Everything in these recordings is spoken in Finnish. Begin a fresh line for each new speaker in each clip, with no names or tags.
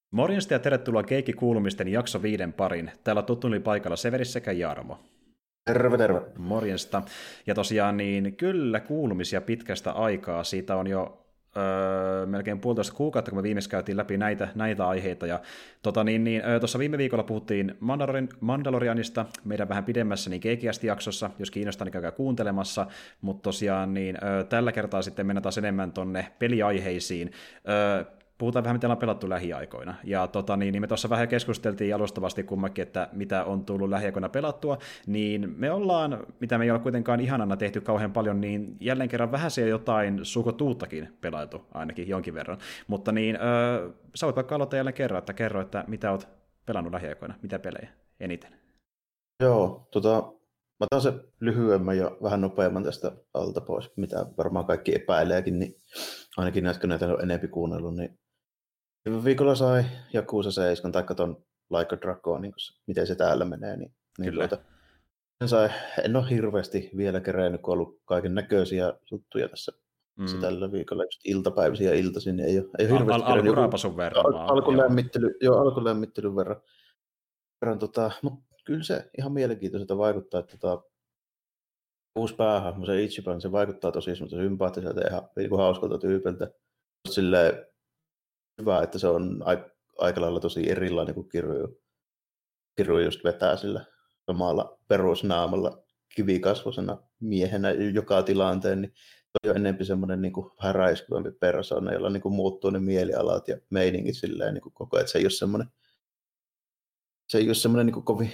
Morjesta ja tervetuloa Keikki-kuulumisten jakso 5 parin. Täällä tuttu oli paikalla Severi sekä Jarmo.
Terve, terve.
Morjesta. Ja tosiaan niin kyllä kuulumisia pitkästä aikaa. Siitä on jo melkein puolitoista kuukautta, kun me viimeksi käytiin läpi näitä aiheita. Ja tuossa viime viikolla puhuttiin Mandalorianista, meidän vähän pidemmässä niin Keikkiästi-jaksossa, jos kiinnostaa, niin käykää kuuntelemassa. Mutta tosiaan niin, tällä kertaa sitten mennään taas enemmän tonne peliaiheisiin. Puhutaan vähän, mitä on pelattu lähiaikoina. Ja niin me tuossa vähän keskusteltiin alustavasti kummakin, että mitä on tullut lähiaikoina pelattua, niin me ollaan, mitä me ei ole kuitenkaan ihanana tehty kauhean paljon, niin jälleen kerran vähän se jotain sukotuuttakin pelailtu, ainakin jonkin verran. Mutta niin, sä voit vaikka aloittaa jälleen kerran, että kerro, että mitä oot pelannut lähiaikoina, mitä pelejä eniten.
Joo, mä otan se lyhyemmän ja vähän nopeamman tästä alta pois, mitä varmaan kaikki epäileekin, niin ainakin näistä näitä on enempi kuunnellut, niin viime viikolla sai Yakuza 7, tai ton Like a Dragon, niin miten se täällä menee, niin
Kyllä.
sen sai, en ole hirveästi vielä kerennyt, kun on ollut kaiken näköisiä juttuja tässä tällä viikolla, just iltapäivisin ja iltaisin, niin ei ole hirveästi kerennyt.
Alkuraapasun verran.
Alkulämmittelyn verran. Mutta kyllä se ihan mielenkiintoiselta vaikuttaa, että uusi päähahmo, se Ichiban, se vaikuttaa tosi sympaattiselta ja ihan niin kuin hauskalta tyypiltä. Silleen hyvä, että se on aika lailla tosi erilainen kuin Kiryu just vetää sillä samalla perusnaamalla kivikasvoisena miehenä joka tilanteen, niin se on enemmän semmoinen niin kuin vähän räiskyvämpi persoona, jolla niin kuin muuttuu ne mielialat ja meiningit silleen niin kuin koko ajan, että se ei ole semmoinen niin kuin kovin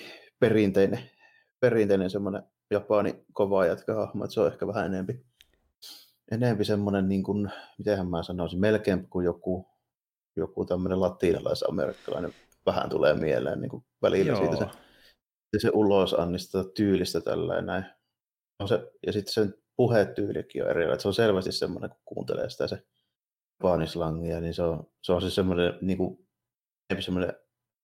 perinteinen semmoinen Japani kova jätkähahmo, että se on ehkä vähän enempi semmoinen, niin kuin, mitenhän mä sanoisin, melkein kuin joku tämmöinen latinalais-amerikkalainen vähän tulee mieleen niin kuin välillä siitä se ulosannista tyylistä tällainen näin. Ja sitten sen puhetyylikin on erilainen, että se on selvästi semmoinen, kun kuuntelee sitä se japanislaangia, niin se on siis semmoinen niin kuin semmoinen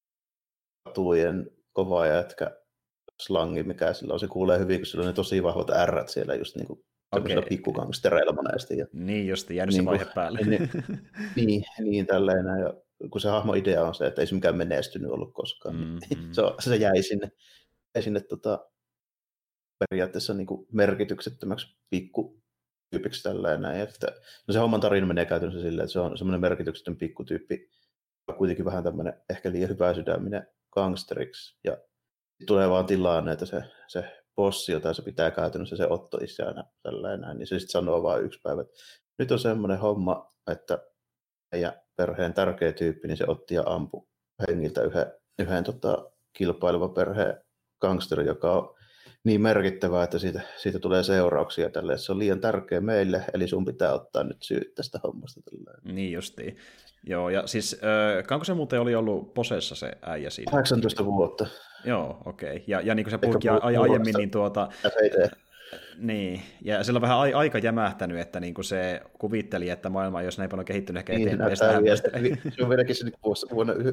katujen kova jätkä slangi, mikä sillä on, se kuulee hyvin, kun sillä on ne tosi vahvat ärrät siellä just niin kuin semmoisilla pikkugangstereilla monesti. Ja,
niin just, jäänyt se vaihe päälle.
niin tälleen. Ja kun se hahmo idea on se, että ei se mikään menestynyt ollut koskaan, niin se jäi sinne periaatteessa niin kuin merkityksettömäksi pikkutyypiksi tälleen. No se homman tarina menee käytännössä silleen, että se on semmoinen merkityksetön pikkutyyppi, kuitenkin vähän tämmöinen ehkä liian hyvä sydäminen gangsteriksi. Ja tulee vaan tilanne, että se bossi, jota se pitää käytännössä se Otto-isänä, tällainen, niin se sitten sanoo vaan yksi päivä, että nyt on semmoinen homma, että meidän perheen tärkeä tyyppi, niin se otti ja ampui hengiltä yhden kilpailuvan perheen gangsteri, joka on niin merkittävää, että siitä tulee seurauksia tälle, että se on liian tärkeä meille, eli sun pitää ottaa nyt syyt tästä hommasta. Tällainen.
Niin justiin. Joo, ja siis kauanko se muuten oli ollut posessa se äijä siinä?
18 vuotta.
Joo, okei. Ja niin kuin sä puhutkin aiemmin, niin niin, ja sillä on vähän aika jämähtänyt, että niin kuin se kuvitteli, että maailma ei olisi näin paljon kehittynyt ehkä eteenpäin.
Se on vieläkin se vuonna 1999-2000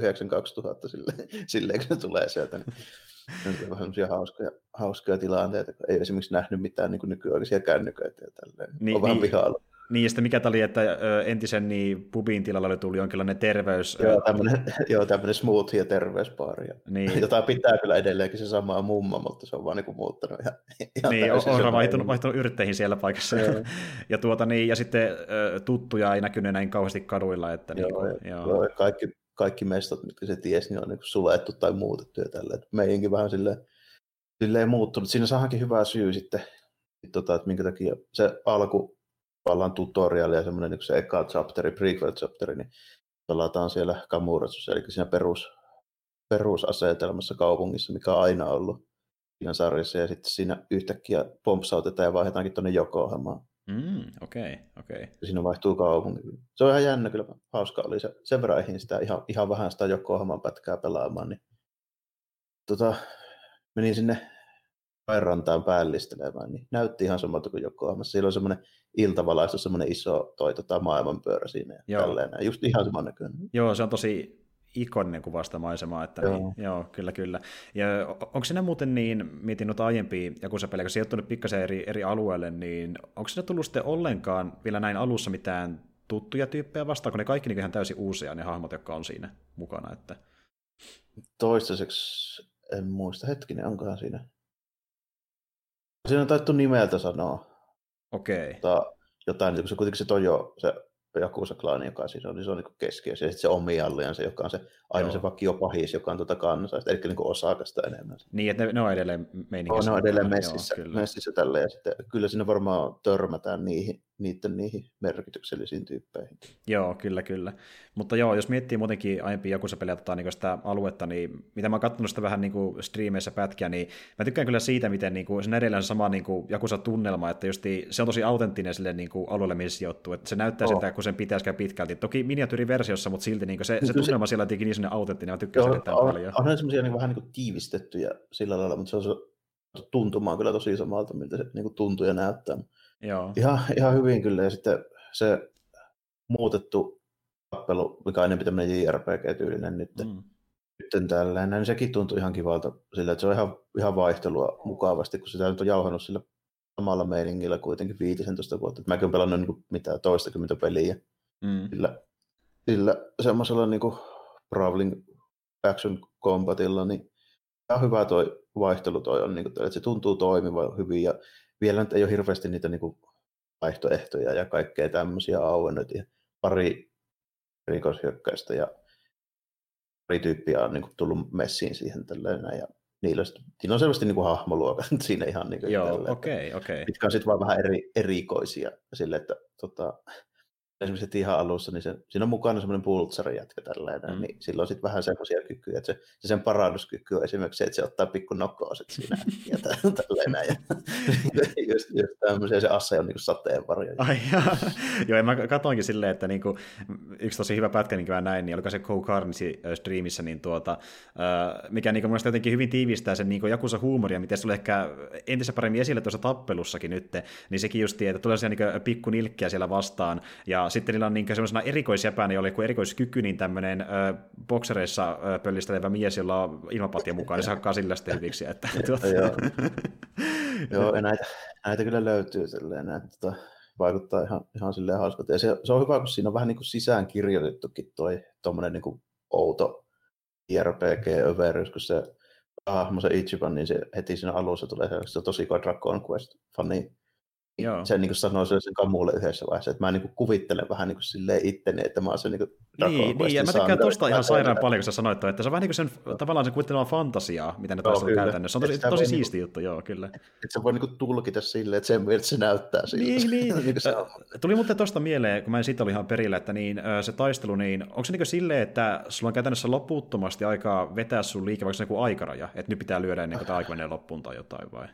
silleen, kun se tulee sieltä. Niin on vähän hauskoja tilanteita, kun ei esimerkiksi nähnyt mitään niin nykyaikaisia kännyköitä ja tälleen. On vähän pihalla.
Niin, ja sitten mikä oli, että entisen pubin tilalla oli tullut jonkinlainen terveys...
Joo, tämmöinen smoothie- ja terveysbaari. Niin. Jota pitää kyllä edelleenkin se sama mumma, mutta se on vaan niin muuttanut ihan
niin, on vaihtunut yrtteihin siellä paikassa. Ja sitten tuttuja ei näkynyt näin kauheasti kaduilla. Että
joo. Kaikki mestot, mitkä se tiesi, niin on niin sulettu tai muutettu ja tällä. Meihinkin vähän silleen muuttunut. Siinä saadaankin hyvä syy sitten, että minkä takia se alku vallan tutorial ja semmoinen niin se eka chapteri, prequel chapteri, niin pelataan siellä Kamuratsussa, eli siinä perusasetelmassa kaupungissa, mikä on aina ollut siinä sarjassa, ja sitten siinä yhtäkkiä pompsautetaan ja vaihdetaankin tuonne Yokohamaan.
Okei.
Ja siinä vaihtuu kaupunki. Se on ihan jännä, kyllä hauska oli se. Sen verran eihin sitä ihan vähän sitä Yokohaman pätkää pelaamaan, niin menin sinne rantaan päällistelemään, niin näytti ihan samalta kuin Yokohamassa. Siellä on semmoinen iltavalaistus, semmoinen iso maailmanpyörä siinä. Ja tälleen, just ihan saman näköinen.
Joo, se on tosi ikoninen kuva sitä maisemaa, että joo, kyllä. Ja onko siinä muuten niin, mietin noita aiempia Yakuza-pelejä, kun sijoittunut pikkasen eri alueelle, niin onko siinä tullut sitten ollenkaan vielä näin alussa mitään tuttuja tyyppejä vastaan, kun ne kaikki niin ihan täysin uusia, ne hahmot, jotka on siinä mukana. Että...
Toistaiseksi en muista. Hetkinen, onkohan siinä? Siinä on taittu nimeltä sanoa.
Okei.
Jotain, kun se kuitenkin se Tojo, se Yakuza-klaani, joka siinä on, niin se on niin keskiössä. Ja sitten se Omi Alliance, joka on se aina se vakio pahis, joka on kansaa, eli niin Osakasta enemmän.
Niin, että ne on edelleen meininkissä.
Ne on edelleen messissä tälleen. Ja sitten, kyllä siinä varmaan törmätään niihin merkityksellisiin tyyppeihin.
Joo, kyllä. Mutta joo, jos miettii muutenkin aiempia Yakuza-pelejä niin sitä aluetta, niin mitä mä oon katsonut sitä vähän niin kuin striimeissä pätkiä, niin mä tykkään kyllä siitä, miten niin kuin, se on edelleen sama niin kuin Yakuza-tunnelma, että se on tosi autenttinen sille niin kuin alueelle, missä sijoittuu. Että se näyttää siltä, kun sen pitäisi käydä pitkälti. Toki miniatyyriversiossa, mutta silti niin kuin se tunnelma siellä on niin sellainen autenttinen, mä tykkään sitä erittäin paljon.
On semmoisia niin vähän niin kuin tiivistettyjä sillä lailla, mutta se on tuntumaan kyllä tosi samalta, miltä se niin kuin tuntuu ja näyttää.
Joo.
Ihan hyvin kyllä, ja sitten se muutettu tappelu, mikä on enemmän tämmöinen JRPG-tyylinen nyt tällainen, niin sekin tuntuu ihan kivalta sillä, että se on ihan vaihtelua mukavasti, kun sitä nyt on jauhannut sillä samalla meiningillä kuitenkin 15 vuotta. Mäkin olen pelannut niin mitään 20 peliä sillä semmoisella niin kuin Brawling Action Combatilla, niin ihan hyvä toi vaihtelu toi on, niin kuin, että se tuntuu toimivan hyvin, ja vielä nyt ei ole hirveästi niitä niin kuin vaihtoehtoja ja kaikkea tämmöisiä auennut, ja pari rikoshyökkäystä ja pari tyyppiä on niin kuin tullut messiin siihen tällainen, ja niillä on selvästi niin kuin hahmoluokat siinä ihan niin kuin
joo, okei.
mitkä on sitten vaan vähän erikoisia sille, että esimerkiksi ihan alussa, niin siinä on mukana semmoinen pultsari jätkä tällainen, niin silloin on sitten vähän semmoisia kykyjä, että se sen parannuskyky on esimerkiksi se, että se ottaa pikku nokooset siinä ja tällainen, ja just tämmöisiä, se asse on niinku sateenvarjo.
Ai joo, mä katoinkin silleen, että niinku, yksi tosi hyvä pätkä, niin kuin näin, niin oliko se Go Carnage streamissä, niin mikä niinku mun mielestä jotenkin hyvin tiivistää sen niinku Yakuza-huumoria, miten se tulee ehkä entistä paremmin esille tuossa tappelussakin nyt, niin sekin just, että tulee sellaisia niinku pikku nilkkiä siellä vastaan, ja sitten niillä on niin semmoisena erikoisjäpänä, jolla joku erikoiskyky, niin tämmöinen boksereissa pöllistelevä mies, jolla on ilmapatja mukaan, niin se hakkaa sillä sitten hyviksi. Että,
Joo, näitä kyllä löytyy silleen, että vaikuttaa ihan silleen hauskalta. Ja se on hyvä, kun siinä on vähän niin kuin sisään kirjoitettukin tuommoinen niin kuin outo RPG-överyys, kun se hahmo, se Ichiban, niin se heti siinä alussa tulee se tosi Dragon Quest-fani. Se niin sanoo sen Kamulle yhdessä vaiheessa, että mä niin kuvittelen vähän niin silleen itteni, että mä oon se niin
Dragon Questin ja mä tykkään tosta ihan sairaan paljon, kun sä sanoit, että se on vähän niin kuin sen, tavallaan sen kuvittelevan fantasiaa, mitä ne taistelut käytännössä. Se on tosi siisti juttu, joo, kyllä.
Että se voi niin tulkita silleen, että sen mielestä se näyttää siltä.
Niin. Tuli muuten tosta mieleen, kun mä en siitä ollut ihan perillä, että niin, se taistelu, niin onko se niin silleen, että sulla on käytännössä loputtomasti aikaa vetää sun liike, vaikka se on joku aikaraja, että nyt pitää lyödä ennen kuin tämä aika menee loppuun tai jotain, vai?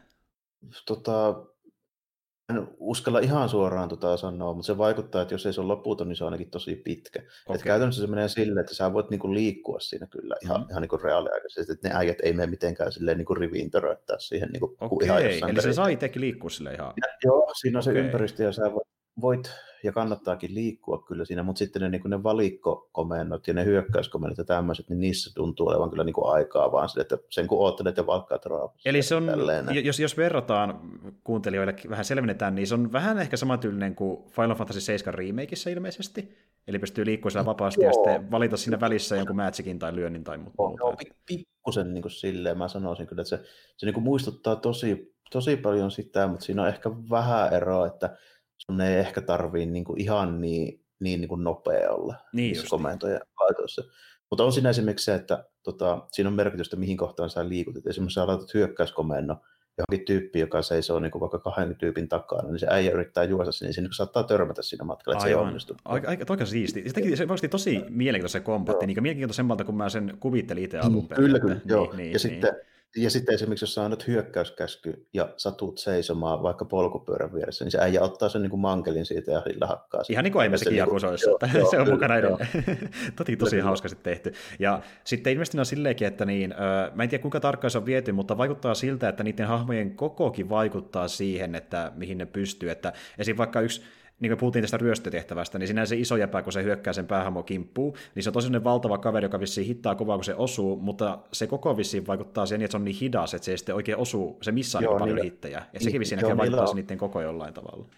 En uskalla ihan suoraan sanoa, mutta se vaikuttaa, että jos ei se ole loputon, niin se on ainakin tosi pitkä. Okay. Että käytännössä se menee silleen, että sä voit niinku liikkua siinä kyllä ihan niinku reaaliaikaisesti, että ne äijät ei mene mitenkään silleen niinku riviin töröttää siihen niinku ihan jossain.
Eli se saa itsekin liikkua silleen ihan.
Joo, siinä on se ympäristö ja sä voit ja kannattaakin liikkua kyllä siinä, mutta sitten ne valikkokomennot ja ne hyökkäyskomennot ja tämmöiset, niin niissä tuntuu olevan kyllä niinku aikaa vaan sille, että sen kun oottelet ja valkkaat raapassa.
Eli se on, jos verrataan kuuntelijoille vähän selvennetään, niin se on vähän ehkä samantyylinen kuin Final Fantasy 7 remakeissa ilmeisesti. Eli pystyy liikkumaan siellä vapaasti ja sitten valita siinä välissä jonkun matchikin tai lyönnin tai muuta.
Joo, pikkusen niin kuin silleen mä sanoisin kyllä, että se niin kuin muistuttaa tosi paljon sitä, mutta siinä on ehkä vähän eroa, että sun ei ehkä tarvii niinku ihan niin kuin nopea olla niissä komentojen laitoissa. Mutta on siinä esimerkiksi se, että siinä on merkitystä, mihin kohtaan sä liikut. Et esimerkiksi sä laitat hyökkäyskomento johonkin tyyppiin, joka seisoo niin vaikka 2 tyypin takana, niin se äijä yrittää juosta sinne, niin se niin saattaa törmätä siinä matkalla, että se ei onnistu.
Aika siisti. Se vaikuttaa tosi mielenkiintoinen se kombatti, niin mielenkiintoisemmalta kuin mä sen kuvittelin itse alun perin.
Kyllä, joo. Ja sitten esimerkiksi, jos sä annat hyökkäyskäsky ja satut seisomaan vaikka polkupyörän vieressä, niin se äijä ottaa sen niin kuin mankelin siitä ja sillä hakkaa sen.
Ihan niin kuin aiemmissakin Yakuzoissa, että se on mukana edelleen. Tosi hauskasti tehty. Ja sitten ilmeisesti on silleenkin, että mä en tiedä kuinka tarkkaan se on viety, mutta vaikuttaa siltä, että niiden hahmojen kokokin vaikuttaa siihen, että mihin ne pystyy. Että esim. Vaikka yksi, niin kuin puhuttiin tästä ryöstötehtävästä, niin siinä se iso jäpä, kun se hyökkää sen päähahmo kimppuun, niin se on tosi valtava kaveri, joka vissiin hittaa kovaa, kun se osuu, mutta se koko vissiin vaikuttaa siihen, että se on niin hidas, että se ei sitten oikein osu, se missaa niin paljon hittejä. Että sekin vissiin vaikuttaa niiden koko jollain tavalla.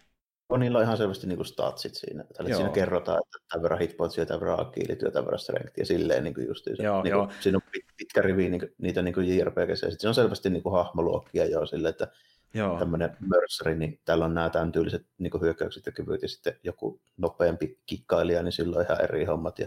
Niillä on ihan selvästi niin kuin statsit siinä. Siinä
Joo.
kerrotaan, että tämän verran hitpointsia, tämän verran agilityä, tämän verran strengthia, silleen niin kuin justiin se.
Joo,
Niin
joo.
kuin, siinä on pitkä rivi niitä niin kuin JRPG:ssä, ja sitten siinä on selvästi niin kuin hahmoluokkia jo silleen, että
Joo.
tämmöinen Mercery, niin täällä on nämä tämän tyyliset niin kuin hyökkäykset ja kyvyt, ja sitten joku nopeampi kikkailija, niin silloin ihan eri hommat, ja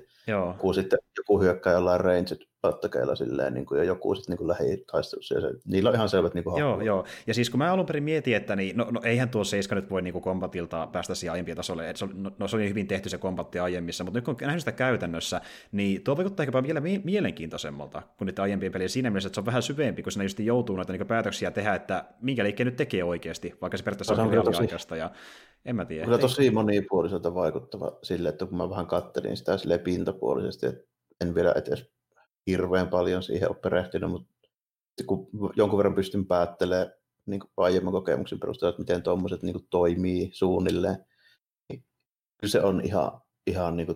joku hyökkää jollain ranged pattakeilla silleen, niin kuin, ja joku sitten niin lähitaistelussa, ja niillä on ihan selvät niin kuin
Joo, ja siis kun mä alun perin mietin, että no eihän tuo 7 nyt voi niin kuin kombatilta päästä siihen aiempien tasolle, että se oli hyvin tehty se kombatti aiemmissa, mutta nyt kun on nähnyt sitä käytännössä, niin tuo vaikuttaa ehkä vielä mielenkiintoisemmalta kuin niitä aiempien pelejä siinä mielessä, että se on vähän syvempi, kun siinä just joutuu noita niin päätöksiä tehdä, että minkä liikkeen nyt tekee oikeasti, vaikka se periaatteessa on reaaliaikaista, ja en mä tiedä.
Kyllä tosi monipuoliselta vaikuttava sille, että kun mä vähän kattelin sitä sille pintapuolisesti, että en vielä edes hirveän paljon siihen ole perehtynyt, mutta kun jonkun verran pystyn päättelemään niin aiemman kokemuksen perusteella, että miten tuommoiset niin toimii suunnilleen, niin kyllä se on ihan niin kuin,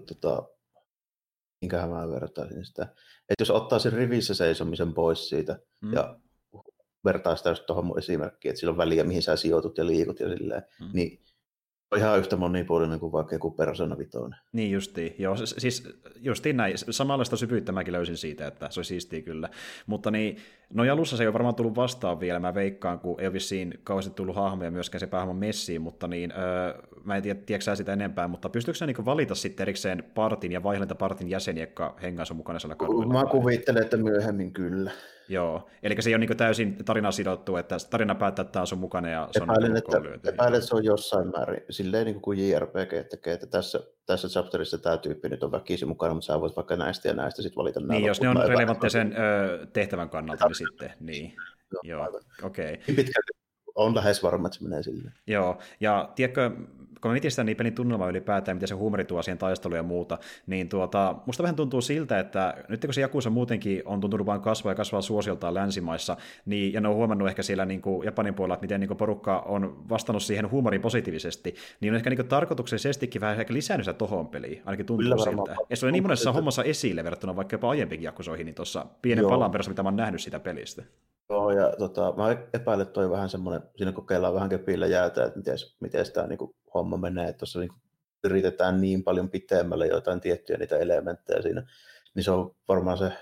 minkähän mä vertaisin sitä. Että jos ottaa sen rivissä seisomisen pois siitä ja vertaa sitä just tuohon mun esimerkkiin, että sillä on väliä, mihin sä sijoitut ja liikut ja silleen, niin on ihan yhtä monipuolinen kuin vaikka joku Persona 5.
Niin justiin, joo, siis justiin näin, samanlaista syvyyttä mäkin löysin siitä, että se oli siistiä kyllä, mutta niin, no alussa se ei ole varmaan tullut vastaan vielä, mä veikkaan, kun ei ole vissiin kauheasti tullut hahmoja myöskään se päähahmon messiin, mutta niin, mä en tiedä sitä enempää, mutta pystyykö sä niin valita sitten erikseen partin ja vaihdella partin jäseniä, jotka hengaa sun mukana siellä kaduilla?
Mä kuvittelen, että myöhemmin kyllä.
Joo, eli se ei ole niin täysin tarinaan sidottu, että tarina päättää, että tämä on sun mukana ja se on
epäilen, että se on jossain määrin, silleen niin kuin JRPG tekee, että tässä chapterissa tämä tyyppi nyt on väkisin mukana, mutta sä voit vaikka näistä ja näistä sitten valita nämä.
Niin, jos ne on relevantteja sen tehtävän kannalta, niin sitten, niin. Joo, okei.
Okay. Pitkälti on lähes varma, että se menee silleen.
Joo, ja tiedätkö, kun mä mietin sitä niin pelin tunnelmaa ylipäätään, mitä se huumori tuo siihen taisteluun ja muuta, niin musta vähän tuntuu siltä, että nyt kun se Yakuza muutenkin on tuntunut vain kasvaa suosioltaan länsimaissa, niin, ja ne on huomannut ehkä siellä niin kuin Japanin puolella, että miten niin kuin porukka on vastannut siihen huumoriin positiivisesti, niin on ehkä niin kuin tarkoituksellisestikin vähän ehkä lisännyt sitä tohon peliin, ainakin tuntuu kyllä siltä. Ja se oli niin monessa hommassa esille verrattuna vaikka jopa aiempikin Yakuzoihin, niin tuossa pienen palan perässä, mitä mä oon nähnyt sitä pelistä.
Joo, ja mä epäilen, että toi vähän semmoinen, siinä kokeillaan vähän kepillä jäätä, että miten tämä niin homma menee, että tuossa niin yritetään niin paljon pitemmälle jotain tiettyjä niitä elementtejä siinä, niin se on varmaan se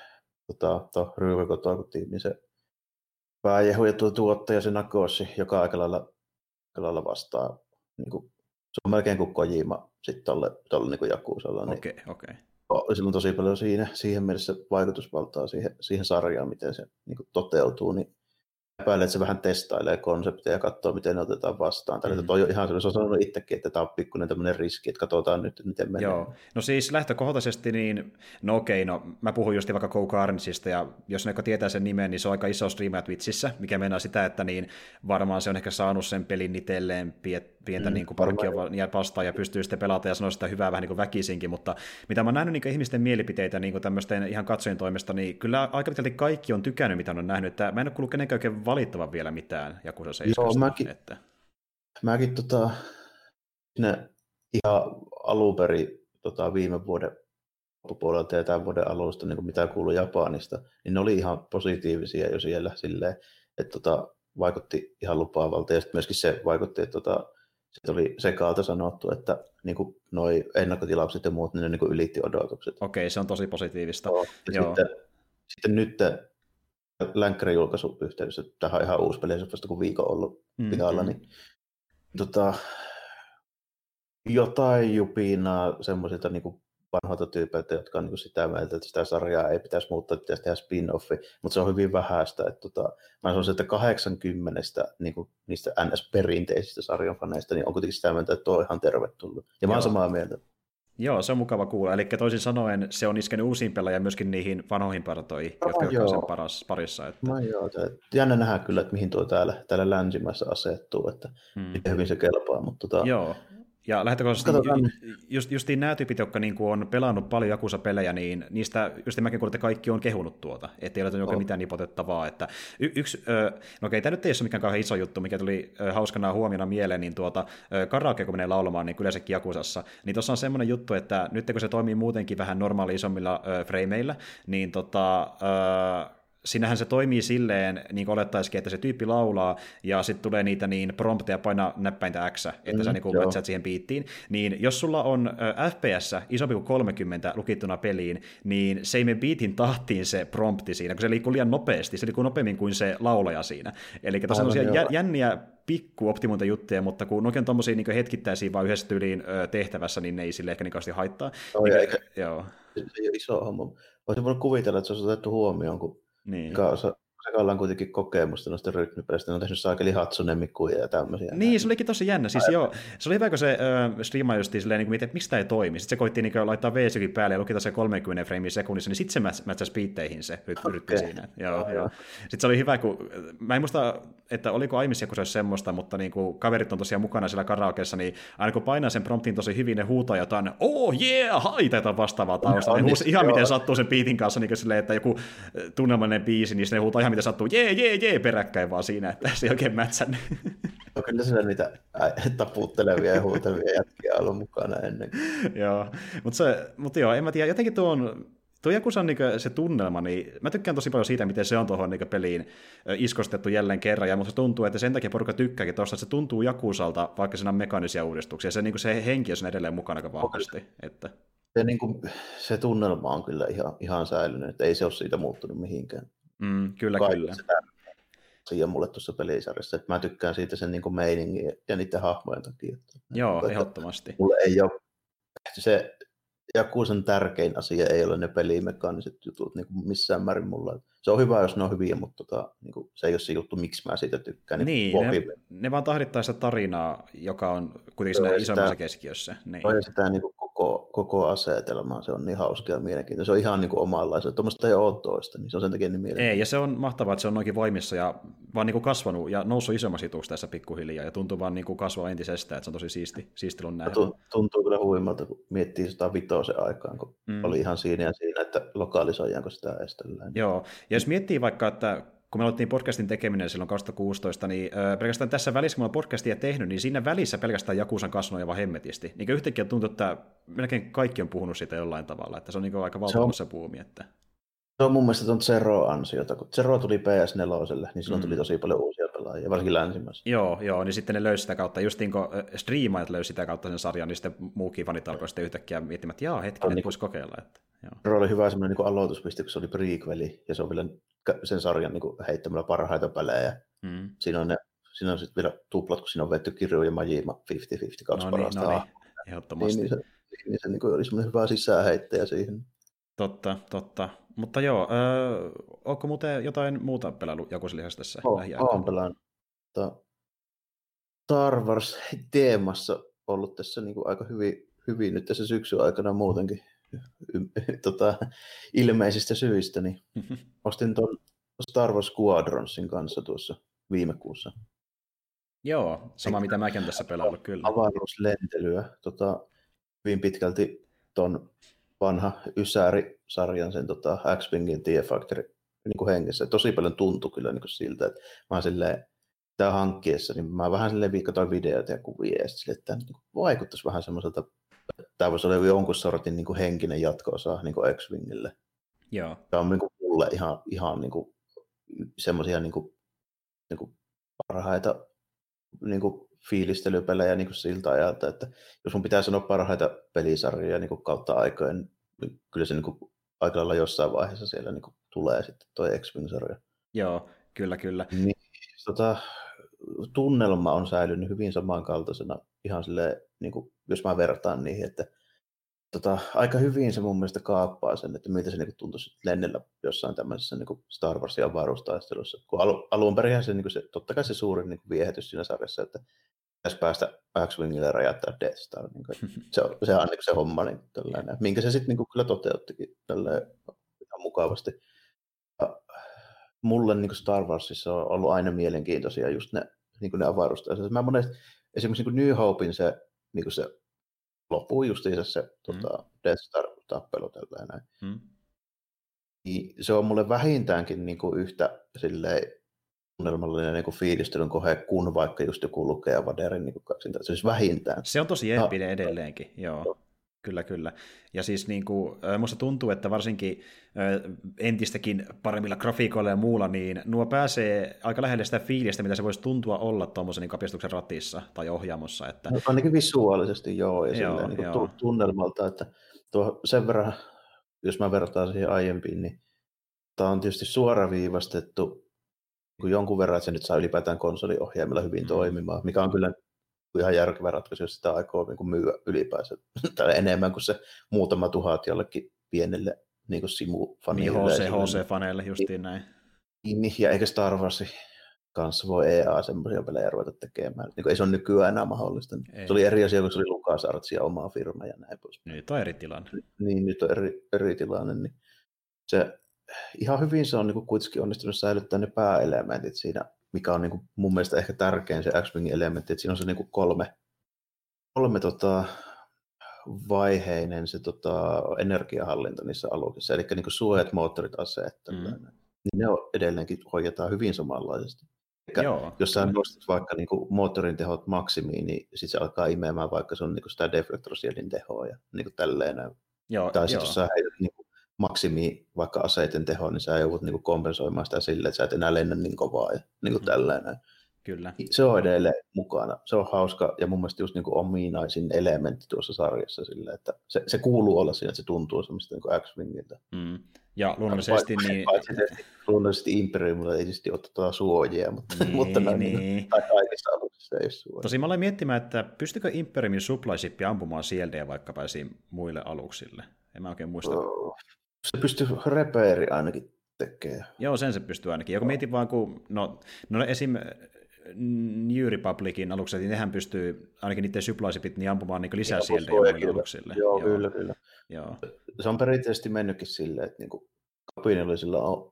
Ryuko Toiku-tiimin se pääjehu ja tuo tuottaja, se Nakoshi, joka aika lailla vastaa, niin kuin, se on melkein kuin Kojima sitten tolle niin Jakuzalla.
Okei.
Sillä on tosi paljon siihen mielessä vaikutusvaltaa siihen sarjaan, miten se niin kuin toteutuu, niin epäilen, että se vähän testailee konsepteja ja katsoo, miten ne otetaan vastaan. Toi on ihan se on sanonut itsekin, että tämä on pikkuinen tämmöinen riski, että katsotaan nyt, miten menee.
Joo, no siis lähtökohtaisesti, niin mä puhun just vaikka Go Carnageista, ja jos ne jotka tietää sen nimen, niin se on aika iso striimaja Twitchissä, mikä meinaa sitä, että niin varmaan se on ehkä saanut sen pelin itselleen pientä niin kuin parkkia vastaan, ja pystyy sitten pelata ja sanoa sitä hyvää vähän niin kuin väkisinkin, mutta mitä mä oon nähnyt niin ihmisten mielipiteitä niin kuin tämmöisten ihan katsojien toimesta, niin kyllä aika pitkälti kaikki on tykännyt, mitä on nähnyt, että mä en ole kuullut kenenkään oikein valittavan vielä mitään Yakuza 7.
Joo, mäkin ne ihan alun perin viime vuoden loppupuolelta ja tämän vuoden alusta, niin kuin mitä kuuluu Japanista, niin ne oli ihan positiivisia jo siellä silleen, että vaikutti ihan lupaavalta. Ja sitten myöskin se vaikutti, että sitten oli Segalta sanottu, että niin kuin noi ennakkotilaukset ja muut, niin ne niin kuin ylitti odotukset.
Okei, se on tosi positiivista.
Joo. Sitten nyt länkkärin julkaisun yhteydessä, tähän on ihan uusi peli, se on vasta kuin viikon ollut pihalla, niin jotain jupinaa semmoisilta niin kuin vanhoilta tyypeiltä, jotka on niin kuin sitä mieltä, että sitä sarjaa ei pitäisi muuttaa, pitäisi tehdä spin-offi, mutta se on hyvin vähäistä. Että mä sanoisin, että 80 niin kuin niistä NS-perinteisistä sarjan faneista, niin on kuitenkin sitä mieltä, että tuo on ihan tervetullut. Ja mä oon samaa mieltä.
Joo, se on mukava kuulla. Eli toisin sanoen se on iskenyt uusiin pelaajia myöskin niihin vanhoihin partoihin, jotka on sen parissa. Että
jännä nähdä kyllä, että mihin tuo täällä länsimaissa asettuu, että miten hyvin se kelpaa. Mutta
Joo. Ja lähtökohtaisesti justiin nämä tyypit, jotka niinku on pelannut paljon Yakuza-pelejä, niin niistä just mäkin kuulen, että kaikki on kehunut tuota, ettei ole oikein mitään nipotettavaa. Että no okei, tämä nyt ei ole mikään kauhean iso juttu, mikä tuli hauskana huomiona mieleen, niin karaoke, kun menee laulamaan, niin yleensäkin Yakuzassa, niin tuossa on semmoinen juttu, että nyt kun se toimii muutenkin vähän normaali isommilla frameilla, niin siinähän se toimii silleen, niin kuin olettaisikin, että se tyyppi laulaa, ja sitten tulee niitä niin prompteja, painaa näppäintä X, että sä niin matchat siihen biittiin, niin jos sulla on FPS isompi kuin 30 lukittuna peliin, niin se ei mene biitin tahtiin se prompti siinä, kun se liikkuu liian nopeasti, se liikkuu nopeammin kuin se laulaja siinä. Eli tässä on sellaisia jänniä optimointajuttuja, mutta kun ne on tommosia niin hetkittäisiä vaan yhdessä tyyliin tehtävässä, niin ne ei sille ehkä niin kauheasti haittaa.
Joo. Se ei ole iso homma. Olisin voinut kuvitella, että se olisi otettu huomioon, kun Sekalla on kuitenkin kokemusta noista rytmipeleistä. Ne on tehnyt saakeli Hatsune-mikuja ja tämmöisiä.
Niin, se olikin tosi jännä. Siis joo, se oli hyvä, kun se striima justiin silleen, niin mietin, että miksi tämä ei toimi. Sitten se koitti niin laittaa VSYkin päälle ja lukita se 30 freimiä sekunnissa, niin sitten se matchasi biitteihin se rytmi siinä. Joo. Sitten se oli hyvä, kun mä en muista, että oliko aiemmissa kun se olisi semmoista, mutta niin kuin kaverit on tosiaan mukana siellä karaokeessa, niin aina kun painaa sen promptin tosi hyvin, ne huutaa jotain, oh yeah, hai, tai jotain vastaavaa taustalla. Ne huusi ihan miten sattuu sen biitin kanssa, niin silleen, että joku tunnelmallinen biisi, niin ne huutaa ihan miten sattuu, jee, peräkkäin vaan siinä, että se ei oikein mätsännyt.
Kyllä siellä niitä taputtelevia ja huutelevia jätkiä on ollut mukana ennen.
Joo, mutta joo, en mä tiedä, jotenkin tuo Jakusan niin se tunnelma, niin mä tykkään tosi paljon siitä, miten se on tuohon niin peliin iskostettu jälleen kerran, ja musta tuntuu, että sen takia porukka tykkääkin tuosta, että se tuntuu Jakusalta, vaikka siinä on mekaanisia uudistuksia, se henki on edelleen mukana aika vahvasti. Että...
Se tunnelma on kyllä ihan säilynyt, että ei se ole siitä muuttunut mihinkään.
Kyllä.
Siihen mulle tuossa pelisarjassa, että mä tykkään siitä sen niin meiningin ja niiden hahmojen takia.
Joo, ehdottomasti.
Mulle ei ole se Jakusan tärkein asia ei ole ne pelimekaaniset jutut niin kuin missään määrin mulla. Se on hyvä, jos ne on hyviä, mutta niin kuin, se ei ole se juttu, miksi mä siitä tykkään.
Niin, ne vaan tahdittaa sitä tarinaa, joka on kuitenkin siinä isommassa keskiössä. Niin.
Ja sitä niin kuin koko asetelmaa, se on niin hauska ja mielenkiintoista. Se on ihan niin kuin omanlaista. Tuommoista ei ole toista, niin se on sen takia niin mielenkiintoista.
Ei, ja se on mahtavaa, että se on noinkin voimissa ja vaan niin kuin kasvanut ja noussut isommaksi hituksi tässä pikkuhiljaa ja tuntuu vaan niin kuin kasvaa entisestään, että se on tosi siisti nähdä.
Tuntuu kyllä huimalta, kun miettii 105 aikaan, kun oli ihan siinä, että lokalisoidaanko sitä estellään.
Joo, ja jos miettii vaikka, että kun me aloitettiin podcastin tekeminen silloin 2016, niin pelkästään tässä välissä, kun me olen podcastia tehnyt, niin siinä välissä pelkästään Jakusan kasvoi aivan hemmetisti. Niin yhtäkkiä tuntuu, että melkein kaikki on puhunut siitä jollain tavalla, että se on niin aika valtavassa buumi. Että...
Se on mun mielestä tuon Zero-ansiota. Kun Zero tuli PS4, niin silloin tuli tosi paljon uusia pelaajia, varsinkin länsimässä.
Joo, niin sitten ne löysi sitä kautta, just niin kuin striimaajat löysi sitä kautta sen sarjan, niin sitten muukin fanit alkoi sitten yhtäkkiä miettimään, että jaa, hetki, että voisi kokeilla. Että,
Zero oli hyvä semmoinen niin aloituspiste, kun se oli prequeli, ja se on vielä sen sarjan niin heittämällä parhaita pelejä. Siinä on sitten vielä tuplat, kun siinä on vetty Kiryu ja Majima 50-50, kaksi parasta.
No niin, ehdottomasti.
Niin se niin oli semmoinen hyvä sisäänheittäjä siihen.
Totta. Mutta joo, onko muuten jotain muuta pelailu Jakusan lisäksi tässä lähiaikoina?
Olen pelannut Star Wars-teemassa ollut tässä niin kuin aika hyvin nyt tässä syksyn aikana muutenkin ilmeisistä syistä. Niin ostin tuon Star Wars Squadronsin kanssa tuossa viime kuussa.
Joo, sama mitä mäkin olen tässä pelaillut, kyllä.
Avaruuslentelyä, hyvin pitkälti ton vanha Ysäri-sarjan sen X-Wingin TIE Factory niin hengessä. Tosi paljon tuntui kyllä niin siltä, että mä silleen, tämä hankkiessa, niin mä vähän silleen katsoin videoita ja kuvia, ja silleen, että tämä niin vaikuttaisi vähän semmoiselta, että tämä voisi olla jonkun sortin niin henkinen jatko-osa niin X-Wingille.
Joo.
Tämä on niin mulle ihan niin semmoisia niin parhaita niin fiilistelypelejä niin siltä ajalta, että jos mun pitää sanoa parhaita pelisarjoja niin kautta aikojen, niin kyllä se niin aika lailla jossain vaiheessa siellä niin tulee sitten tuo X-Wing-sarja.
Joo, kyllä.
Niin, tunnelma on säilynyt hyvin samankaltaisena, ihan silleen, niin kuin, jos mä vertaan niihin, että aika hyvin se mun mielestä kaappaa sen, että miltä se niin tuntuisi lennellä jossain tämmöisessä niin Star Warsin avaruustaistelussa. Kun alun perin se, niin se, totta kai se suurin niin viehätys siinä sarjassa, että pitäisi päästä X-Wingille ja räjäyttää Death Star. Niin se on niin se homma, niin tällainen, minkä se sitten niin kyllä toteuttikin ihan mukavasti. Ja mulle niin Star Warsissa on ollut aina mielenkiintoisia just ne avaruustaistelut. Mä monesti esimerkiksi niin New Hopein se loppuu justiinsa se Death Star-tappelu tällainen. Niin se on mulle vähintäänkin niin kuin yhtä silleen tunnelmallinen niin kuin fiilistelyn kohe, kun vaikka just joku lukee Vaderin niin kaksinta. Se olisi vähintään.
Se on tosi eeppinen edelleenkin, joo. Kyllä, kyllä. Ja siis niin kuin, musta tuntuu, että varsinkin entistäkin paremmilla grafiikoilla ja muulla, niin nuo pääsee aika lähelle sitä fiilistä, mitä se voisi tuntua olla tuommoisen niin kapistuksen ratissa tai ohjaamossa. Että...
No, ainakin visuaalisesti joo, ja silleen, niin
joo.
tunnelmalta, että tuo sen verran, jos mä vertaan siihen aiempiin, niin tämä on tietysti suoraviivastettu niin jonkun verran, että se nyt saa ylipäätään konsoliohjaimella hyvin toimimaan, mikä on kyllä ihan järkevä ratkaisu, jos sitä aikoo niin myyä ylipäänsä tai enemmän kuin se muutama tuhat jollekin pienelle niin simu-fanille.
Niin HC-faneille justiin näin.
Niin, ja eikä Star Warsin kanssa voi EA semmoisia pelejä ruveta tekemään. Niin ei se ole nykyään enää mahdollista. Ei. Se oli eri asia, kun se oli LucasArts ja oma firma ja näin pois.
Nyt on eri tilanne.
Niin, nyt on eri tilanne. Niin se, ihan hyvin se on niin kuitenkin onnistunut säilyttää ne pääelementit siinä, mikä on niin kuin mun mielestä ehkä tärkein se X-Wingin elementti, että siinä on se niin kuin kolme vaiheinen se energiahallinta niissä aluksissa, eli niin kuin suojat, moottorit, aseet, niin ne on edelleenkin hoidetaan hyvin samanlaisesti. Jos sä nostat vaikka niin kuin moottorin tehot maksimiin, niin sitten se alkaa imemään vaikka sun niin kuin sitä deflector-shieldin tehoa ja niin kuin tälleen. Tai sitten jos sä heität niin kuin maksimiin vaikka aseiden tehoa, niin sä joudut niin kuin kompensoimaan sitä silleen, että sä et enää lennä niin kovaa ja niin kuin tälleen.
Kyllä.
Se on edelleen mukana. Se on hauska ja mun mielestä just niin kuin ominaisin elementti tuossa sarjassa sille, että se kuuluu olla siinä, että se tuntuu semmoista niin kuin X-Wingiltä.
Ja luonnollisesti
luonnollisesti Imperiumilla ei tietysti ole suojia, mutta,
niin.
Tai kaikissa aluksissa ei ole suojia.
Tosin mä olen miettimään, että pystykö Imperiumin supply ship ampumaan sieltä vaikka pääsiin muille aluksille? En mä oikein muista.
Se pystyy repairi ainakin tekemään.
Joo, sen se pystyy ainakin. Ja kun mietin vaan, kun esim. New Republicin alukset, niin nehän pystyy ainakin niiden supply shipit niin ampumaan niin lisää sieltä muille aluksille.
Joo, kyllä. Joo. Se on perinteisesti mennytkin silleen, että niin kapinallisilla on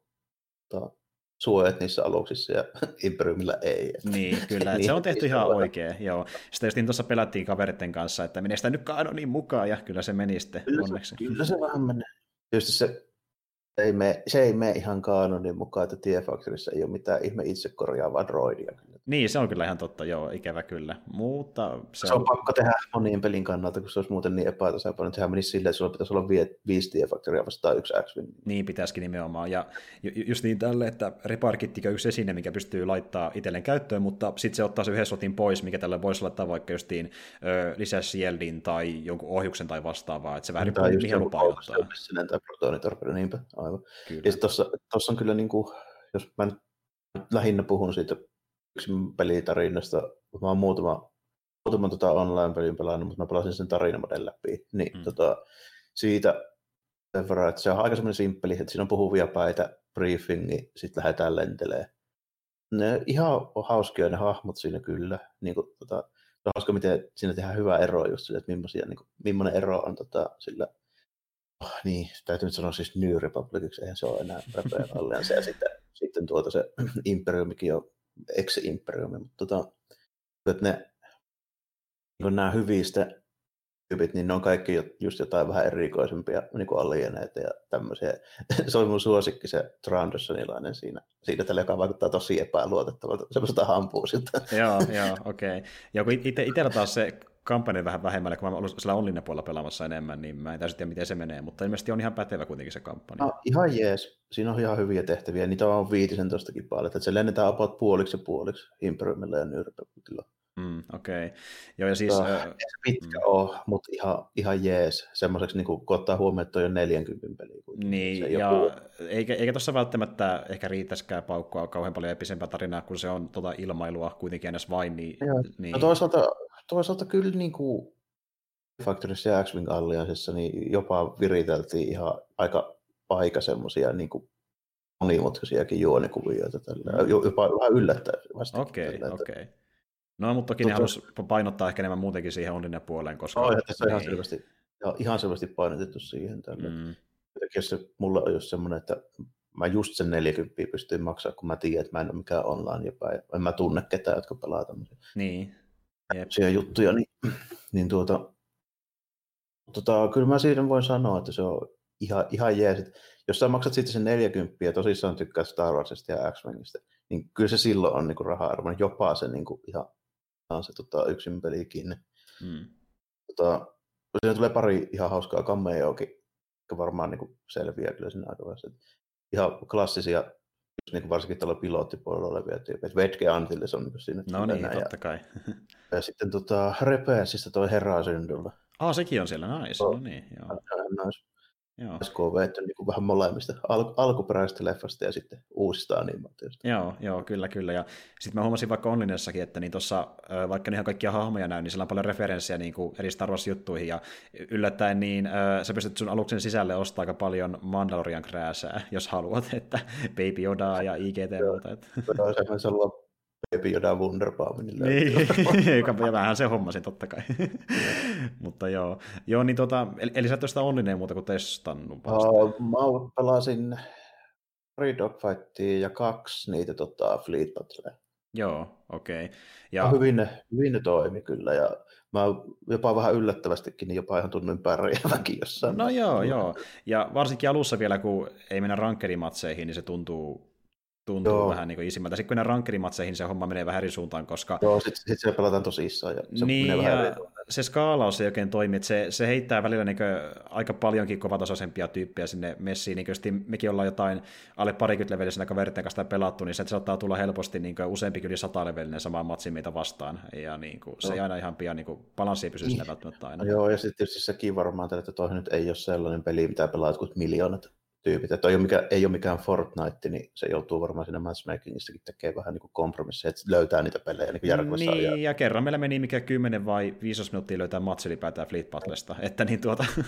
suojat niissä aluksissa ja Imperiumilla ei.
Niin, kyllä. Niin, se on tehty ihan oikein. Joo. Sitten just tuossa pelättiin kaveritten kanssa, että menee sitä nyt kanoniin mukaan, ja kyllä se meni sitten onneksi.
Kyllä se vähän menee. Tietysti se ei mene ihan kanonin mukaan, että Tie Factoryssa ei ole mitään ihme itse korjaavaa droidia.
Niin, se on kyllä ihan totta, joo, ikävä kyllä. Mutta
se on pakko tehdä monien pelin kannalta, kun se olisi muuten niin epätasapainoinen. Sehän menisi silleen, että sulla pitäisi olla 5 Tie Factorya vastaan 1 X-Wing.
Niin, pitäisikin nimenomaan. Ja just niin tälle, että Reparkittikö yksi esine, mikä pystyy laittaa itselleen käyttöön, mutta sitten se ottaa se yhden slotin pois, mikä tälle voisi laittaa vaikka justiin lisää shieldin tai jonkun ohjuksen tai vastaavaa. Että se vähän riippuu, mihin lupaa ottaa.
Tai protonitorpedo, niinpä, aivan. Kyllä. Ja tuossa on kyllä, niin kuin, jos mä nyt lähinnä puhun siitä yksin pelitarinasta, mä oon muutama online-pelin pelannut, mutta mä pelasin sen tarinamodel läpi, niin siitä sen verran, että se on aika semmoinen simppeli, että siinä on puhuvia päitä, briefingi, sitten lähdetään lentelee. Ne ihan hauskia ne hahmot siinä kyllä, niin kuin, se on hauska, miten siinä tehdään hyvä ero just sille, että millainen ero on sillä. Niin, täytyy nyt sanoa siis New Republiciksi, eihän se ole enää Rebel Alliance, ja sitten se Imperiumikin on ex-Imperiumi, mutta että niin nämä hyvistä tyypit, niin ne on kaikki just jotain vähän erikoisempia niin kuin alieneita ja tämmöisiä. Se on mun suosikki se Trandoshanilainen siinä tällä, joka vaikuttaa tosi epäluotettavalta, semmoista hampuusilta.
Joo, okei. Ja kun itsellä taas se kampanja vähän vähemmälle, kun mä olen ollut sillä online puolella pelaamassa enemmän, niin mä en täysin tiedä, miten se menee, mutta ilmeisesti on ihan pätevä kuitenkin se kampanja. No,
ihan jees. Siinä on ihan hyviä tehtäviä. Niitä on 15 paljon, että se lennetään about puoliksi Imperiumilla ja New Republicilla.
Okei. Joo, ja siis...
Ei se pitkä ole, mutta ihan jees. Semmoiseksi, niin kun ottaa huomioon, että toi on 40 peliä.
Niin, ja eikä tuossa välttämättä ehkä riittäisikään paukkua kauhean paljon episempää tarinaa, kun se on ilmailua kuitenkin ennäs vain. Niin.
No toisaalta kyllä niin kuin Factorissa ja X-Wing Alliancessa niin jopa viriteltiin ihan aika semmoisia niin kuin monimutkaisiakin juonikuvioita. Jopa vähän yllättävästi.
Okei. No, mutta toki ne halusi painottaa ehkä enemmän muutenkin siihen online puoleen, koska...
Tässä on ihan selvästi painotettu siihen. Jos se mulla on just semmoinen, että mä just sen 40 pystyin maksamaan, kun mä tiedän, että mä en ole mikään online jopa, ja en mä tunne ketään, jotka pelaa tämmöisiä.
Niin.
Juttuja, niin kyllä mä siitä voin sanoa, että se on ihan jees. Jos sä maksat sitten sen 40 ja tosissaan tykkää Star Warsista ja X-Wingistä, niin kyllä se silloin on niinku raha-arvoinen, jopa se niinku ihan se yksin pelikin. Siinä tulee pari ihan hauskaa cameoakin, jotka varmaan niin kuin selviää kyllä siinä aika vaiheessa. Ihan klassisia, niin kuin varsinkin tällä pilottipuolella olevia tyyppejä. Vedke Antilles on niin siinä.
No niin, totta kai.
Ja sitten Repeensistä toi Herra Syndulla.
Sekin on siellä, nice. No niin, joo.
Joo. SKV, että niin vähän molemmista alkuperäisestä leffasta ja sitten uusista animaatioista.
Joo, kyllä. Ja sitten mä huomasin vaikka Onlinessakin, että niin tossa, vaikka ihan kaikkia hahmoja näy, niin siellä on paljon referenssejä niin kuin eri Star Wars-juttuihin, ja yllättäen niin sä pystyt sun aluksen sisälle ostaa aika paljon Mandalorian krääsää, jos haluat, että Baby Yodaa ja IGT muuta.
Joo, se haluaa Baby Yoda Wunderbaumin.
Niin, vähän se hommasin totta kai. Mutta joo niin eli sä et ole sitä Onlineen muuta kuin testannut?
Mä pelasin 3 Dogfightia ja 2 niitä Fleet Battleja.
Joo, okei.
Ja hyvin ne toimi kyllä, ja mä jopa vähän yllättävästikin, niin jopa ihan tunnuin pärjääväkin jossain.
No joo, ja varsinkin alussa vielä, kun ei mennä rankkedimatseihin, niin se tuntuu vähän niin kuin isimmältä. Sitten kun mennään rankkedimatseihin, niin se homma menee vähän eri suuntaan, koska...
Joo, sitten se pelataan tosissaan, ja se
niin,
menee vähän
eri. Se skaalaus ei oikein toimi, että se heittää välillä niin aika paljonkin kovatasoisempia tyyppejä sinne messiin, niin kuin mekin ollaan jotain alle 20 levelisen kaveritten kanssa pelattu, niin se saattaa tulla helposti niin useampikin yli 100 levelinen samaan matsiin meitä vastaan, ja niin kuin, se ei aina ihan pian, niin balanssi ei pysy siinä välttämättä aina.
Joo, ja sitten tietysti sekin varmaan, että toihan nyt ei ole sellainen peli, mitä pelaat kuin miljoonat tyypit, että ei ole mikään Fortnite, niin se joutuu varmaan siinä matchmakingistakin tekemään vähän niin kuin kompromisseja, että löytää niitä pelejä niin järkevässä ajaa.
Ja kerran meillä meni mikä 10 vai 15 minuuttia löytää match ylipäätään Fleet Battlesta, että niin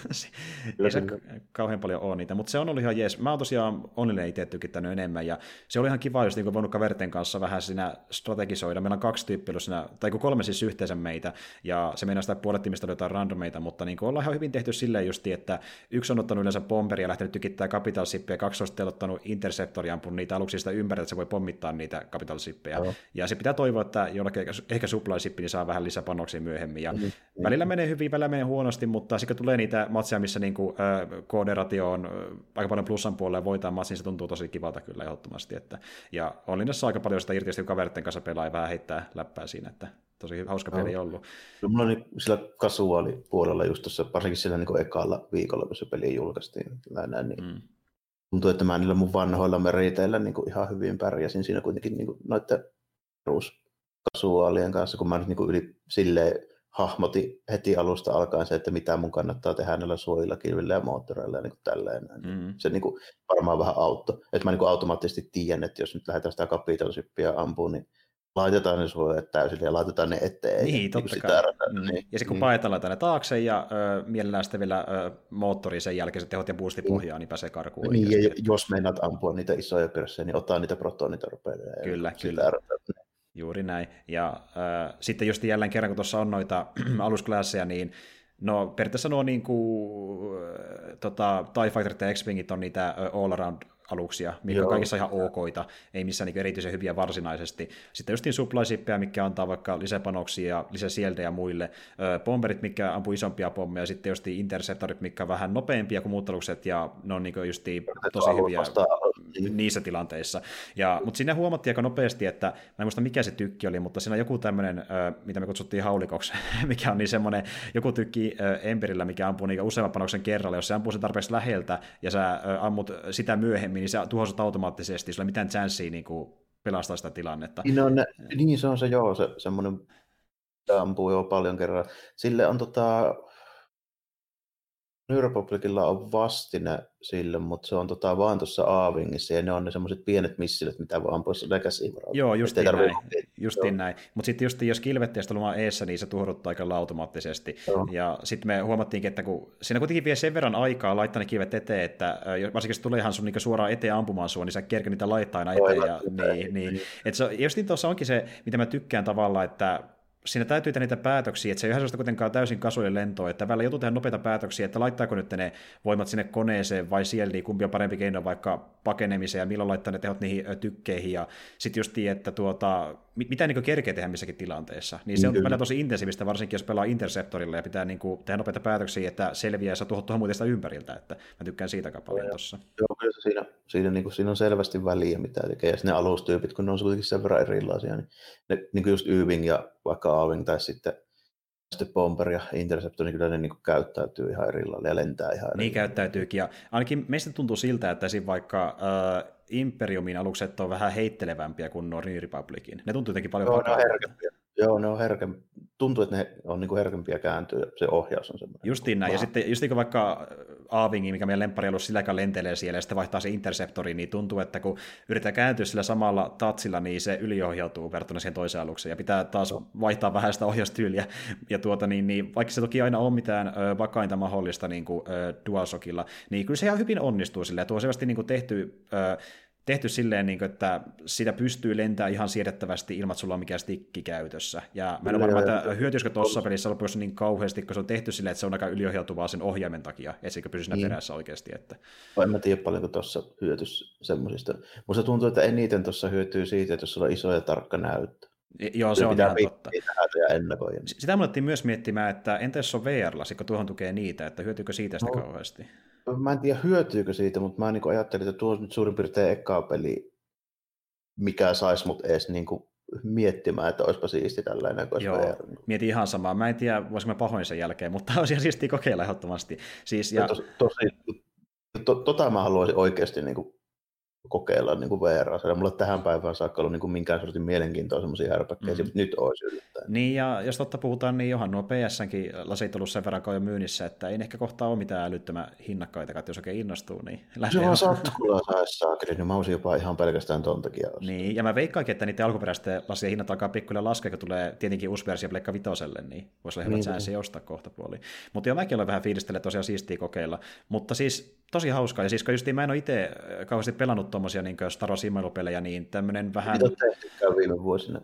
ei se kauhean paljon ole niitä, mutta se on ollut ihan jees. Mä oon tosiaan Onlineen itse tykittänyt enemmän, ja se oli ihan kiva, jos niin voinut kaverten kanssa vähän siinä strategisoida. Meillä on 2 tyyppiä siinä, tai 3 siis yhteensä meitä, ja se meinaa sitä puolet tiimistä jotain randomeita, mutta niin ollaan ihan hyvin tehty silleen justi, että yksi on ottanut yleensä bomberia ja lähtenyt tykittämään Capital Shipia, 2 on ottanut Interceptoria, ampunut niitä aluksista ympäri, että se voi pommittaa niitä Capital Shipia. Ja se pitää toivua, että jollakin ehkä supply ship, niin saa vähän lisäpanoksia myöhemmin. Ja välillä menee hyvin, välillä menee huonosti, mutta sitten kun tulee niitä matseja, missä niinku, kooderatio on aika paljon plussan puolella ja voitaan matsia, niin se tuntuu tosi kivalta kyllä ehdottomasti. Ja Onlinessa aika paljon sitä irti, kun kaveritten kanssa pelaa ja vähän heittää läppää siinä, että tosi hauska peli ollut.
Mulla oli sillä kasuaalipuolella just tuossa, varsinkin sillä niin ekalla viikolla, kun se peli julkaistiin. Niin tuntuu, että mä niillä mun vanhoilla meriteillä niin kuin ihan hyvin pärjäsin siinä kuitenkin niin kuin noiden peruskasuaalien kanssa, kun mä nyt niin kuin yli silleen hahmotin heti alusta alkaen se, että mitä mun kannattaa tehdä näillä suojilla, kilvillä ja moottoreilla ja niin kuin tälleen. Se niin kuin varmaan vähän auttoi. Että mä niin kuin automaattisesti tiedän, että jos nyt lähdetään sitä Capital Shipia ampumaan, niin laitetaan ne suojat täysille ja laitetaan ne eteen.
Niin, totta kai. Niin. Ja sitten kun paetaan, laitetaan ne taakse ja mielellään sitten vielä moottori sen jälkeen, se tehot ja boosti pohjaan, niin pääsee karkuun.
Niin, ja jos meinaat ampua niitä isoja pörssejä, niin ottaa niitä protonitorpeita.
Kyllä. Juuri näin. Ja sitten just jälleen kerran, kun tuossa on noita alusklasseja, niin no periaatteessa nuo TIE Fighter ja X-Wingit on niitä all-around aluksia, mikä on kaikissa ihan okoita, ei missään niin erityisen hyviä varsinaisesti. Sitten just niin supply shippeja, mikä antaa vaikka lisäpanoksia ja lisäsieltejä muille, bomberit, mikä ampuu isompia pommeja, ja sitten just interceptorit, mikä on vähän nopeampia kuin muut alukset, ja ne on niin just tosi hyviä niissä tilanteissa. Mutta siinä huomattiin aika nopeasti, että mä en muista mikä se tykki oli, mutta siinä on joku tämmöinen, mitä me kutsuttiin haulikoksi, mikä on niin semmoinen joku tykki Emberillä, mikä ampuu niin useamman panoksen kerralla, jos se ampuu sen tarpeeksi läheltä, ja sä ammut sitä myöhemmin, niin se tuhosut automaattisesti, sulla ei mitään chanssiä niin pelastaa sitä tilannetta.
Niin se on se semmoinen, ampuu jo paljon kerran. Sille on New Republicilla on vastine sille, mutta se on vaan tuossa A-Wingissa, ja ne on ne semmoiset pienet missilit, mitä voi ampua Legacy-varalla.
Joo, justiin näin. Mutta sitten jos kilvetteistä lumaan eessä, niin se tuhduttaa aika automaattisesti. Ja sitten me huomattiinkin, että kun siinä kuitenkin vie sen verran aikaa laittaa ne kivet eteen, että varsinkin jos tulee ihan sun niin suoraan eteen ampumaan sua, niin sä kerkeä niitä laittaa aina eteen. Niin. Justiin tuossa onkin se, mitä mä tykkään tavallaan, että siinä täytyy tehdä niitä päätöksiä, että se ei ole sellaista kuitenkaan täysin kasuaalinen lentoa, että välillä joutuu tehdä nopeita päätöksiä, että laittaako nyt ne voimat sinne koneeseen vai sieltä, kumpi on parempi keino vaikka pakenemiseen ja milloin laittaa ne tehot niihin tykkeihin ja sitten just että mitä niin kerkeä tehdä missäkin tilanteessa. Niin se on välillä tosi intensiivistä, varsinkin jos pelaa Interceptorilla ja pitää niin kuin tehdä nopeita päätöksiä, että selviää ja saa tuohon muuten sitä ympäriltä, että mä tykkään siitä aika paljon tuossa.
Joo, kyllä siinä on selvästi väliä, mitä tekee, ja ne alustyypit, kun ne on kuitenkin sen verran erilaisia, niin ne niin kuin just Y-Wing ja vaikka A-Wing tai sitten Bomber ja Interceptor, niin kyllä ne niin käyttäytyy ihan eri lailla ja lentää ihan eri
Niin käyttäytyykin, ja ainakin meistä tuntuu siltä, että esim. Vaikka Imperiumin alukset on vähän heittelevämpiä kuin nuo New Republicin. Ne tuntuu jotenkin paljon
vakaampia. Joo, ne on herkempiä. Tuntuu, että ne on niin herkempiä kääntyä, ja se ohjaus on semmoinen.
Justiin näin, ja sitten just niin vaikka Avingi, mikä meidän lempparialus sillä aikaa lentelee siellä, ja sitten vaihtaa se Interceptori, niin tuntuu, että kun yritetään kääntyä sillä samalla tatsilla, niin se yliohjautuu verrattuna siihen toiseen alukseen, ja pitää taas vaihtaa vähän sitä ohjaustyyliä, ja niin, vaikka se toki aina on mitään vakainta mahdollista niin kuin DualShockilla, niin kyllä se ihan hyvin onnistuu silleen, tuo on selvästi niin kuin tehty silleen, niin kuin, että sitä pystyy lentämään ihan siedettävästi ilman, että sulla on mikään stikki käytössä. Ja mä en ole varma, että hyötyisikö tuossa pelissä lopuksi niin kauheasti, kun se on tehty silleen, että se on aika yliohjautuvaa sen ohjaimen takia, että se pysy siinä perässä oikeasti. Että...
En mä tiedä paljonko tuossa hyötyisi semmoisista. Musta tuntuu, että eniten tuossa hyötyy siitä, että jos sulla on iso ja tarkka näyttö.
Joo, se on ihan totta.
Ja
sitä mun otettiin myös miettimään, että entä jos on VR-lasi, kun tuohon tukee niitä, että hyötyykö siitä sitä kauheasti?
Mä en tiedä hyötyykö siitä, mutta mä niin ajattelin, että tuo on nyt suurin piirtein ekaa peli, mikä saisi mut edes niin kuin miettimään, että olisipa siisti tällainen, kun olisi VR.
Mietin ihan samaa. Mä en tiedä, voisinko mä pahoin sen jälkeen, mutta olisi ihan siistiä kokeilla ehdottomasti. Siis, ja...
Mä haluaisin oikeasti niin kuin kokeilla niin VR. Mulla tähän päivään saakka ollut niin minkään sortin mielenkiintoa semmoisia härpäkkeisiä, mutta nyt olisi yllättäen.
Niin, ja jos totta puhutaan, niin johan nuo PS-nkin lasit ollut sen verran jo myynnissä, että ei ehkä kohtaa ole mitään älyttömän hinnakkaita, että jos oikein innostuu, niin lähtee.
Se on sattukulla saakeli, niin mä olisin jopa ihan pelkästään ton takia.
Niin, ja mä veikkaankin, että niiden alkuperäisten lasien hinnat alkaa pikkuhiljaa laskea, kun tulee tietenkin uusi versio Pleikka Vitoselle, niin voisi olla hyvät säännössä ostaa kohta puoliin. Mutta joo, mäkin olen vähän fiilistellyt tosiaan siistiä kokeilla, mutta siis tosi hauskaa, ja siis kun justiin mä en ole itse kauheasti pelannut tommosia niin Star Wars -imailupelejä, niin tämmönen vähän...
Mitä tehtykään viime vuosina?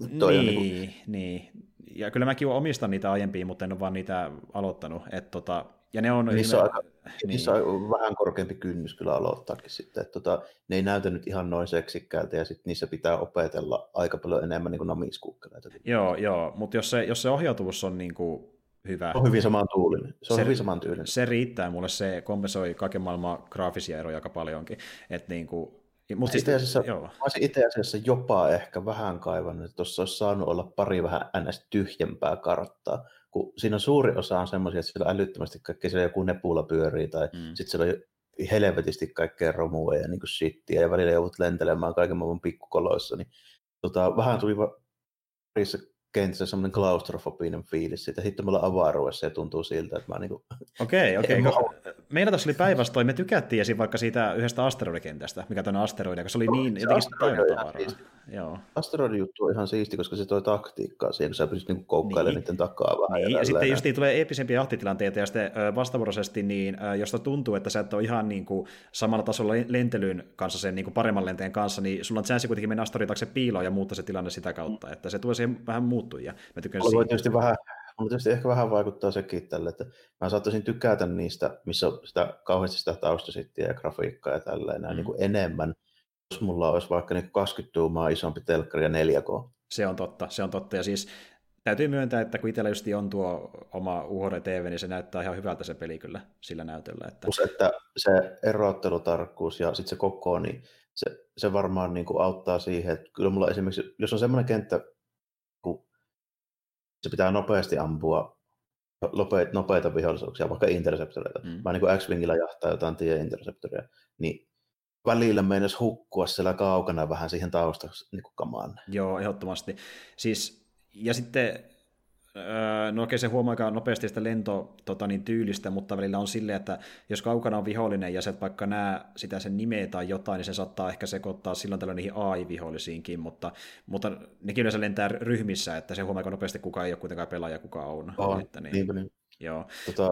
Niin. Ja kyllä mäkin omistan niitä aiempia, mutta en ole vaan niitä aloittanut. Ja ne on...
Niissä on vähän korkeampi kynnys kyllä aloittaakin sitten. Että ne ei näytä nyt ihan noin seksikkäältä, ja sitten niissä pitää opetella aika paljon enemmän niin kuin namiskuukkeleita.
Joo, mutta jos se ohjautuvuus on niin kuin hyvä...
On hyvin samantuulinen. Se on hyvin samantyylinen.
Se riittää mulle, se kompensoi kaiken maailman graafisia eroja aika paljonkin. Että niin kuin... Mä
olisin itse asiassa jopa ehkä vähän kaivannut, että tuossa olisi saanut olla pari vähän ns. Tyhjempää karttaa, kun siinä on suuri osa on semmoisia, että siellä on älyttömästi kaikkea, siellä joku nepula pyörii, tai sitten siellä on helvetisti kaikkea romua ja niin kuin shittiä, ja välillä joudut lentelemään kaiken maailman pikkukoloissa, niin vähän tuli parissa kentissä semmoinen klaustrofobinen fiilis siitä. Sitten me ollaan avaruudessa ja tuntuu siltä, että mä niinku...
Okei. Meillä tuossa oli päinvastoin, me tykättiin esim. Vaikka siitä yhdestä asteroidikentästä, mikä toinen asteroidi, koska se oli niin jotenkin täynnä tavaraa.
Asteroidijuttu on ihan siisti, koska se toi taktiikkaa siihen, kun sä pystyt niinku koukkailemaan niiden takaa vähän.
Niin, ja sitten just tulee eeppisempiä jahtitilanteita, ja sitten vastavuoroisesti, niin josta tuntuu, että sä et ole ihan niin kuin samalla tasolla lentelyn kanssa, sen niin kuin paremman lenteen kanssa, niin sulla on chanssi kuitenkin mennä asteroidin taakse piiloon ja muuttaa se tilanne sitä kautta, että se tuo siihen vähän muuttuja. Mä tykkään
Mulla tietysti ehkä vähän vaikuttaa sekin tälle, että mä saattaisin tykätä niistä, missä on sitä kauheasti sitä taustasittiä ja grafiikkaa ja tälleen niin kuin enemmän, jos mulla olisi vaikka niin 20 tuumaa isompi telkkari ja 4K.
Se on totta, ja siis täytyy myöntää, että kun itsellä just on tuo oma UHD-TV, niin se näyttää ihan hyvältä se peli kyllä sillä näytöllä.
Että se erottelutarkkuus ja sitten se koko, niin se varmaan niin kuin auttaa siihen, että kyllä mulla esimerkiksi, jos on semmoinen kenttä, kun se pitää nopeasti ampua nopeita vihollisuuksia, vaikka interceptoreita. Mä niin kuin X-Wingillä jahtaa jotain tie-interceptoria, niin välillä meinasi hukkua siellä kaukana vähän siihen taustaksi niin kamaan.
Joo, ehdottomasti. Siis, ja sitten, no okei, se huomaa aika nopeasti sitä tyylistä, mutta välillä on silleen, että jos kaukana on vihollinen ja sä et vaikka näe sitä sen nimeä tai jotain, niin se saattaa ehkä sekoittaa silloin tällöin niihin AI-vihollisiinkin, mutta nekin yleensä lentää ryhmissä, että se huomaa aika nopeasti, kuka ei ole kuitenkaan pelaaja, kuka on. Että
niin.
Joo.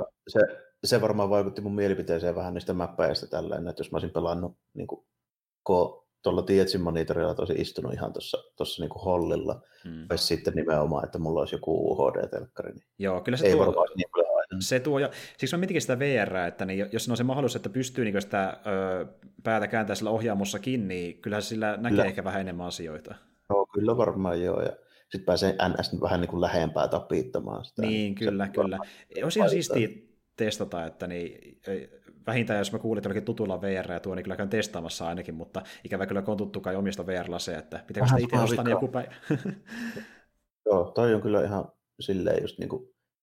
Se varmaan vaikutti mun mielipiteeseen vähän niistä mäppäistä tällainen, että jos mä olisin pelannut niin kuin tuolla Tietsin monitorilla, että olisin istunut ihan tuossa niinku hollilla, vai sitten nimenomaan, että mulla olisi joku UHD-telkkari. Niin
joo, kyllä
se tuo,
se tuo, ja siksi mä mietinkin sitä VR, että niin, jos on se mahdollisuus, että pystyy niin sitä päätä kääntää sillä ohjaamossakin, niin kyllähän sillä näkee ehkä vähän enemmän asioita.
Joo, kyllä varmaan joo, ja sitten pääsee NS vähän niin kuin lähempää tapiittamaan sitä.
Niin, kyllä. Olisi ihan siistiä testata, että niin, vähintään jos mä kuulin, että jollakin tutulla VR ja tuo, niin kyllä käyn testaamassa ainakin, mutta ikävä kyllä kun on tuttu kai omista VR-laseja, että pitääkö sitä itse ostaa joku päivä.
Joo, toi on kyllä ihan silleen just niin kuin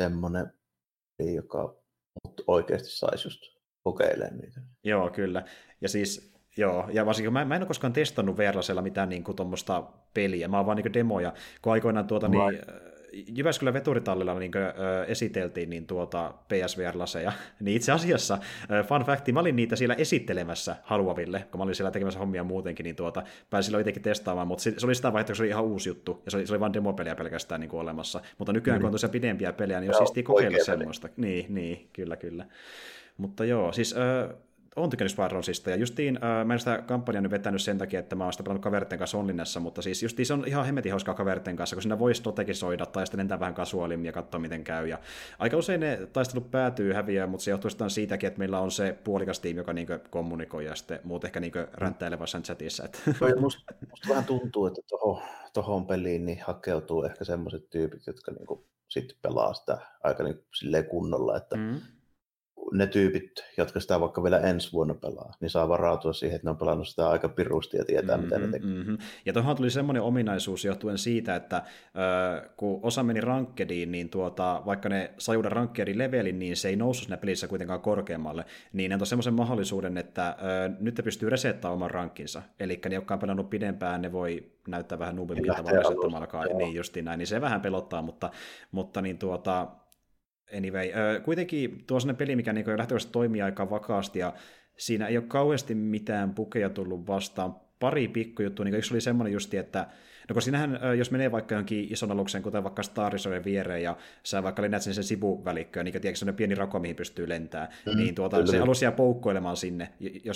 semmoinen, joka oikeasti saisi just kokeilemaan niitä.
Joo, kyllä. Ja siis, joo, ja varsinkin mä en ole koskaan testannut VR:llä mitään niin kuin tuommoista peliä, mä oon vaan niin demoja, kun aikoinaan niin, Jyväskylän veturitallilla niin esiteltiin niin PSVR-laseja, niin itse asiassa, fun fact, mä olin niitä siellä esittelemässä haluaville, kun mä olin siellä tekemässä hommia muutenkin, niin pääsin silloin itsekin testaamaan, mutta se oli sitä vaihtoehtoa, kun se oli ihan uusi juttu, ja se oli vain demopeliä pelkästään niin kuin olemassa, mutta nykyään kun on tosiaan pidempiä pelejä, niin on siistiä kokeilla semmoista. Niin, kyllä. Mutta joo, siis olen tykännyt Squadronsista, ja justiin mä en sitä kampanjaa nyt vetänyt sen takia, että mä oon sitä pelannut kaveritten kanssa onlinnessa, mutta siis justiin se on ihan hemmetin hauskaa kaveritten kanssa, kun siinä voi strategisoida tai sitten lentää vähän kasuaalimmin ja katsoa miten käy, ja aika usein ne taistelut päätyy häviöön, mutta se johtuu sitten siitäkin, että meillä on se puolikas tiimi, joka niinku kommunikoi, ja sitten muut ehkä niinku ränttäilevät sen chatissa.
Musta vähän tuntuu, että tohon peliin niin hakeutuu ehkä semmoiset tyypit, jotka niinku sitten pelaa sitä aika niinku silleen kunnolla, että ne tyypit, jotka sitä vaikka vielä ensi vuonna pelaa, niin saa varautua siihen, että ne on pelannut sitä aika pirusti ja tietää, mitä ne tekee.
Ja tuohon tuli semmoinen ominaisuus johtuen siitä, että kun osa meni rankkediin, niin vaikka ne sai uuden rankkedin levelin, niin se ei noussut siinä pelissä kuitenkaan korkeammalle, niin ne antoi semmoisen mahdollisuuden, että nyt ne pystyy resettaamaan oman rankkinsa. Eli ne, jotka on pelannut pidempään, ne voi näyttää vähän nuubimilta vaan resettamalla. Niin justiin näin, niin se vähän pelottaa, mutta niin anyway, kuitenkin tuo sellainen peli, mikä niin lähtökohtaisesti toimii aika vakaasti, ja siinä ei ole kauheasti mitään bukeja tullut vastaan. Pari pikkujuttua, niin yksi oli semmoinen justi, että no kun siinähän, jos menee vaikka johonkin ison alukseen, kuten vaikka Starisojen viereen, ja sä vaikka lennät sen sivuvälikköön, niin tiedätkö, semmoinen pieni rako, mihin pystyy lentämään, niin se alus jää poukkoilemaan sinne, jos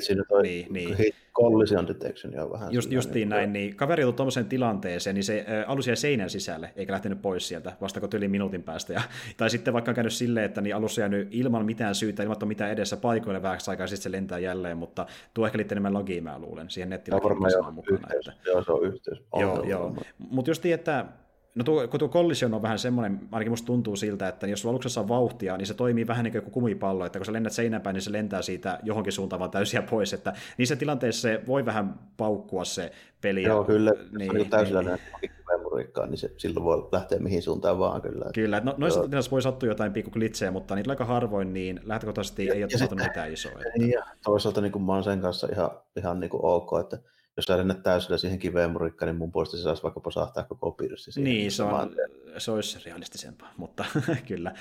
niin, collision detection on vähän.
Justiin näin, niin kaveri joutui tuollaiseen tilanteeseen, niin se alus jäi seinän sisälle, eikä lähtenyt pois sieltä, vasta kun yli minuutin päästä. Tai sitten vaikka on käynyt silleen, että niin alus on jäänyt ilman mitään syytä, ilman mitään edessä paikoille vähäksi aikaa, sitten se lentää jälleen, mutta tuo ehkä liittyy enemmän logiin, mä luulen, siihen nettilakiin mukana.
Joo, se on yhteys.
Joo. Mutta just niin, että kun tuo collision on vähän semmoinen, ainakin musta tuntuu siltä, että jos sulla aluksessa on vauhtia, niin se toimii vähän niin kuin joku kumipallo, että kun sä lennät seinäpäin, niin se lentää siitä johonkin suuntaan vaan täysiä pois, että niissä tilanteissa se voi vähän paukkua se peli.
Joo, kyllä, niin täysillä memoriikkaa, niin se silloin voi lähteä mihin suuntaan vaan kyllä.
Kyllä, että noissa tilanteissa voi sattua jotain pikku glitsejä, mutta niitä aika harvoin, niin lähtökohtaisesti ei ole tapahtunut mitään isoa.
Ja toisaalta niin kuin mä oon sen kanssa ihan niin kuin ok, että jos sä lennät täysillä siihen kiveen murikkaan, niin mun puolesta se saisi vaikka posahtaa koko piirssi siihen.
Niin, se olisi realistisempaa, mutta kyllä.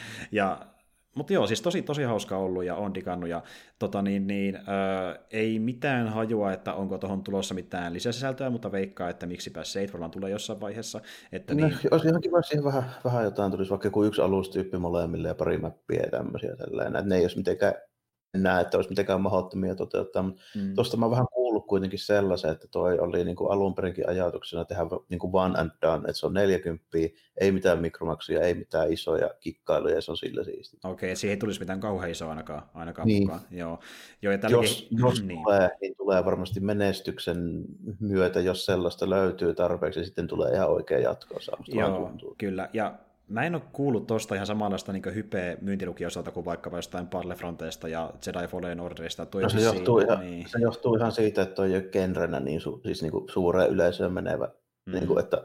Mutta joo, siis tosi hauska ollut ja on digannut ja ei mitään hajua, että onko tuohon tulossa mitään lisäsisältöä, mutta veikkaa, että miksipä se ei varmaan tulee jossain vaiheessa. Että
no, olisi ihan kiva, siihen vähän jotain tulisi, vaikka joku yksi alustyyppi molemmille ja pari mappia ja tämmöisiä sellainen, että ne ei olisi mitenkään näe, että olisi mitenkään mahdottomia toteuttaa, mutta tuosta mä oon vähän kuullut kuitenkin sellaisen, että toi oli niin kuin alun perinkin ajatuksena tehdä niin kuin one and done, että se on 40, ei mitään mikromaksuja, ei mitään isoja kikkailuja, ja se on sillä siisti.
Okei, siihen ei tulisi mitään kauhean isoa ainakaan
niin.
mukaan. Joo, ja
jos tulee, niin tulee varmasti menestyksen myötä, jos sellaista löytyy tarpeeksi, ja sitten tulee ihan oikea jatko-osa.
Joo, kyllä, ja mä en ole kuullut tuosta ihan samanlaista niin hypeä myyntilukien osalta kuin vaikka jostain Battlefronteista ja Jedi Fallen Orderista.
No, se johtuu ihan siitä, että toi ei ole genrenä niin, siis niin kuin suureen yleisöön menevä. Niin kuin, että,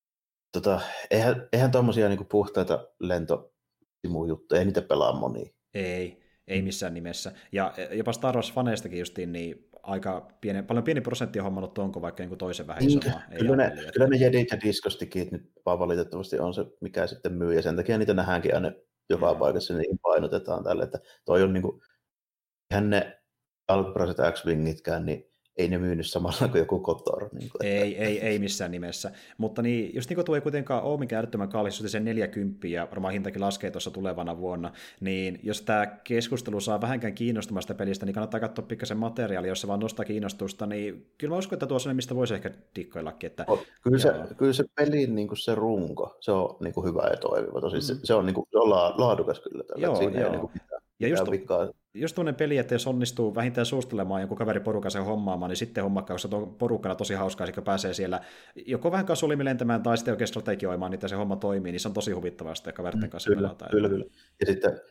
eihän tuommoisia niin puhtaita lentosimujuttuja, ei niitä pelaa moni.
Ei missään nimessä. Ja jopa Star Wars-faneistakin justiin, niin paljon pieni prosentti on hommannut tuonko vaikka niin kuin toisen vähän isomaa.
Kyllä ne Jedit ja Discostikit nyt vaan valitettavasti on se, mikä sitten myy, ja sen takia niitä nähdäänkin aina joka paikassa, niin painotetaan tälle, että toi on niin kuin, eihän ne alkuperäiset X-Wingitkään, niin ei ne myynyt samalla kuin joku Kotor. Niin kuin,
ei missään nimessä. Mutta niin, just niin kuin tuo ei kuitenkaan ole mikään älyttömän kallis, sen 40, ja varmaan hintakin laskee tuossa tulevana vuonna, niin jos tämä keskustelu saa vähänkään kiinnostumaan sitä pelistä, niin kannattaa katsoa pikkasen materiaalia, jos se vaan nostaa kiinnostusta, niin kyllä mä uskon, että tuossa on mistä voisi ehkä dikkaillakin. Että,
kyllä se pelin niin kuin se runko, se on niin kuin hyvä ja toimiva. Tosi, se on, niin kuin, se on laadukas kyllä. Tällä,
joo.
Ei niin kuin
ja just tuollainen peli, että jos onnistuu vähintään suustelemaan jonkun kaveriporukan sen hommaamaan, niin sitten hommakkaa, koska on porukkana tosi hauskaa, kun pääsee siellä joko vähän kasualimmin lentämään tai sitten oikein strategioimaan, niin se homma toimii, niin se on tosi huvittavaa sitten kaveritten kanssa pelataan.
Kyllä. Ja sitten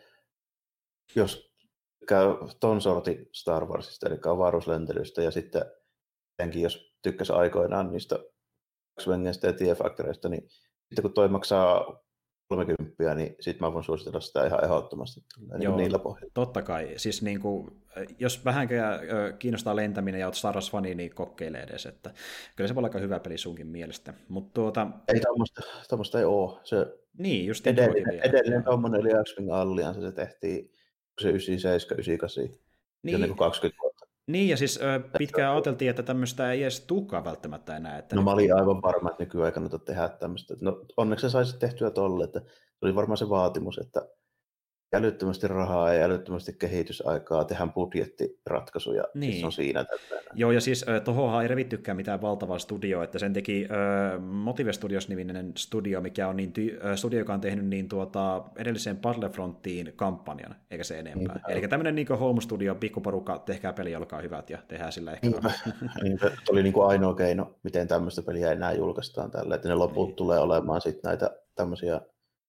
jos käy ton sortin Star Warsista, eli avaruuslentelystä, ja sitten jos tykkäsi aikoinaan niistä X-Wengeistä ja TIE Factoreista, niin sitten kun toi maksaa 30, niin sit mä voin suositella sitä ihan ehdottomasti niin niillä pohjilla.
Totta kai. Siis niin kuin, jos vähänkään kiinnostaa lentäminen ja olet Star Wars-fani, niin kokeile edes. Että kyllä se voi olla aika hyvä peli sunkin mielestä.
Ei tommoista ei ole. Se
niin, just
edelleen tommoinen oli X-Wing Alliance, se tehtiin se 97, 98, niin. Jo 20 vuotta.
Niin, ja siis pitkään ajateltiin, että tämmöistä ei edes tulekaan välttämättä enää. Että
no mä olin aivan varma, että nykyään ei kannata tehdä tämmöistä. No onneksi se saisi tehtyä tolle, että se oli varmaan se vaatimus, että älyttömästi rahaa ja älyttömästi kehitysaikaa, tehdään budjettiratkaisuja, niin. Siis on siinä tällainen.
Joo, ja siis tohonhan ei revittykään mitään valtavaa studioa, että sen teki Motive Studios-niminen studio, mikä on studio, joka on tehnyt niin edelliseen Battlefrontiin kampanjan, eikä se enempää. Niin, eli tämmöinen niin home studio, pikkuporukka, tehkää peli, olkaa hyvät, ja tehdään sillä ehkä.
Se oli niin kuin ainoa keino, miten tämmöistä peliä enää julkaistaan tällä, että ne loput tulee olemaan sitten näitä tämmöisiä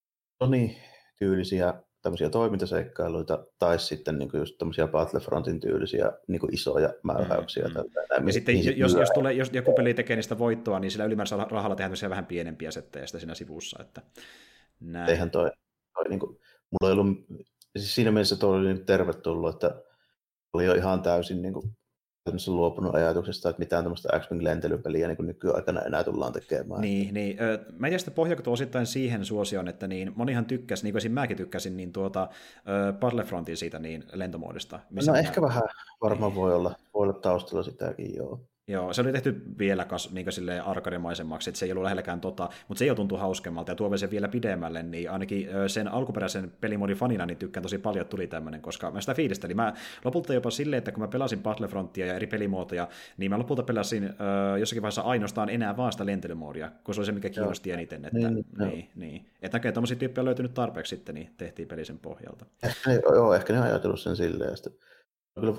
Sony-tyylisiä tämmöisiä toimintaseikkailuita, tai sitten niin kuin just tämmöisiä Battlefrontin tyylisiä niin kuin isoja määräyksiä.
Ja sitten jos joku peli tekee niistä voittoa, niin sillä ylimääräisellä rahalla tehdään vähän pienempiä settejä siinä sivussa. Että näin.
Eihän toi niin kuin, mulla ei ollut, siis siinä mielessä toi oli niin tervetullut, että oli jo ihan täysin niin kuin, luopunut ajatuksesta, että mitään tämmöistä X-Wing-lentelypeliä niin nykyaikana enää tullaan tekemään.
Niin. Mä en tiedä, että pohjautuu osittain siihen suosioon, että niin monihan tykkäsi, niin kuin mäkin tykkäsin, niin Battlefrontin siitä niin lentomoodista.
No ehkä vähän varmaan voi olla taustalla sitäkin, joo.
Joo, se oli tehty vielä niin arcade-maisemmaksi, että se ei ollut lähelläkään mutta se jo tuntui hauskemmalta, ja tuo sen vielä pidemmälle, niin ainakin sen alkuperäisen pelimodin fanina niin tykkään tosi paljon, että tuli tämmöinen, koska mä sitä fiilistelin. Mä lopulta jopa silleen, että kun mä pelasin Battlefrontia ja eri pelimuotoja, niin mä lopulta pelasin jossakin vaiheessa ainoastaan enää vaan sitä lentelymoodia, kun se oli se, mikä kiinnosti eniten. Että, niin. Että näkee, että tommosia tyyppejä on löytynyt tarpeeksi sitten, niin tehtiin peli sen pohjalta.
Ehkä ne on ajatellut sen silleen, että kyllä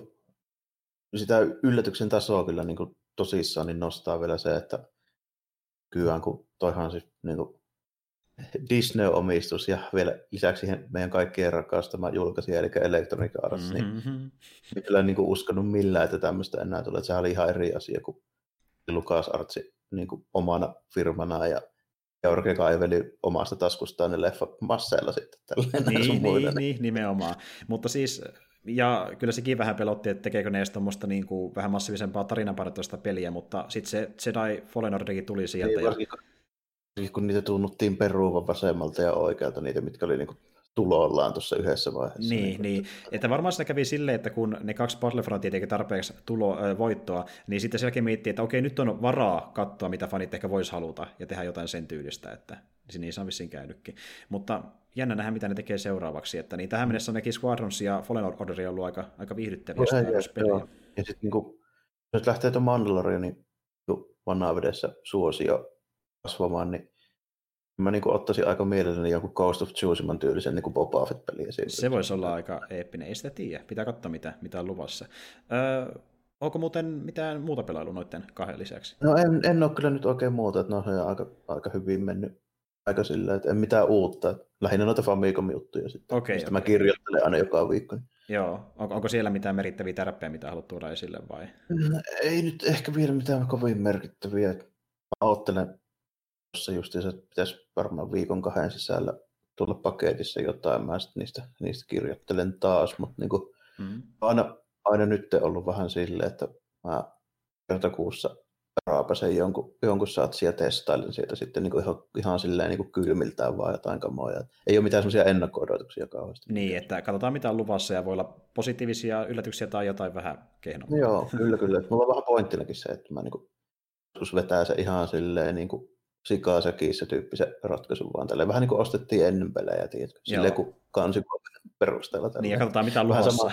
sitä yllätyksen tasoa kyllä niin kuin tosissaan niin nostaa vielä se, että kyllä kun toihan siis niin kuin Disney-omistus ja vielä lisäksi siihen meidän kaikkien rakastama julkaisija, eli Electronic Arts, niin ei kyllä niin kuin uskonut millään, että tämmöistä enää tulee. Sehän oli ihan eri asia kuin LucasArts niin kuin omana firmanaan ja Jorge kaiveli omasta taskustaan ne leffamasseilla sitten.
Niin, nimenomaan. Mutta siis ja kyllä sekin vähän pelotti, että tekeekö ne edes tuommoista niin kuin vähän massiivisempaa tarinanpainotteista peliä, mutta sitten se Jedi Fallen Orderkin tuli sieltä.
Niin, kun niitä tunnuttiin peruuvan vasemmalta ja oikealta, niitä mitkä oli niin kuin tulollaan tuossa yhdessä vaiheessa.
Niin. Että varmaan se kävi silleen, että kun ne 2 Battlefrontia teki tarpeeksi voittoa, niin sitten selkeä miettii, että okei, nyt on varaa katsoa, mitä fanit ehkä vois haluta, ja tehdä jotain sen tyylistä, että niin se on vissiin käynytkin. Mutta jännä nähdä, mitä ne tekee seuraavaksi, että niin tähän mennessä ainakin Squadrons ja Fallen Order on ollut aika viihdyttäviä.
Ja sitten niin jos lähtee tuon Mandalorianin vanavedessä suosio kasvamaan, niin mä niin ottaisin aika mielelläni jonkun Ghost of Tsushiman tyylisen niin Boba Fett-peliä.
Se voisi olla aika eeppinen, ei sitä tiedä. Pitää katsoa, mitä on luvassa. Onko muuten mitään muuta pelailua noiden 2 lisäksi?
No en ole kyllä nyt oikein muuta, että ne on aika hyvin mennyt aika sillä, että en mitään uutta. Lähinnä noita Famicom-juttuja sitten, mistä mä kirjoittelen aina joka viikko.
Joo, onko siellä mitään merkittäviä tärppejä, mitä haluat tuoda esille vai?
Ei nyt ehkä vielä mitään kovin merkittäviä. Mä oottelen tuossa justiinsa, että pitäisi varmaan 1-2 sisällä tulla paketissa jotain. Mä sitten niistä kirjoittelen taas, mutta niin kuin aina nyt on ollut vähän silleen, että mä kertakuussa raapasen jonkun satsia ja testailen sieltä sitten niin kuin ihan silleen niin kuin kylmiltään vaan jotain kamoja. Ei ole mitään semmoisia ennakko-odotuksia kauheasti.
Niin, että katsotaan mitä on luvassa ja voi olla positiivisia yllätyksiä tai jotain vähän kehnoa.
Joo, kyllä. Mulla on vähän pointtinakin se, että mä niin kuin joskus vetää se ihan silleen niin kuin sikasäkissä tyyppisen ratkaisun vaan tälleen. Vähän niin kuin ostettiin ennen pelejä, tiedätkö? Silleen kuin kansikouden perusteella. Tälleen.
Niin, ja katsotaan mitä on luvassa.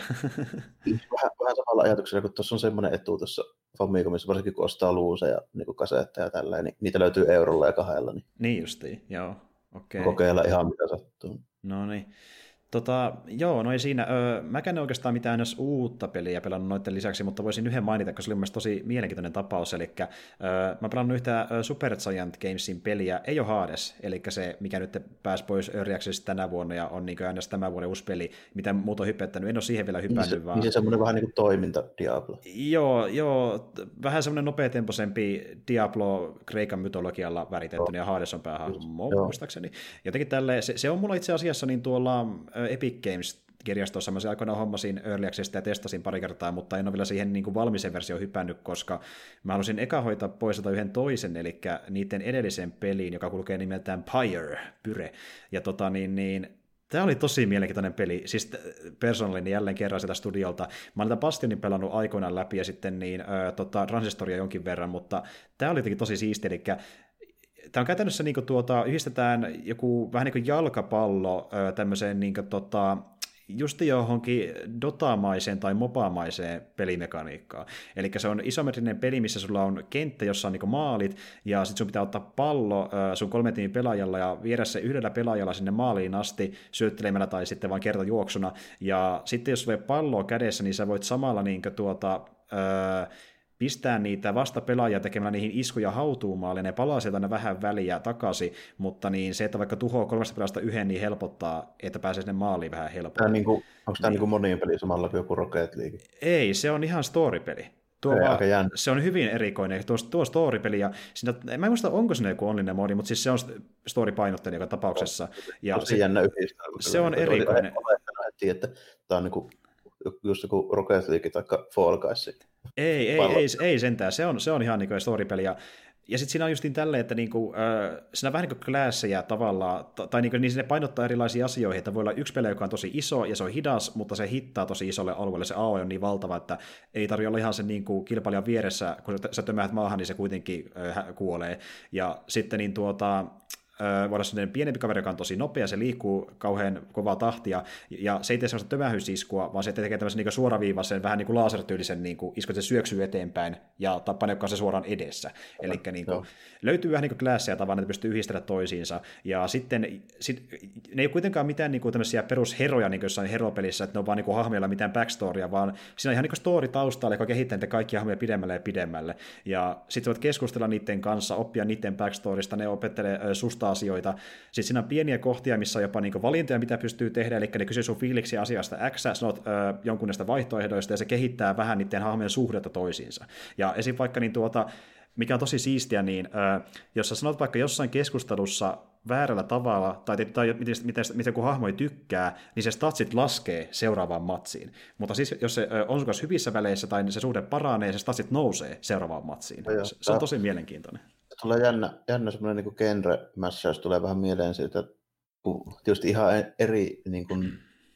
Vähän samalla ajatuksella, kun tuossa on semmoinen etu tuossa Famicomissa, varsinkin kun ostaa luuseja, niin kuin kasetteja ja tälleen, niin niitä löytyy eurolla ja 2.
Niin justiin, joo. Okay.
Kokeilla ihan mitä sattuu.
No niin. Joo, no ei siinä. Mäkään en oikeastaan mitään edes uutta peliä pelannut noiden lisäksi, mutta voisin yhden mainita, koska se oli mun mielestä tosi mielenkiintoinen tapaus. Eli mä pelannut yhtä Super Giant Gamesin peliä, ei ole Hades, eli se, mikä nyt pääsi pois Early Accessista tänä vuonna ja on niin aina tämän vuoden uusi peli, mitä muuta on hypettänyt. En ole siihen vielä hypännyt, vaan...
Niin se semmoinen vähän niin kuin toiminta Diablo.
Joo, vähän semmoinen nopeatempoisempi Diablo Kreikan mytologialla väritetty, ja Hades on päähahmo, muistaakseni. Jotenkin tälleen, se on mulla itse asiassa niin tuolla Epic Games-kirjastossa, mä aikoinaan hommasin Early Accessista ja testasin pari kertaa, mutta en ole vielä siihen niin kuin valmiisen versioon hypännyt, koska mä halusin eka hoitaa pois yhden toisen, eli niiden edellisen peliin, joka kulkee nimeltään Pyre. Ja tämä oli tosi mielenkiintoinen peli, siis persoonallinen jälleen kerran sieltä studiolta. Mä olen Bastionin pelannut aikoinaan läpi ja sitten Transistoria jonkin verran, mutta tämä oli jotenkin tosi siisti, eli tämä on käytännössä niin kuin yhdistetään joku vähän niin kuin jalkapallo tämmöiseen niin kuin just johonkin dotamaiseen tai mobamaiseen pelimekaniikkaan. Eli se on isometrinen peli, missä sulla on kenttä, jossa on niin kuin maalit, ja sitten sun pitää ottaa pallo sun 3 tiimin pelaajalla ja viedä se yhdellä pelaajalla sinne maaliin asti syöttelemällä tai sitten vain kertajuoksuna. Ja sitten jos sulla ei palloa kädessä, niin sä voit samalla niin kuin pistää niitä vastapelaajia tekemällä niihin iskuja hautuumaalle, ne palaa sieltä aina vähän väliä takaisin, mutta niin se, että vaikka tuhoaa 3 pelaajasta yhden, niin helpottaa, että pääsee sinne maaliin vähän helpommin.
Onko tämä niin monien peli samalla kuin joku Rocket League?
Ei, se on ihan storypeli. Se on hyvin erikoinen, tuo storypeli, ja siinä, mä en muista, onko siinä joku online moodi, mutta siis se on story-painotteinen joka tapauksessa. Ja
jännä yhdistelmä.
Se on erikoinen.
Että tämä on niin kuin just joku Rocket League tai Fall Guys.
Ei sentään, se on ihan niin storypeli, ja sitten siinä on justiin tälleen, että siinä on vähän niin kuin klassejä tavallaan, tai niin sinne painottaa erilaisia asioita, että voi olla yksi peli, joka on tosi iso, ja se on hidas, mutta se hittaa tosi isolle alueelle, se AOE on niin valtava, että ei tarvitse olla ihan sen niin kuin kilpailijan vieressä, kun sä tömäät maahan, niin se kuitenkin kuolee, ja sitten voidaan sellainen pienempi kaveri, joka on tosi nopea, se liikkuu kauhean kovaa tahtia, ja se ei tee sellaista tömähysiskua, vaan se tekee tämmöisen niin suoraviivaisen, vähän niin kuin lasertyylisen iskun, että se syöksyy eteenpäin, ja tappaa ne, se suoraan edessä. Eli löytyy vähän niin kuin klasseja tavallaan, että pystyy yhdistämään toisiinsa, ja sitten ne ei ole kuitenkaan mitään niin kuin tämmöisiä perusheroja niin kuin jossain heropelissä, että ne on vaan niin kuin hahmoilla mitään backstorya, vaan siinä on ihan niin kuin story taustalla, joka kehittää niitä kaikkia hahmoja pidemmälle ja pidemmälle, ja sitten voit keskustella niiden kanssa, oppia niiden backstorista, ne opettelee susta asioita. Sitten siinä on pieniä kohtia, missä on jopa niinku valintoja, mitä pystyy tehdä, eli ne kysyy sun fiiliksiä asiasta X, sanot jonkun näistä vaihtoehdoista, ja se kehittää vähän niiden hahmojen suhdetta toisiinsa. Ja esim. Vaikka, mikä on tosi siistiä, niin jos sä sanot vaikka jossain keskustelussa väärällä tavalla, tai miten joku hahmo ei tykkää, niin se statsit laskee seuraavaan matsiin. Mutta siis jos se on sun hyvissä väleissä, tai se suhde paranee, se statsit nousee seuraavaan matsiin. Se on tosi mielenkiintoinen.
Tulee jännä semmoinen niin genre-mässäys tulee vähän mieleen siitä, kun tietysti ihan eri niin kuin,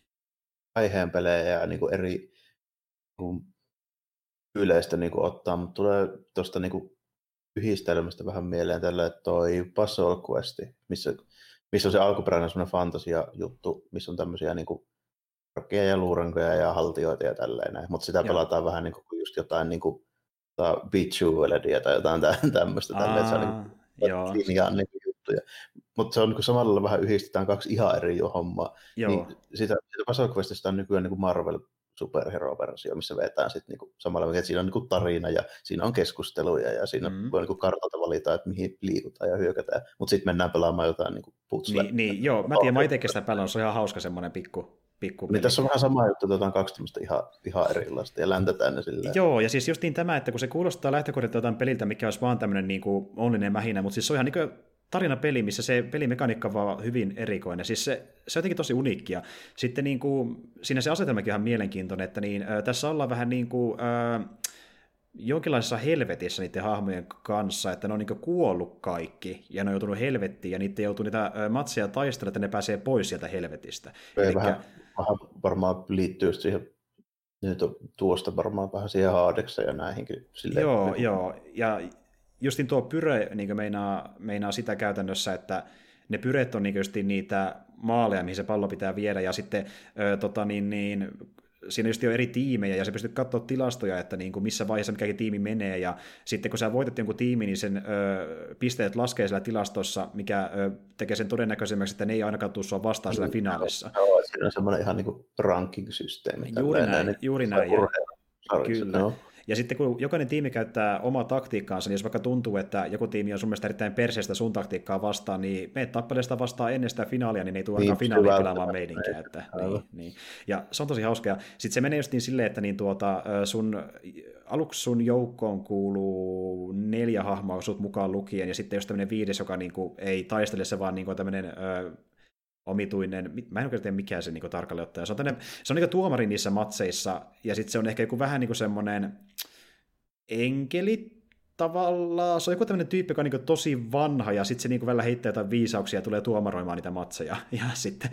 aiheen pelejä ja niin kuin, eri niin kuin, yleistä niin kuin, ottaa, mutta tulee tuosta niin kuin, yhdistelmästä vähän mieleen tällä, että toi Puzzle Quest, missä on se alkuperäinen semmoinen fantasia-juttu, missä on tämmöisiä niin kuin, rakkeja ja luurankoja ja haltioita ja tälleen, mutta sitä pelataan vähän niin kuin just jotain niin kuin, Bejeweledia tai jotain tämmöistä, että se on linjaan niin juttuja. Mutta se on niin samalla vähän yhdistetään 2 ihan eri hommaa. Niin siitä Puzzle Questista on nykyään niin Marvel superhero-versio, missä vetään sitten niin samalla, että siinä on niin tarina ja siinä on keskusteluja ja siinä voi niin kartalta valita, että mihin liikutaan ja hyökätään, mutta sitten mennään pelaamaan jotain niin putsle.
Joo, mä tiedän, mä itsekin sitä pelannut, se on ihan hauska semmoinen pikku
niin tässä on vähän sama juttu, että otetaan 2 ihan erilaista ja läntetään ne silleen.
Joo, ja siis justiin tämä, että kun se kuulostaa lähtökohdilta jotain peliltä, mikä olisi vaan tämmöinen niin kuin onninen mähinä, mutta siis se on ihan niin kuin tarinapeli, missä se pelimekaniikka on vaan hyvin erikoinen. Siis se on jotenkin tosi uniikkia. Sitten niin kuin, siinä se asetelmakin on ihan mielenkiintoinen, että tässä ollaan vähän niin kuin jonkinlaisessa helvetissä niiden hahmojen kanssa, että ne on niin kuin kuollut kaikki, ja ne on joutunut helvettiin, ja niitä joutuu niitä matseja taistella, että ne pääsee pois sieltä helvetistä.
Vähän varmaan liittyy siihen, tuosta varmaan vähän siihen Hadekseen ja näihinkin. Silleen,
joo, ja justin tuo Pyre niin meinaa sitä käytännössä, että ne pyret on niin niitä maaleja, mihin se pallo pitää viedä, ja sitten siinä just on eri tiimejä, ja sä pystyt katsoa tilastoja, että niin kuin missä vaiheessa mikäkin tiimi menee, ja sitten kun sä voitat jonkun tiimin, niin sen pisteet laskee siellä tilastossa, mikä tekee sen todennäköisemmäksi, että ne ei ainakaan tule sua vastaan siellä finaalissa.
Joo, siinä on semmoinen ihan niin kuin ranking-systeemi.
Juuri näin. Kyllä.
No.
Ja sitten kun jokainen tiimi käyttää omaa taktiikkaansa, niin jos vaikka tuntuu, että joku tiimi on sun mielestä erittäin perseestä sun taktiikkaa vastaan, niin meet tappeleesta vastaan ennen sitä finaalia, niin ei tule ainakaan finaalia pelaamaan meidinkiä. Että, niin. Ja se on tosi hauska. Ja sitten se menee just niin silleen, että niin aluksi sun joukkoon kuuluu 4 hahmoa sut mukaan lukien, ja sitten jos tämmöinen 5, joka niin kuin ei taistele, se vaan niin kuin tämmöinen omituinen, mä en oikein tiedä mikä se niin tarkalleen ottaa. Se on niin tuomari niissä matseissa, ja sitten se on ehkä joku vähän niin kuin semmoinen enkeli tavallaan. Se on joku tämmöinen tyyppi, joka on niin tosi vanha, ja sitten se niin välillä heittää jotain viisauksia ja tulee tuomaroimaan niitä matseja. Ja sitten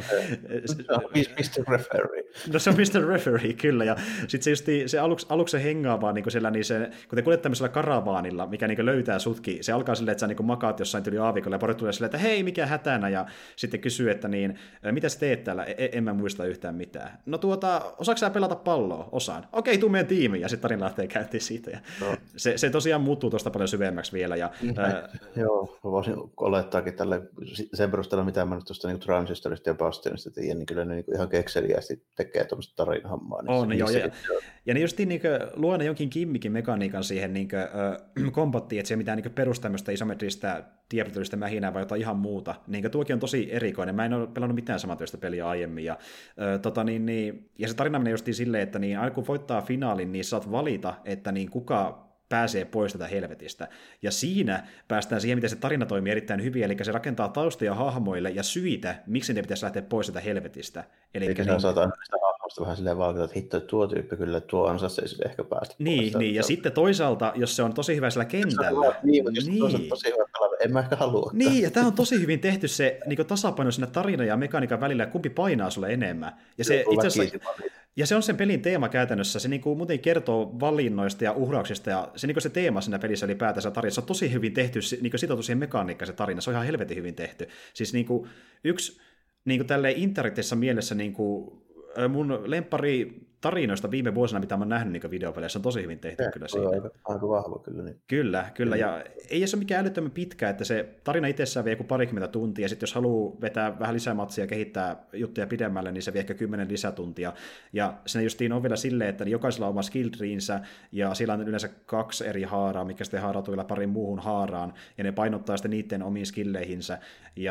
Mr. Referee.
No se on Mr. Referee, kyllä. Ja sitten se aluksi se hengaa vaan niin siellä, niin se, kun te kuljet tämmöisellä karavaanilla, mikä niin löytää sutkin, se alkaa silleen, että sä niin makaat jossain tyli aavikolla, ja pari tulee silleen, että hei, mikä hätänä, ja sitten kysyy, että niin, mitä sä teet täällä? En mä muista yhtään mitään. No osaatko sä pelata palloa? Osaan. Okei, tuu meidän tiimiin, ja sitten tarina lähtee käyntiin siitä. Ja se tosiaan muuttuu tuosta paljon syvemmäksi vielä. Ja,
joo, voisin olettaakin tälle, sen perusteella, mitä mä nyt tuosta niin Transistorista ja Bastionista tiedän, niin kyllä ne niin ihan kekseliästi tekee tuommoista tarinahommaa. Niin
on, joo. Ja ne justiin niin luo ne jonkin kimmikin mekaniikan siihen niin kombattiin, että se ei mitään niin perustämmöistä isometristä diabetolista mähinää vai jotain ihan muuta. Niin tuokin on tosi erikoinen. Mä en ole pelannut mitään samantyöstä peliä aiemmin. Ja, ja se tarina menee justiin silleen, että niin, aina kun voittaa finaalin, niin saat valita, että niin kuka pääsee pois tätä helvetistä. Ja siinä päästään siihen, miten se tarina toimii erittäin hyvin, eli se rakentaa taustoja hahmoille ja syitä, miksi ne pitäisi lähteä pois tätä helvetistä.
Eikä niin, saat aina sitä hahmosta vähän silleen valkata, että hitto, tuo tyyppi kyllä, tuo ansaitsee ehkä päästä.
Niin, ja sitten toisaalta, jos se on tosi hyvä sillä kentällä.
Niin. Tosi hyvä pelata, en mä ehkä halua.
Niin, ja tämä on tosi hyvin tehty se niin tasapaino siinä tarina ja mekaniikan välillä, kumpi painaa sulle enemmän. Ja se itse asiassa... Ja se on sen pelin teema käytännössä, se niinku muuten kertoo valinnoista ja uhrauksista, ja se, niinku se teema siinä pelissä ylipäätänsä tarinassa, se on tosi hyvin tehty, niinku sitoutu siihen mekaniikkaan se tarina, se on ihan helvetin hyvin tehty. Siis niinku, yksi niinku tälleen interaktiivisessa mielessä niinku, mun lemppari tarinoista viime vuosina, mitä mä oon nähnyt niin videopeleissä, on tosi hyvin tehty kyllä siinä.
Aika vahva kyllä. Niin.
Kyllä, ja ei se ole mikään älyttömän pitkä, että se tarina itsessään vie joku 20 tuntia, ja sitten jos haluaa vetää vähän lisää matsia ja kehittää juttuja pidemmälle, niin se vie ehkä 10 lisätuntia. Ja siinä justiin on vielä silleen, että jokaisella on oma skill treensä, ja siellä on yleensä 2 eri haaraa, mikä sitten haarautuu vielä parin muuhun haaraan, ja ne painottaa sitten niiden omiin skilleihinsä. Ja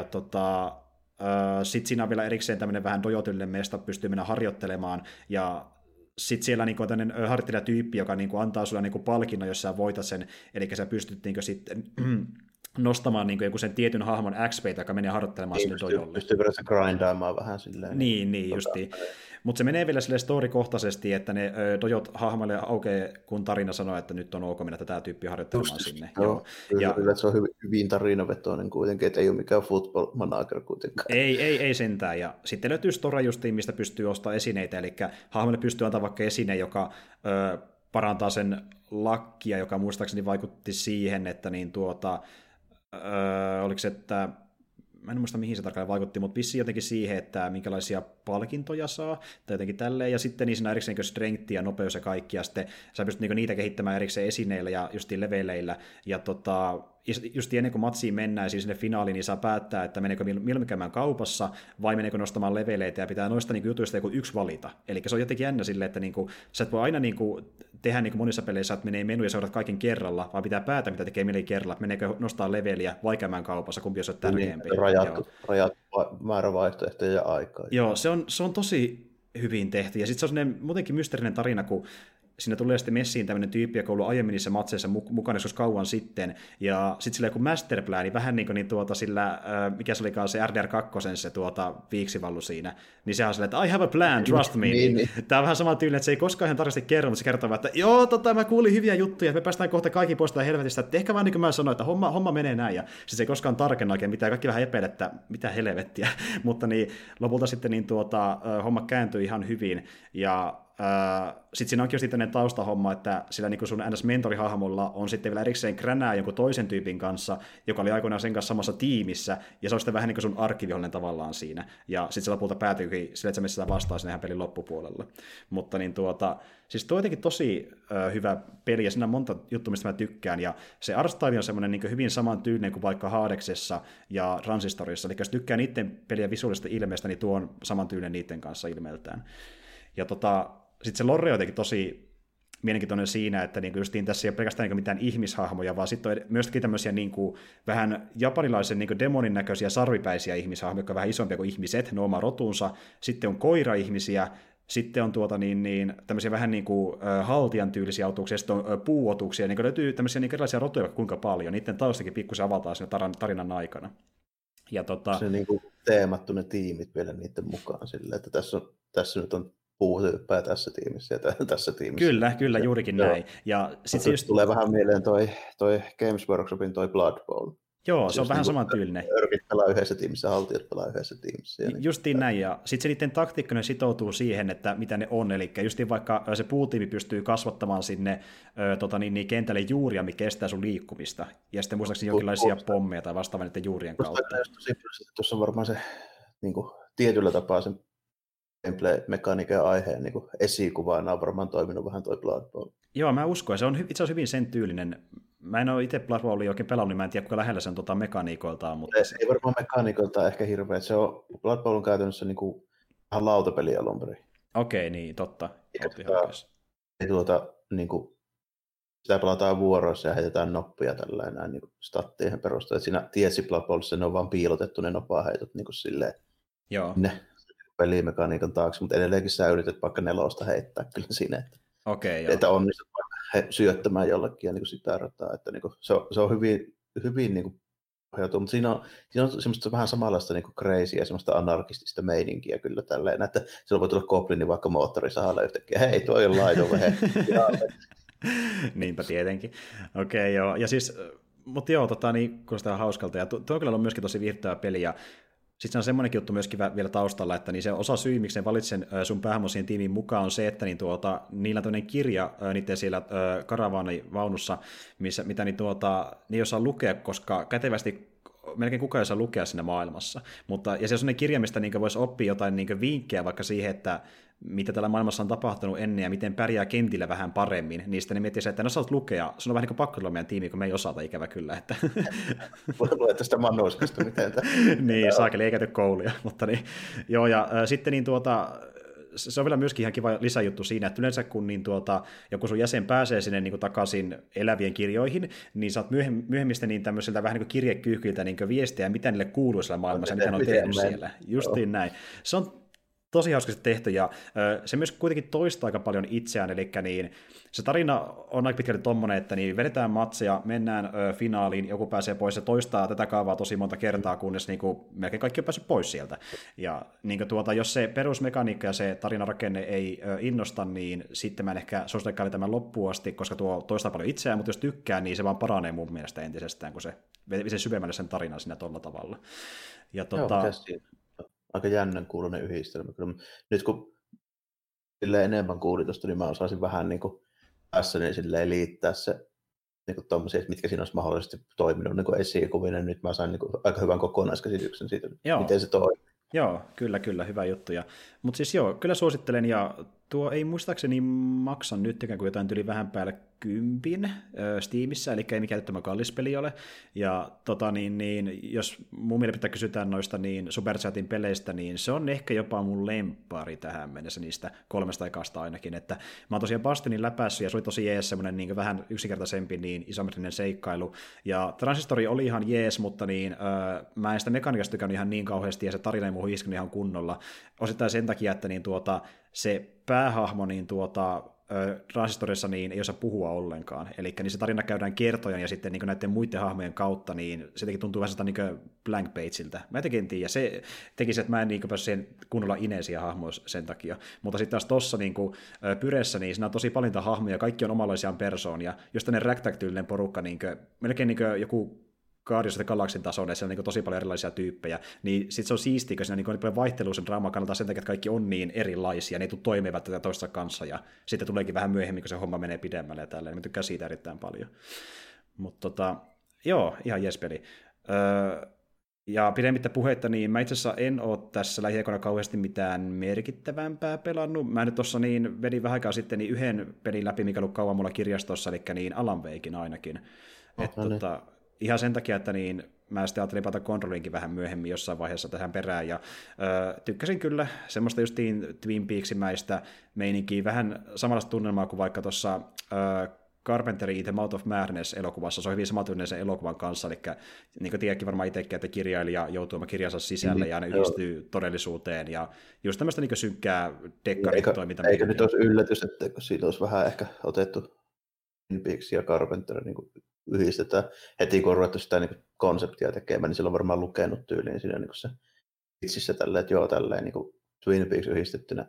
sitten siinä on vielä erikseen tämmöinen vähän dojotyllinen mesta, pystyy mennä harjoittelemaan, ja sitten siellä niinku on tämmöinen harjoittelijatyyppi, joka niinku antaa sulle niinku palkinnon, jos sä voitat sen, eli sä pystyt niinku sitten nostamaan niinku joku sen tietyn hahmon XP:tä, joka menee harjoittelemaan sinne dojolle.
Pystyy periaatteessa grindaamaan vähän silleen.
Niin justiin. Mutta se menee vielä silleen story-kohtaisesti, että ne dojot hahmoille aukeaa, kun tarina sanoo, että nyt on ok mennä tätä tyyppiä harjoittelemaan sinne.
Joo. Kyllä, se on hyvin tarinavetoinen kuitenkin, että ei ole mikään football manager kuitenkaan.
Ei sentään. Ja sitten löytyy story justiin, mistä pystyy ostamaan esineitä, eli hahmoille pystyy antamaan vaikka esine, joka parantaa sen lakkia, joka muistaakseni vaikutti siihen, että oliko se, että mä en muista mihin se tarkalleen vaikutti, mutta vissiin jotenkin siihen, että minkälaisia palkintoja saa, tai jotenkin tälleen, ja sitten niissä on erikseen strength ja nopeus ja kaikki, ja sitten sä pystyt niitä kehittämään erikseen esineillä ja justiin leveleillä, ja just ennen kuin matsiin mennään, siis sinne finaaliin, niin saa päättää, että meneekö mieluummin käymään kaupassa, vai meneekö nostamaan leveleitä, ja pitää noista jutuista joku yksi valita. Eli se on jotenkin jännä silleen, että sä et voi aina tehdä monissa peleissä, että menee menu ja seurat kaiken kerralla, vaan pitää päätä, mitä tekee mieli kerralla, että meneekö nostaa leveliä vai käymään kaupassa, kumpi on tärkeämpi.
Rajattu määrä vaihtoehtoja ja aikaa.
Joo, se on tosi hyvin tehty, ja sitten se on sellainen muutenkin mysteerinen tarina, kun siinä tulee sitten messiin tämmöinen tyyppi, joka on ollut aiemmin niissä matseissa mukana joskus kauan sitten, ja sitten sillä joku masterplani, vähän niin kuin sillä, mikä se olikaan se RDR2, se viiksivallu siinä, niin sehän on silleen, että I have a plan, trust me. Niin. Tämä on vähän sama tyyli, että se ei koskaan ihan tarkasti kerro, mutta se kertoo, että joo, mä kuulin hyviä juttuja, että me päästään kohta kaikki pois tästä helvetistä, että ehkä vaan niin kuin mä sanoin, että homma menee näin, ja sitten se ei koskaan tarkenna oikein mitään, kaikki vähän epäile, että mitä helvettiä, mutta niin lopulta sitten homma kääntyi ihan hyvin, ja sitten siinä onkin just tämmöinen taustahomma, että sillä niin sun NS-mentorihahmolla on sitten vielä erikseen kränää jonkun toisen tyypin kanssa, joka oli aikoinaan sen kanssa samassa tiimissä, ja se on sitten vähän niin kuin sun arkkivihollinen tavallaan siinä. Ja sitten se lopulta päätyykin sille, että se menee sitä vastaan sinne pelin loppupuolella. Mutta niin siis tuo on jotenkin tosi hyvä peli, ja siinä on monta juttua, mistä mä tykkään, ja se artstyle on semmoinen niin hyvin saman tyylinen kuin vaikka Hadexessa ja Transistorissa, eli jos tykkää niiden pelien visuaalista ilmeestä, niin tuo on saman tyylinen niiden kanssa ilmeeltään. Ja sitten se lore on jotenkin tosi mielenkiintoinen siinä, että niinku justiin tässä ei ole pelkästään niinku mitään ihmishahmoja, vaan sitten on myöskin tämmöisiä niinku vähän japanilaisen niinku demonin näköisiä sarvipäisiä ihmishahmoja, jotka on vähän isompia kuin ihmiset, ne on oma rotuunsa, sitten on koira-ihmisiä, sitten on tämmöisiä vähän niin kuin haltijan tyylisiä otuksia, sitten on puuotuksia, niin löytyy tämmöisiä niin erilaisia rotuja vaikka kuinka paljon, niiden taustakin pikkusen avataan siinä tarinan aikana. Ja
se niin kuin teemattu ne tiimit vielä niiden mukaan silleen, että tässä nyt on puutyyppää tässä tiimissä ja tässä tiimissä.
Kyllä, juurikin näin. Ja
sitten just tulee vähän mieleen toi Games Workshopin toi Blood Bowl.
Joo, se on vähän samantyylinen.
Örkit pelaa yhdessä tiimissä, haltijat pelaa yhdessä tiimissä.
Justiin näin, ja sitten se niiden taktiikka sitoutuu siihen, että mitä ne on, eli justiin vaikka se puutiimi pystyy kasvattamaan sinne kentälle juuria, mikä kestää sun liikkumista, ja sitten muistaakseni jonkinlaisia pommeja tai vastaavaa niiden juurien kautta.
Tuossa on varmaan se niin kuin, tietyllä tapaa sen gameplay-mekaniikan ja aiheen niin esikuvana on varmaan toiminut vähän toi Blood Bowl.
Joo, mä uskon, ja se on itse asiassa hyvin sen tyylinen. Mä en ole itse Blood Bowlia oikein pelannut, niin mä en tiedä, kuinka lähellä se on mekaniikoiltaan. Mutta
ei varmaan mekaniikoiltaan ehkä hirveä. Se on Blood Bowl on käytännössä niin kuin vähän lautapeli alun perin.
Okei, niin totta.
Niin kuin, sitä pelataan vuoroissa ja heitetään noppia tällainen niin statteihin perusteella. Siinä tiesi Blood Bowlissa ne on vaan piilotettu ne nopaheitot niin kuin silleen.
Joo.
Ne pelimekaniikan taakse, mutta edelleenkin sä yrität vaikka nelosta heittää kyllä siinä, että onnistut syöttämään jollekin ja niin kuin sitä rataa, että niin kuin, se on hyvin niin kuin pohjautuu, mutta siinä on semmoista vähän samanlaista niin kuin crazyä, semmoista anarkistista meininkiä kyllä tälleen, että silloin voi tulla Goblinin vaikka moottorisahalla yhtäkkiä, hei, toi on laiton vähän.
Niinpä tietenkin. Okei, joo, ja siis, mutta joo, niin kuulostaa hauskalta, ja tuo kyllä on myöskin tosi viihdyttävä peli, ja sitten se on semmoinenkin juttu myöskin vielä taustalla, että niin se osa syy, miksi ne valitsen sun päähahmon siihen tiimiin mukaan, on se, että niin niillä on tämmöinen kirja niiden siellä karavaanivaunussa, mitä niin ne ei osaa lukea, koska kätevästi melkein kukaan ei saa lukea siinä maailmassa. Ja se on sellainen kirja, mistä niin voisi oppia jotain niin vinkkejä vaikka siihen, että mitä tällä maailmassa on tapahtunut ennen ja miten pärjää kentillä vähän paremmin, niin sitten ne miettii se, että ne osaat lukea. Se on vähän niin kuin pakko tulla meidän tiimiin, kun me ei osata ikävä kyllä. Että
voi lukea tästä manuskasta, miten
niin, saakeli ei käyty kouluja. Mutta niin, joo, ja sitten niin se on vielä myöskin ihan kiva lisäjuttu siinä, että yleensä kun joku sun jäsen pääsee sinne niin takaisin elävien kirjoihin, niin saat myöhemmin niin tämmöiseltä vähän niin kuin kirjekyyhkiltä niin viestejä, mitä niille kuuluu siellä maailmassa, mitä ne on tehnyt siellä. Justiin näin. Se on tosi hauskasti tehty, ja se myös kuitenkin toistaa aika paljon itseään, eli niin, se tarina on aika pitkälti tommonen, että niin vedetään matseja, mennään finaaliin, joku pääsee pois ja toistaa tätä kaavaa tosi monta kertaa, kunnes niin kuin, melkein kaikki on päässyt pois sieltä. Ja niin kuin, jos se perusmekaniikka ja se tariнаrakenne ei innosta, niin sitten mä en ehkä suosittelen tämän loppuun asti, koska tuo toistaa paljon itseään, mutta jos tykkää, niin se vaan paranee mun mielestä entisestään, kun se vie syvemmälle sen tarinan siinä tolla tavalla. Ja
aika jännän kuulunen yhdistelmä. Nyt kun enemmän kuulin tuosta, niin mä osaisin vähän niin kuin päässäni liittää se niin tommosia, että mitkä siinä olisi mahdollisesti toiminut niin esikuvinen. Nyt mä sain niin aika hyvän kokonaiskäsityksen siitä, miten se toimii.
Joo, kyllä, hyvä juttu. Mutta siis joo, kyllä suosittelen, ja tuo ei muistaakseni maksa nytkään, kun jotain tuli vähän päälle 10 Steamissa, eli ei mikään tämä kallis peli ole. Ja jos mun mielipiteä kysytään noista niin Superchatin peleistä, niin se on ehkä jopa mun lemppari tähän mennessä niistä 3 tai 2 ainakin. Että mä oon tosiaan Bastionin läpässyt, ja se oli tosi jees semmoinen niin vähän yksinkertaisempi niin isometrinen seikkailu. Ja Transistori oli ihan jees, mutta mä en sitä mekaniikasta tykännyt ihan niin kauheasti, ja se tarina ei muuhun iskenut ihan kunnolla. Osittain sen takia, että se päähahmo Transistorissa niin ei osaa puhua ollenkaan. Eli niin se tarina käydään kertojan ja sitten niin näiden muiden hahmojen kautta, niin se teki tuntuu vähän niin blank pageiltä. Mä en tiedä, se teki se, että mä en niin päässyt siihen kunnolla ineisiä hahmoja sen takia. Mutta sitten taas tuossa niin Pyressä, niin siinä on tosi paljon hahmoja, kaikki on omanlaisiaan persoonia. Jos tämmöinen ragtag-tyylinen porukka, melkein joku Guardians of the Galaxyn tasoinen, siellä on niin tosi paljon erilaisia tyyppejä, niin sitten se on siistiä, kun siinä on niin paljon vaihtelua sen draaman kannalta sen takia, että kaikki on niin erilaisia, ne ei tule toimivat tätä toista kanssa, ja sitten tuleekin vähän myöhemmin, kun se homma menee pidemmälle ja tälleen, niin mä tykkään siitä erittäin paljon. Mutta joo, ihan jes peli. Ja pidemmittä puhetta, niin mä itse asiassa en ole tässä lähiaikoina kauheasti mitään merkittävämpää pelannut. Mä nyt tuossa niin vedin vähän aikaa sitten niin yhden pelin läpi, mikä ollut kauan mulla kirjastossa, eli niin Alan Waken ainakin. Ihan sen takia, että niin mä sitten ajattelin palata Controlinkin vähän myöhemmin jossain vaiheessa tähän perään, ja tykkäsin kyllä semmoista justiin Twin Peaksimäistä meininkiä, vähän samanlaista tunnelmaa kuin vaikka tuossa Carpenterin The Mouth of Madness-elokuvassa, se on hyvin samantyinen sen elokuvan kanssa, eli niin kuin tiedätkin varmaan itsekin, että kirjailija joutuu kirjansa sisälle, ja ne yhdistyy todellisuuteen, ja just tämmöistä niin synkkää dekkaritoimintaa.
Eikö nyt olisi yllätys, että siitä olisi vähän ehkä otettu Twin Peaks ja Carpenter niin yhdistetään heti, kun on ruvettu sitä niin konseptia tekemään, niin sillä on varmaan lukenut tyyliin siinä niin se vitsissä tälleen, että joo, tälleen niin Twin Peaks yhdistettynä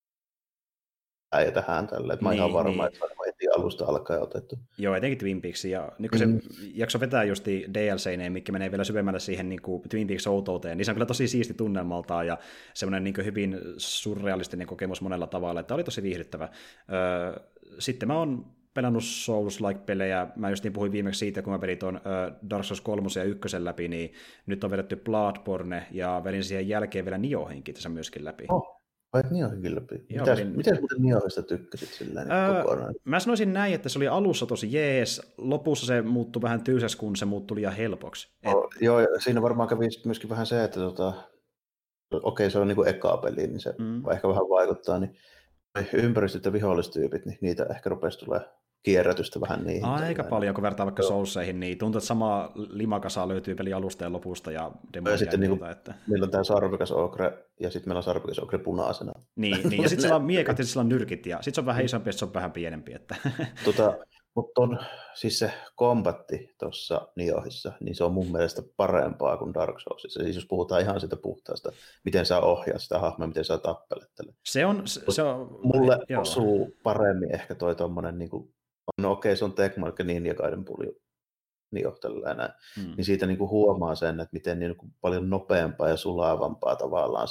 ja tähän tälleen, että mä ihan varma, että on heti alusta alkaen otettu.
Joo, etenkin Twin Peaks, ja nyt kun se jakso vetää justi DLC-neen, mikä menee vielä syvemmälle siihen niin kuin Twin Peaks-outouteen, niin se on kyllä tosi siisti tunnelmaltaan, ja semmoinen niin hyvin surrealistinen kokemus monella tavalla, että oli tosi viihdyttävä. Sitten mä oon pelannut Souls-like-pelejä. Mä just niin puhuin viimeksi siitä, kun mä pelin tuon Dark Souls 3 ja 1 läpi, niin nyt on vedetty Bloodborne, ja vedin siihen jälkeen vielä Niohinkin tässä myöskin läpi.
Vai Niohinkin läpi? Miten muuten Niohista tykkäsit sillä kokonaan?
Mä sanoisin näin, että se oli alussa tosi jees, lopussa se muuttui vähän tylsäksi, kun se muuttui liian helpoksi.
Joo, siinä varmaan kävi myöskin vähän se, että okei, se on niin kuin eka peli, niin se ehkä vähän vaikuttaa, niin ympäristöt ja vihollistyypit, niin niitä ehkä rupesi tulemaan kierrätystä vähän niihin.
Aika paljon, kun vertaa vaikka Soulseihin, niin tuntuu, että sama limakasa löytyy pelin alusta ja lopusta ja demoja
ja
ja muuta. Että
meillä on tämä sarvikas okre, ja sitten meillä on sarvikas okre punaisena.
Niin ja sitten sillä on miekat ja sillä on nyrkit, ja sitten se on vähän isompi ja se on vähän pienempi. Että
mutta siis se kombatti tuossa Niohissa, niin se on mun mielestä parempaa kuin Dark Soulsissa. Siis jos puhutaan ihan siitä puhtaasta, miten sä ohjaat sitä hahmoa, miten sä tappelet.
Se on
mulle osuu paremmin ehkä toi tommonen, no okei, se on Tecmo, eli Ninja Gaiden pulju Niohtella näin. Niin siitä huomaa sen, että miten paljon nopeampaa ja sulavampaa tavallaan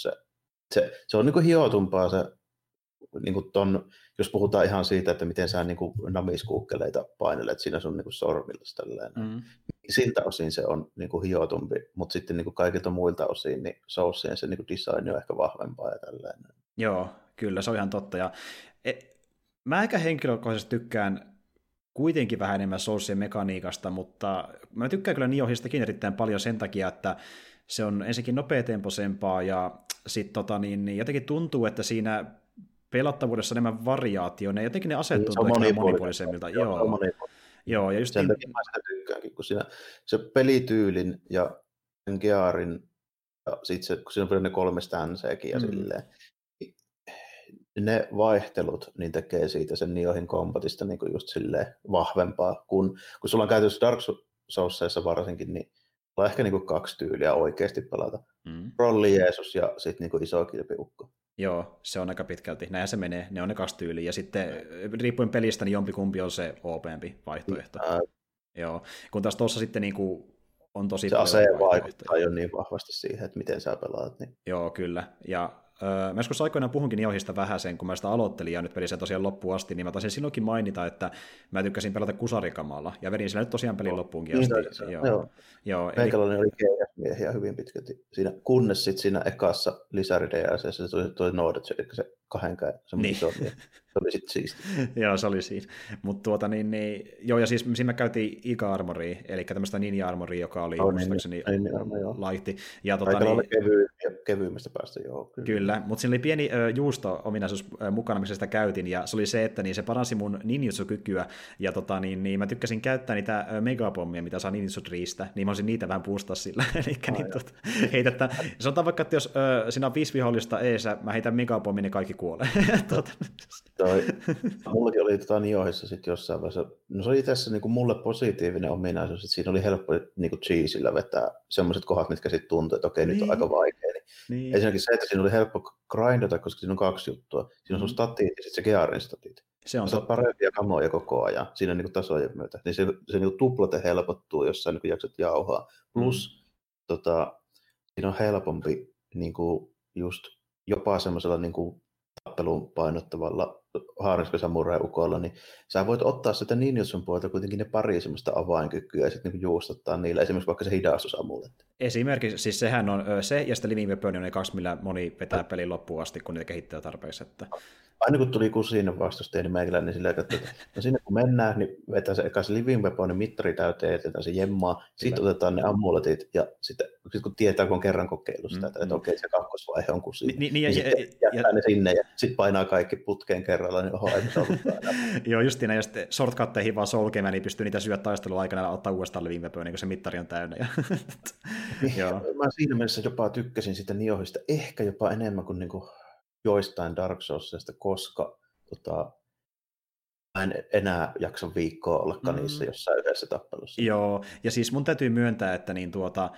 se on hiotumpaa se jos puhutaan ihan siitä, että miten sä namiskuukkeleita painelet siinä sun sormilla siltä osin se on hiotumpi, mutta sitten kaikilta muilta osin niin Soulsien se design on ehkä vahvempaa ja tällainen.
Joo, kyllä se on ihan totta. Ja mä ehkä henkilökohtaisesti tykkään kuitenkin vähän enemmän Soulsien mekaniikasta, mutta mä tykkään kyllä Niohistakin erittäin paljon sen takia, että se on ensinnäkin nopeatempoisempaa ja sitten jotenkin tuntuu, että siinä pelattavuudessa enemmän variaatio, ne jotenkin ne asettuu monipuolisemmilta. Joo, ja just
sen takia mä sitä tykkäänkin, kun siinä se pelityylin ja Gearin, ja sitten kun siinä on vielä ne 3 stanseekin ja silleen, ne vaihtelut niin tekee siitä sen Niohin kombatista just silleen vahvempaa, kun sulla on käytössä Dark Soulsissa varsinkin, niin on ehkä 2 tyyliä oikeasti pelata. Rolli Jeesus ja sitten iso kilpiukko.
Joo, se on aika pitkälti. Näinhän se menee. Ne on ne 2 tyyliä. Ja sitten riippuen pelistä, niin jompikumpi on se OP-mpi vaihtoehto. Joo, kun taas tuossa sitten on tosi
se aseen vaikuttaa jo niin vahvasti siihen, että miten sä pelaat. Niin.
Joo, kyllä. Ja mä joskus aikoinaan puhunkin Niohista vähän sen, kun mä sitä aloittelin ja nyt pelin sen tosiaan loppuun asti, niin mä taisin silloinkin mainita, että mä tykkäsin pelata kusarikamalla ja vedin sillä nyt tosiaan pelin loppuunkin asti.
Joo. Meikäläinen oli GS-miehiä hyvin pitkälti siinä, kunnes sitten siinä ekassa lisäri-DLC:ssä se tuli Nordet, eli se 2 semmoinen iso mies. Se oli sitten siisti.
Joo, se oli siinä. Mutta joo, ja siis siinä me käytiin Iga Armoria, eli tämmöistä Ninja Armoria, joka oli muistaakseni laihti.
Aika lailla kevyimmästä päästä, joo.
Kyllä, mutta siinä oli pieni juusto-ominaisuus mukana, missä sitä käytin, ja se oli se, että se paransi mun ninjutsu-kykyä, ja mä tykkäsin käyttää niitä megapommia, mitä saa ninjutsu-triistä, niin mä olisin niitä vähän boostaa sillä. Heitettä. Sanotaan vaikka, että jos siinä on 5 vihollista eessä, mä heitän megapommin, niin kaikki kuolee.
Mullakin oli Niohissa sitten jossain vaiheessa, no se oli tässä mulle positiivinen ominaisuus, että siinä oli helppo cheesillä vetää semmoiset kohdat, mitkä sitten tuntui, että okei, nyt on aika vaikea. Ensinnäkin se, että siinä oli helppo grindata, koska siinä on 2 juttua. Siinä on sun statit ja sitten se Gearin statit.
Se on
totta. Parempia kamoja koko ajan siinä niin kuin tasojen myötä. Niin se niin kuin tuplate helpottuu, jos sä niin kuin jaksat jauhaa. Plus siinä on helpompi niin kuin just jopa semmoisella niin kuin tappeluun painottavalla haariskasamurai-ukolla, niin sä voit ottaa sitä ninjutsun puolta kuitenkin ne pari semmoista avainkykyä ja sitten niin juustottaa niillä, esimerkiksi vaikka se hidastusamuletti.
Esimerkiksi, siis sehän on se, ja sitten Living Weapon on ne kaksi, millä moni vetää pelin loppuun asti, kun niitä kehittää tarpeeksi. Että...
Aina kun tuli kusinen vastustaja, niin meikäläinen sillä katsoi, että no sinne kun mennään, niin vetää se eka se Living Weaponin mittari täyteen, jätetään se jemmaa, sitten otetaan ne amuletit, ja sitten kun tietää, kun on kerran kokeillut sitä, että okei, se kakkosvaihe on kusinen, niin sitten jättää ne sinne, ja sitten painaa kaikki putkeen kerralla, niin oho, ei se ollut
Joo, justiin, ja sitten shortcutteihin vaan solkemään, niin pystyy niitä syödä taistelun aikana ja ottaa uudestaan Living Weaponin, kun se mittari on täynnä.
Joo. Mä siinä mielessä jopa tykkäsin sitä Niohista, ehkä jopa enemmän kuin niinku joistain Dark Soulsista, koska mä en enää jaksa viikkoa ollakaan niissä jossain yhdessä tappelussa.
Joo, ja siis mun täytyy myöntää, että niin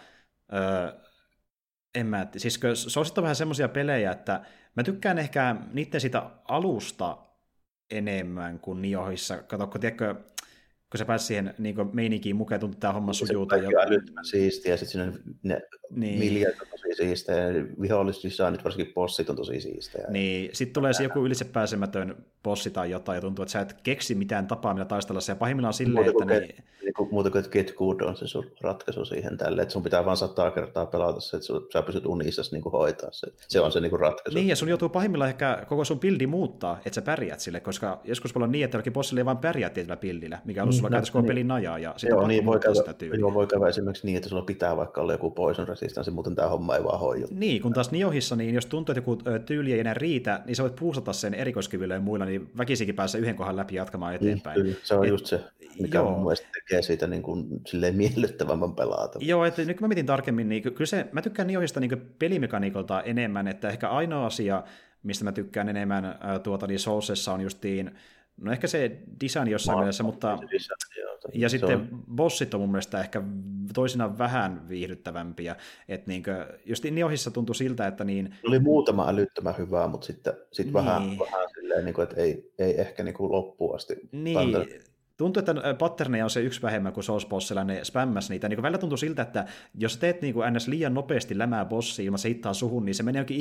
siis se on vähän semmoisia pelejä, että mä tykkään ehkä niiden sitä alusta enemmän kuin Niohissa. Katsokko, tiedätkö, kun sä pääsit siihen niin meininkiin mukaan, tuntuu, että tämä homma sujuuta.
Se on älyttömän siistiä, ja sitten siinä ne miljoonat on tosi siistejä, ja vihollisdesignit, varsinkin bossit on tosi siistejä.
Niin, sitten tulee se joku ylitsepääsemätön bossi tai jotain, ja tuntuu, että sä et keksi mitään tapaa, millä taistella se, ja pahimmillaan silleen, että...
Muuta kuin, että Get Good on se sun ratkaisu siihen tälle, että sun pitää vaan 100 kertaa pelata se, että sä pysyt unissasi niin hoitaa se. Se on se niin ratkaisu.
Niin, ja sun joutuu pahimmillaan ehkä koko sun buildi muuttaa, että sä pärjät sille, koska joskus voi olla niin, että jollakin bossille ei vaan pärjää tietyllä buildillä, mikä on sulla käytössä koko pelin najaa, ja sitten
niin voi käydä esimerkiksi niin, että sulla pitää vaikka olla joku poison resistance, muuten tämä homma ei vaan hoidu.
Niin, kun taas Niohissa, niin jos tuntuu, että joku tyyli ei enää riitä, niin sä voit puustata sen erikoiskyvyllä ja muilla, niin väkisinkin pääsee yhden kohdan läpi jatkamaan eteenpäin.
Kyllä, se on just se, mikä mun mielestä tekee siitä niin kuin silleen miellyttävämmän pelata.
Joo, että nyt kun mä mietin tarkemmin, niin kyllä se, mä tykkään Niohista niin pelimekaniikolta enemmän, että ehkä ainoa asia, mistä mä tykkään enemmän niin Soulsessa on justiin, no ehkä se design jossain mielessä, mutta... Ja sitten bossit on mun mielestä ehkä toisinaan vähän viihdyttävämpiä. Että just Niohissa tuntui siltä, että niin...
Oli muutama älyttömän hyvää, mutta sitten vähän silleen, että ei ehkä loppuun asti.
Niin, tuntuu, että patterneja on se yksi vähemmän kuin Souls-bossilla, ne spämmäs niitä. Niin välillä tuntuu siltä, että jos teet ns. Liian nopeasti lämää bossia ilman se hittaa suhun, niin se menee jokin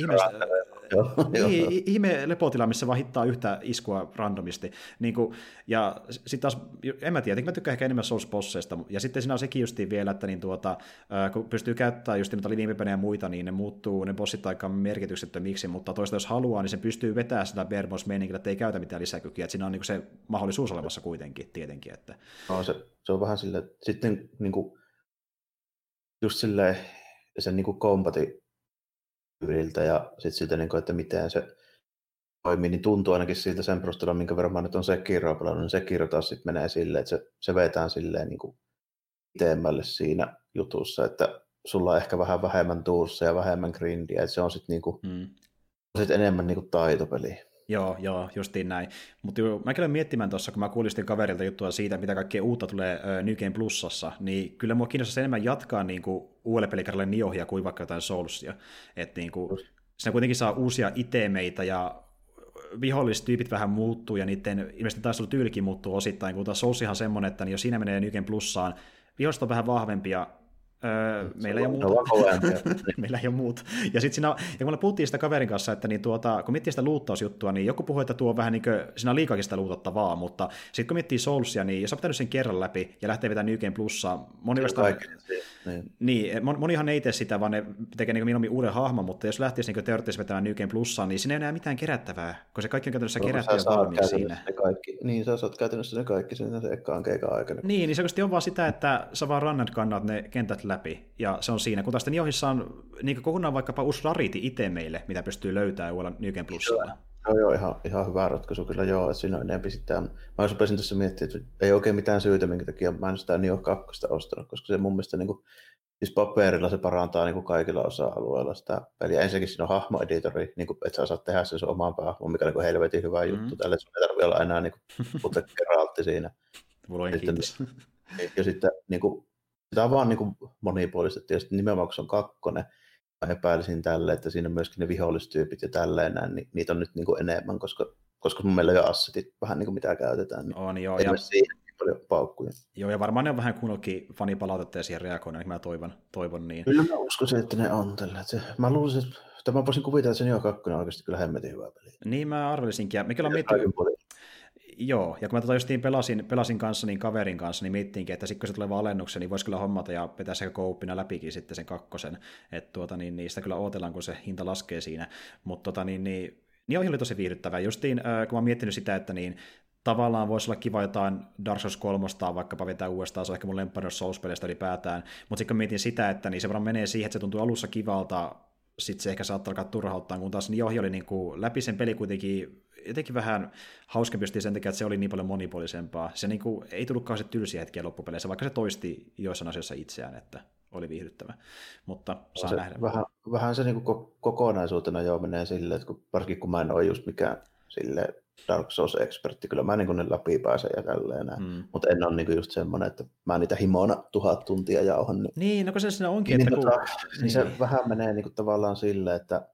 ihme lepotila, missä vaan hittaa yhtä iskua randomisti. Ja sitten taas, en mä tiedä, mä tykkään ehkä enemmän Souls-bosseista. Ja sitten siinä on sekin justiin vielä, että kun pystyy käyttämään just niitä Living Weaponia ja muita, niin ne muuttuu, ne bossit aika merkityksettömiksi, mutta toista jos haluaa, niin se pystyy vetämään sitä bare boss-meiningillä, että ei käytä mitään lisäkykyä. Että siinä on se mahdollisuus olemassa kuitenkin, tietenkin. Että...
No, se on vähän silleen, että sitten just silleen sen kombatin yriltä ja sitten siltä, että miten se toimii, niin tuntuu ainakin siltä sen perusteella, minkä verran mä nyt on Sekiroa pelannut, niin Sekiro taas sitten menee silleen, että se vetää silleen pitemmälle siinä jutussa, että sulla on ehkä vähän vähemmän tuussa ja vähemmän grindiä, että se on sitten sit enemmän taitopeliä.
Joo, justiin näin. Mutta mä käyn miettimään tuossa, kun mä kuulin sitten kaverilta juttua siitä, mitä kaikkea uutta tulee New Game Plusassa, niin kyllä mua kiinnostaisi enemmän jatkaa uudelle pelikarjalle Niohia kuin vaikka jotain Soulsia. Että siinä kuitenkin saa uusia itemeitä ja vihollistyypit vähän muuttuu ja niiden ilmeisesti taistelutyylikin muuttuu osittain, kun taas Soulsihan semmoinen, että jos siinä menee New Game Plussaan, viholliset on vähän vahvempia, meillä ei ole muuta. Meillä ei ole muuta. Ja sitten kun me puhuttiin sitä kaverin kanssa, että kun miettii sitä luuttausjuttua, niin joku puhui, että tuo on vähän siinä on liikaakin sitä luutattavaa, mutta sitten kun miettii Soulsia, niin jos on pitänyt sen kerran läpi ja lähtee vetämään New Game Plussaa, monihan ei tee sitä, vaan ne tekee mieluummin uuden hahmon, mutta jos lähtisi teoreettisesti vetämään New Game Plussaan, niin siinä ei enää mitään kerättävää, kun se kaikki on käytännössä kerätty ja valmiiksi siinä.
Niin, sä saat käytännössä ne kaikki sen ekaan keikan aikana.
Niin se oikeasti on vaan sitä, että sä vaan run and gunnaat ne kentät läpi, ja se on siinä. Kun taas Niohissa on kokonaan vaikkapa uusi rarity itse meille, mitä pystyy löytämään uudella New Game Plusalla.
Joo, ihan hyvä ratkaisu kyllä joo, että siinä on enemmän sitten. Mä rupesin tässä miettimään, että ei oikein mitään syytä, minkä takia mä en sitä Nioh 2 ostanut, koska se mun mielestä siis paperilla se parantaa kaikilla osa-alueilla sitä peliä. Ensinnäkin siinä on hahmoeditori, että sä saat tehdä sen sun oman päähahmon, mikä on helvetin hyvä juttu. Tälle sun ei tarvitse olla enää putte keraltti siinä. Ja sitten sitä on vaan monipuolistettu, ja sitten nimenomaan kun se on 2, mä epäilisin tälle, että siinä on myöskin ne vihollistyypit ja tälleen näin, niin niitä on nyt enemmän, koska koska mun meillä on assetit vähän niin kuin mitä käytetään, niin
on, joo,
ei ole siihen paljon paukkuja.
Joo, ja varmaan ne on vähän kuunnellutkin fanipalautetta ja siihen reagoinut, niin mä toivon niin.
Kyllä mä uskoisin, että ne on tällä. Mä luulisin, että mä voisin kuvitella, että se Nioh 2 on oikeasti kyllä hemmetin hyvä peli.
Niin mä arvelisinkin, ja me kyllä miettinyt. Joo, ja kun mä justiin pelasin kanssa, niin kaverin kanssa, niin miettiinkin, että sitten kun se tulee vaan alennuksen, niin voisi kyllä hommata ja vetää sekä co-opina läpikin sitten sen 2. Että niin sitä kyllä odotellaan, kun se hinta laskee siinä. Mutta niin oli tosi viihdyttävää. Justiin, kun mä oon miettinyt sitä, että niin tavallaan voisi olla kiva jotain Dark Souls 3 vaikkapa vetää uudestaan, se on ehkä mun lemppari Souls-peleistä ylipäätään, mutta sitten kun mietin sitä, että niin se varmaan menee siihen, että se tuntuu alussa kivalta, sitten se ehkä saattaa alkaa turhauttaa, kun taas Nioh oli niin kuin läpi sen peli kuitenkin jotenkin vähän hauskempi sen takia, että se oli niin paljon monipuolisempaa. Se niin kuin, ei tullutkaan se tylsiä hetkiä loppupeleissä, vaikka se toisti joissain asioissa itseään, että oli viihdyttävä. Mutta saa nähdä.
Vähän se niin kuin kokonaisuutena jo menee silleen, että varsinkin kun mä en ole just mikään silleen Dark Souls-ekspertti, kyllä mä niin kuin ne läpi pääsen ja tälleen, mutta en ole niin kuin just semmoinen, että mä niitä himona 1000 tuntia jauhan.
Niin, no kun se siinä onkin.
Niin,
että
niin se vähän menee niin kuin tavallaan silleen, että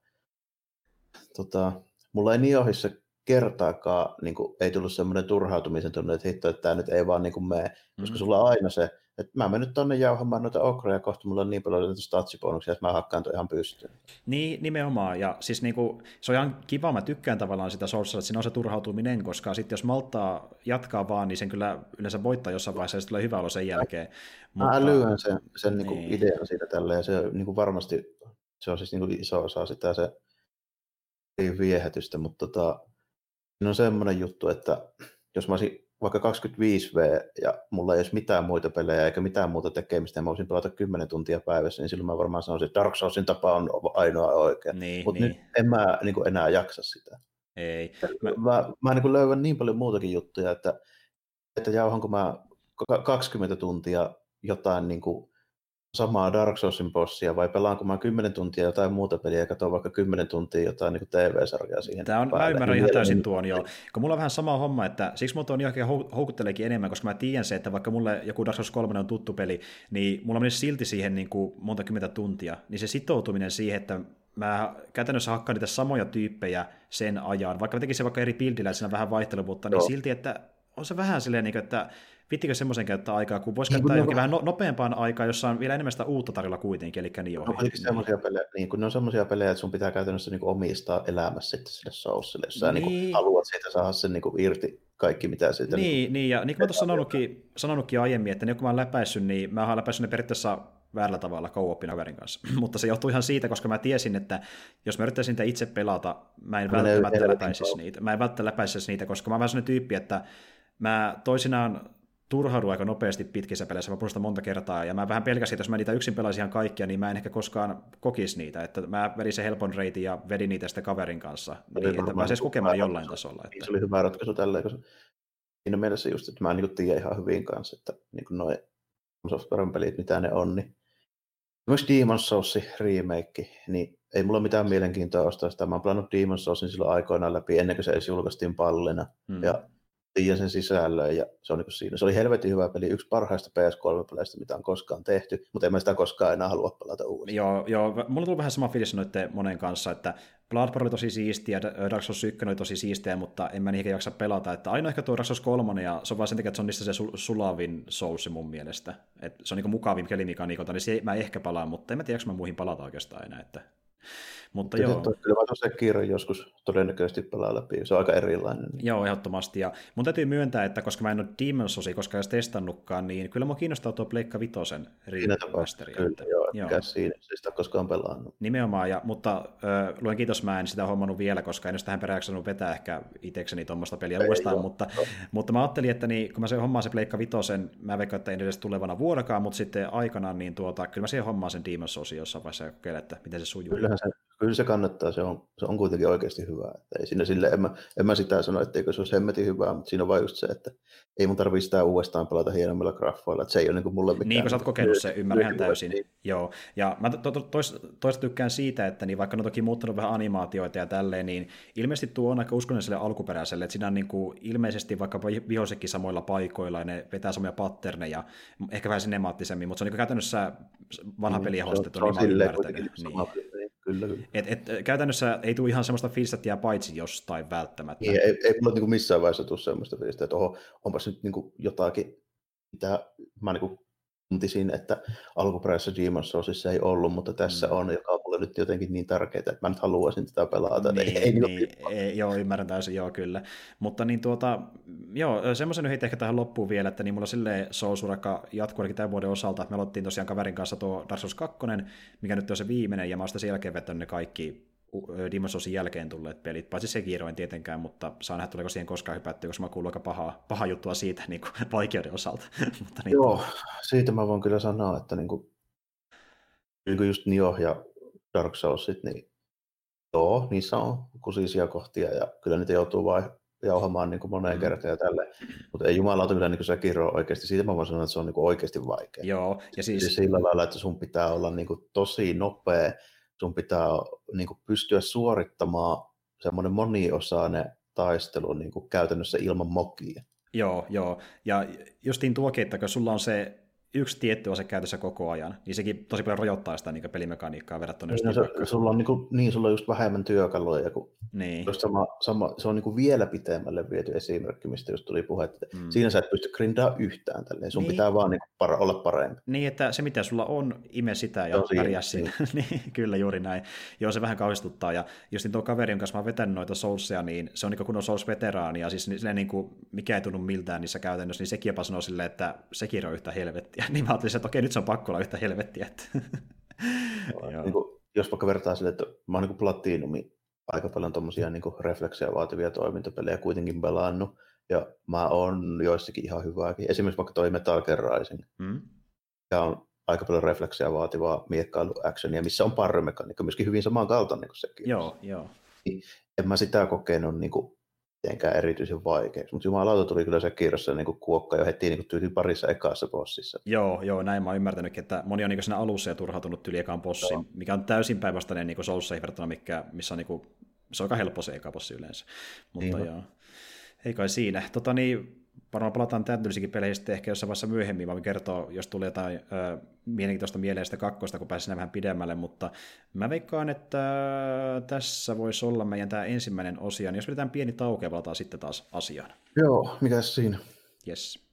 mulla ei Niohissa kertaakaan niin kuin, ei tullut semmoinen turhautumisen tunne, että hitto, että tämä nyt ei vaan niin kuin mene, koska sulla on aina se, että mä menen nyt tonne jauhamaan noita okroja kohta, mulla on niin paljon statsibonuksia, että mä hakkaan toi ihan pystyyn.
Niin, nimenomaan, ja siis niinku, se on ihan kiva, mä tykkään tavallaan sitä Soulsilla, että siinä on se turhautuminen, koska sitten jos malttaa jatkaa vaan, niin sen kyllä yleensä voittaa jossain vaiheessa, ja se tulee hyvä olo sen jälkeen.
Mä lyön sen niin kuin idean siitä tälleen, ja se niin kuin varmasti, se on siis niin kuin iso osa sitä se viehätystä, mutta siinä on semmoinen juttu, että jos mä olisin vaikka 25V ja mulla ei olisi mitään muita pelejä eikä mitään muuta tekemistä ja mä voisin pelata 10 tuntia päivässä, niin silloin mä varmaan sanoisin, että Dark Soulsin tapa on ainoa oikea. Mutta nyt en mä niin kuin enää jaksa sitä.
Ei.
Mä niin kuin löydän niin paljon muutakin juttuja, että jauhanko mä 20 tuntia jotain niin kuin samaa Dark Soulsin bossia, vai pelaanko mä 10 tuntia jotain muuta peliä ja katson vaikka 10 tuntia jotain niin kuin TV-sarjaa siihen
mä ymmärrän ihan täysin tuon jo. Kun mulla on vähän sama homma, että siksi mulla on ihan houkutteleekin enemmän, koska mä tiedän se, että vaikka mulle joku Dark Souls 3 on tuttu peli, niin mulla menisi silti siihen niin kuin monta kymmentä tuntia, niin se sitoutuminen siihen, että mä käytännössä hakkaan niitä samoja tyyppejä sen ajan, vaikka tekisin se vaikka eri buildillä, että siinä on vähän vaihteluvuutta, niin silti, että on se vähän silleen, että vittikö semmoisen käyttää aikaa, kun voisi käyttää johonkin vähän nopeampaan aikaa, jossa on vielä enemmän sitä uutta tarjolla kuitenkin, eli Nioh.
Kun ne on semmoisia pelejä, että sun pitää käytännössä niin omistaa elämässä sitten sille Soulsille, jos sä niin haluat siitä saada sen niin irti kaikki, mitä siitä...
Niin, ja niin kuin mä tuossa sanonutkin aiemmin, että kun mä oon läpäissyt, niin mä oon läpäissyt ne periaatteessa väärällä tavalla co-opin kaverin kanssa. Mutta se johtuu ihan siitä, koska mä tiesin, että jos mä yrittäisin niitä itse pelata, mä en välttämättä läpäisisi niitä, koska mä oon vähän sellainen tyyppi, että mä toisinaan turhaudun aika nopeasti pitkissä peleissä, mä puhun sitä monta kertaa, ja mä vähän pelkäsin, että jos mä niitä yksin pelaisin ihan kaikkia, niin mä en ehkä koskaan kokisi niitä, että mä vedin sen helpon reitin ja vedin niitä sitten kaverin kanssa, niin että mä siis kokemaan jollain tasolla. Että...
Se oli hyvä ratkaisu tälleen, koska siinä mielessä just, että mä en niin tiedä ihan hyvin kanssa, että niin noin Softwaren pelit, mitä ne on, niin myös Demon's Souls remake, niin ei mulla mitään mielenkiintoa ostaa sitä. Mä oon pelannut Demon's Soulsin silloin aikoinaan läpi, ennen kuin se edes julkaistiin pallina, ja tiedän sen sisällön, ja se on niin siinä. Se oli helvetin hyvä peli, yksi parhaista PS3-peleistä, mitä on koskaan tehty, mutta en mä sitä koskaan enää halua pelata uudestaan.
Joo, mulla tuli vähän sama fiilis noitten monen kanssa, että Bloodborne oli tosi siistiä, Dark Souls 1 oli tosi siistiä, mutta en mä niihin jaksa pelata. Että ainoa ehkä tuo Dark Souls 3, ja se on vaan sen takia, että se on niistä se sulavin Souls mun mielestä. Et se on niin mukavin pelimekaniikolta, niin mä ehkä palaan, mutta en mä tiedä, mä muihin palata oikeastaan enää. Että... Mutta joo.
Kyllä mä tuossa kirjan joskus todennäköisesti pelaa läpi, se on aika erilainen.
Joo, ehdottomasti. Ja mun täytyy myöntää, että koska mä en ole Demon's Soulsia koskaan edes testannutkaan, niin kyllä mua kiinnostaa tuo Pleikka Vitosen remasteri.
Kyllä, joo, mikä siinä, se sitä koskaan pelannut.
Nimenomaan, mutta luen kiitos, mä en sitä hommannut vielä, koska en olisi tähän peräksänut vetää ehkä itsekseni tuommoista peliä uudestaan, mutta mä ajattelin, että niin, kun mä se hommaan se Pleikka Vitosen, mä veikkaan, että ei edes tulevana vuodekaan, mutta sitten aikanaan, niin kyllä mä siihen hommaan sen Demon's Soulsia jossain vaiheessa ja kokeilen, että miten se sujuu.
Kyllä se kannattaa, se on kuitenkin oikeasti hyvä. Että ei siinä sille, en mä sitä sano, etteikö se olisi hemmetin hyvää, mutta siinä on vain just se, että ei mun tarvitse sitä uudestaan pelata hienommilla graffoilla, että se ei ole niin kuin mulle mitään.
Niin, kun sä oot kokenut se, ymmärrän ihan täysin. Niin. Joo, ja mä toista tykkään siitä, että niin vaikka ne on toki muuttanut vähän animaatioita ja tälleen, niin ilmeisesti tuo on aika uskonnolliselle alkuperäiselle, että siinä on niin kuin ilmeisesti vaikka vihollisetkin samoilla paikoilla, ja ne vetää samoja patterneja, ehkä vähän sinemaattisemmin, mutta se on niin käytännössä vanha peli hostettu, niin mä oon ymmärtänyt.
Kyllä.
Käytännössä ei tule ihan semmoista fiilistä, että jää paitsi jostain välttämättä.
Niin, ei mulla niinku missään vaiheessa tule semmoista fiilistä, että onpas nyt niinku jotakin, mitä mä niinku tuntisin, että alkuperäisessä Demon's Soulsissa ei ollut, mutta tässä on, joka on mulle nyt jotenkin niin tärkeää, että mä nyt haluaisin tätä pelata.
Joo, ymmärrän täysin, joo kyllä. Mutta niin semmoisen yhden ehkä tähän loppuun vielä, että niin mulla silleen Souls-urakka jatkuu tämän vuoden osalta, että me aloittiin tosiaan kaverin kanssa tuo Dark Souls 2, mikä nyt on se viimeinen, ja mä oon sitä sen jälkeen vetänyt ne kaikki Demon's Soulsin jälkeen tulleet pelit, paitsi Sekiro en tietenkään, mutta saa nähdä, tuleeko siihen koskaan hypättyä, koska mä kuulun aika paha juttua siitä niin kuin vaikeuden osalta. Mutta niin,
joo, siitä mä voin kyllä sanoa, että niin kuin just Nioh ja Dark Soulsit, niin joo, niissä on kusisia kohtia, ja kyllä niitä joutuu vain jauhamaan niin kuin moneen kertaan ja tälleen, mutta ei jumalauta kyllä niin Sekiro oikeasti, siitä mä voin sanoa, että se on niin kuin oikeasti vaikea.
Joo, ja siis
sillä lailla, että sun pitää olla niin kuin tosi nopea, sun pitää niin kuin pystyä suorittamaan semmoinen moniosainen taistelu niin kuin käytännössä ilman mokia.
Joo, ja justiin tuokin, että kun sulla on se yksi tietty ase käytössä koko ajan, niin sekin tosi paljon rajoittaa sitä niin pelimekaniikkaa verrattuna.
Sulla on sulla on just vähemmän työkaluja, kun
niin.
se on niin kuin vielä pitemmälle viety esimerkki, mistä just tuli puhe, että siinä sä et pysty grindaa yhtään tälleen, sun pitää vaan niin kuin olla parempi.
Niin, että se mitä sulla on, ime sitä ja pärjää siinä. Niin, kyllä juuri näin. Joo, se vähän kauhistuttaa, ja just tuo kaveri, jonka mä oon vetänyt noita Soulsia, niin se on niin kuin Souls-veteraani, ja siis silleen, niin kuin, mikä ei tunnu miltään niissä käytännössä, niin sekin jopa sanoo silleen, että sekin on yhtä helvettiä. Niin mä ajattelin, että okei, nyt se on pakko olla yhtä helvettiä.
Niin kuin, jos vaikka vertaa sille, että mä oon niin kuin Platinumi aika paljon tommosia niin kuin refleksejä vaativia toimintapelejä kuitenkin pelannut, ja mä oon joissakin ihan hyvääkin. Esimerkiksi vaikka toi Metal Gear Rising, mikä on aika paljon refleksejä vaativaa miekkailu-actionia, missä on parrymekaniikka, myöskin hyvin samankaltainen kuin sekin.
Joo.
En mä sitä kokenut niin kuin mitenkään erityisen vaikeaksi, mutta jumalauta tuli kyllä Sekirossa niin kuokka jo heti niin tyyliin parissa ekassa bossissa.
Joo, näin mä oon ymmärtänytkin, että moni on niin siinä alussa ja turhautunut tyyli ekaan bossiin, mikä on täysin päinvastainen niin Soulsiin verrattuna, missä on niin kuin, se on aika helppo se eka bossi yleensä. Mutta joo, ei kai siinä. Varmaan palataan tämän tyylisikin peleihin sitten ehkä jossain vaiheessa myöhemmin, vaan kertoo, jos tulee jotain mielenkiintoista mieleen sitä kakkosta, kun pääsee vähän pidemmälle, mutta mä veikkaan, että tässä voisi olla meidän tämä ensimmäinen osio, niin jos pidetään pieni tauko ja palataan sitten taas asiaan.
Joo, mikäs siinä?
Yes.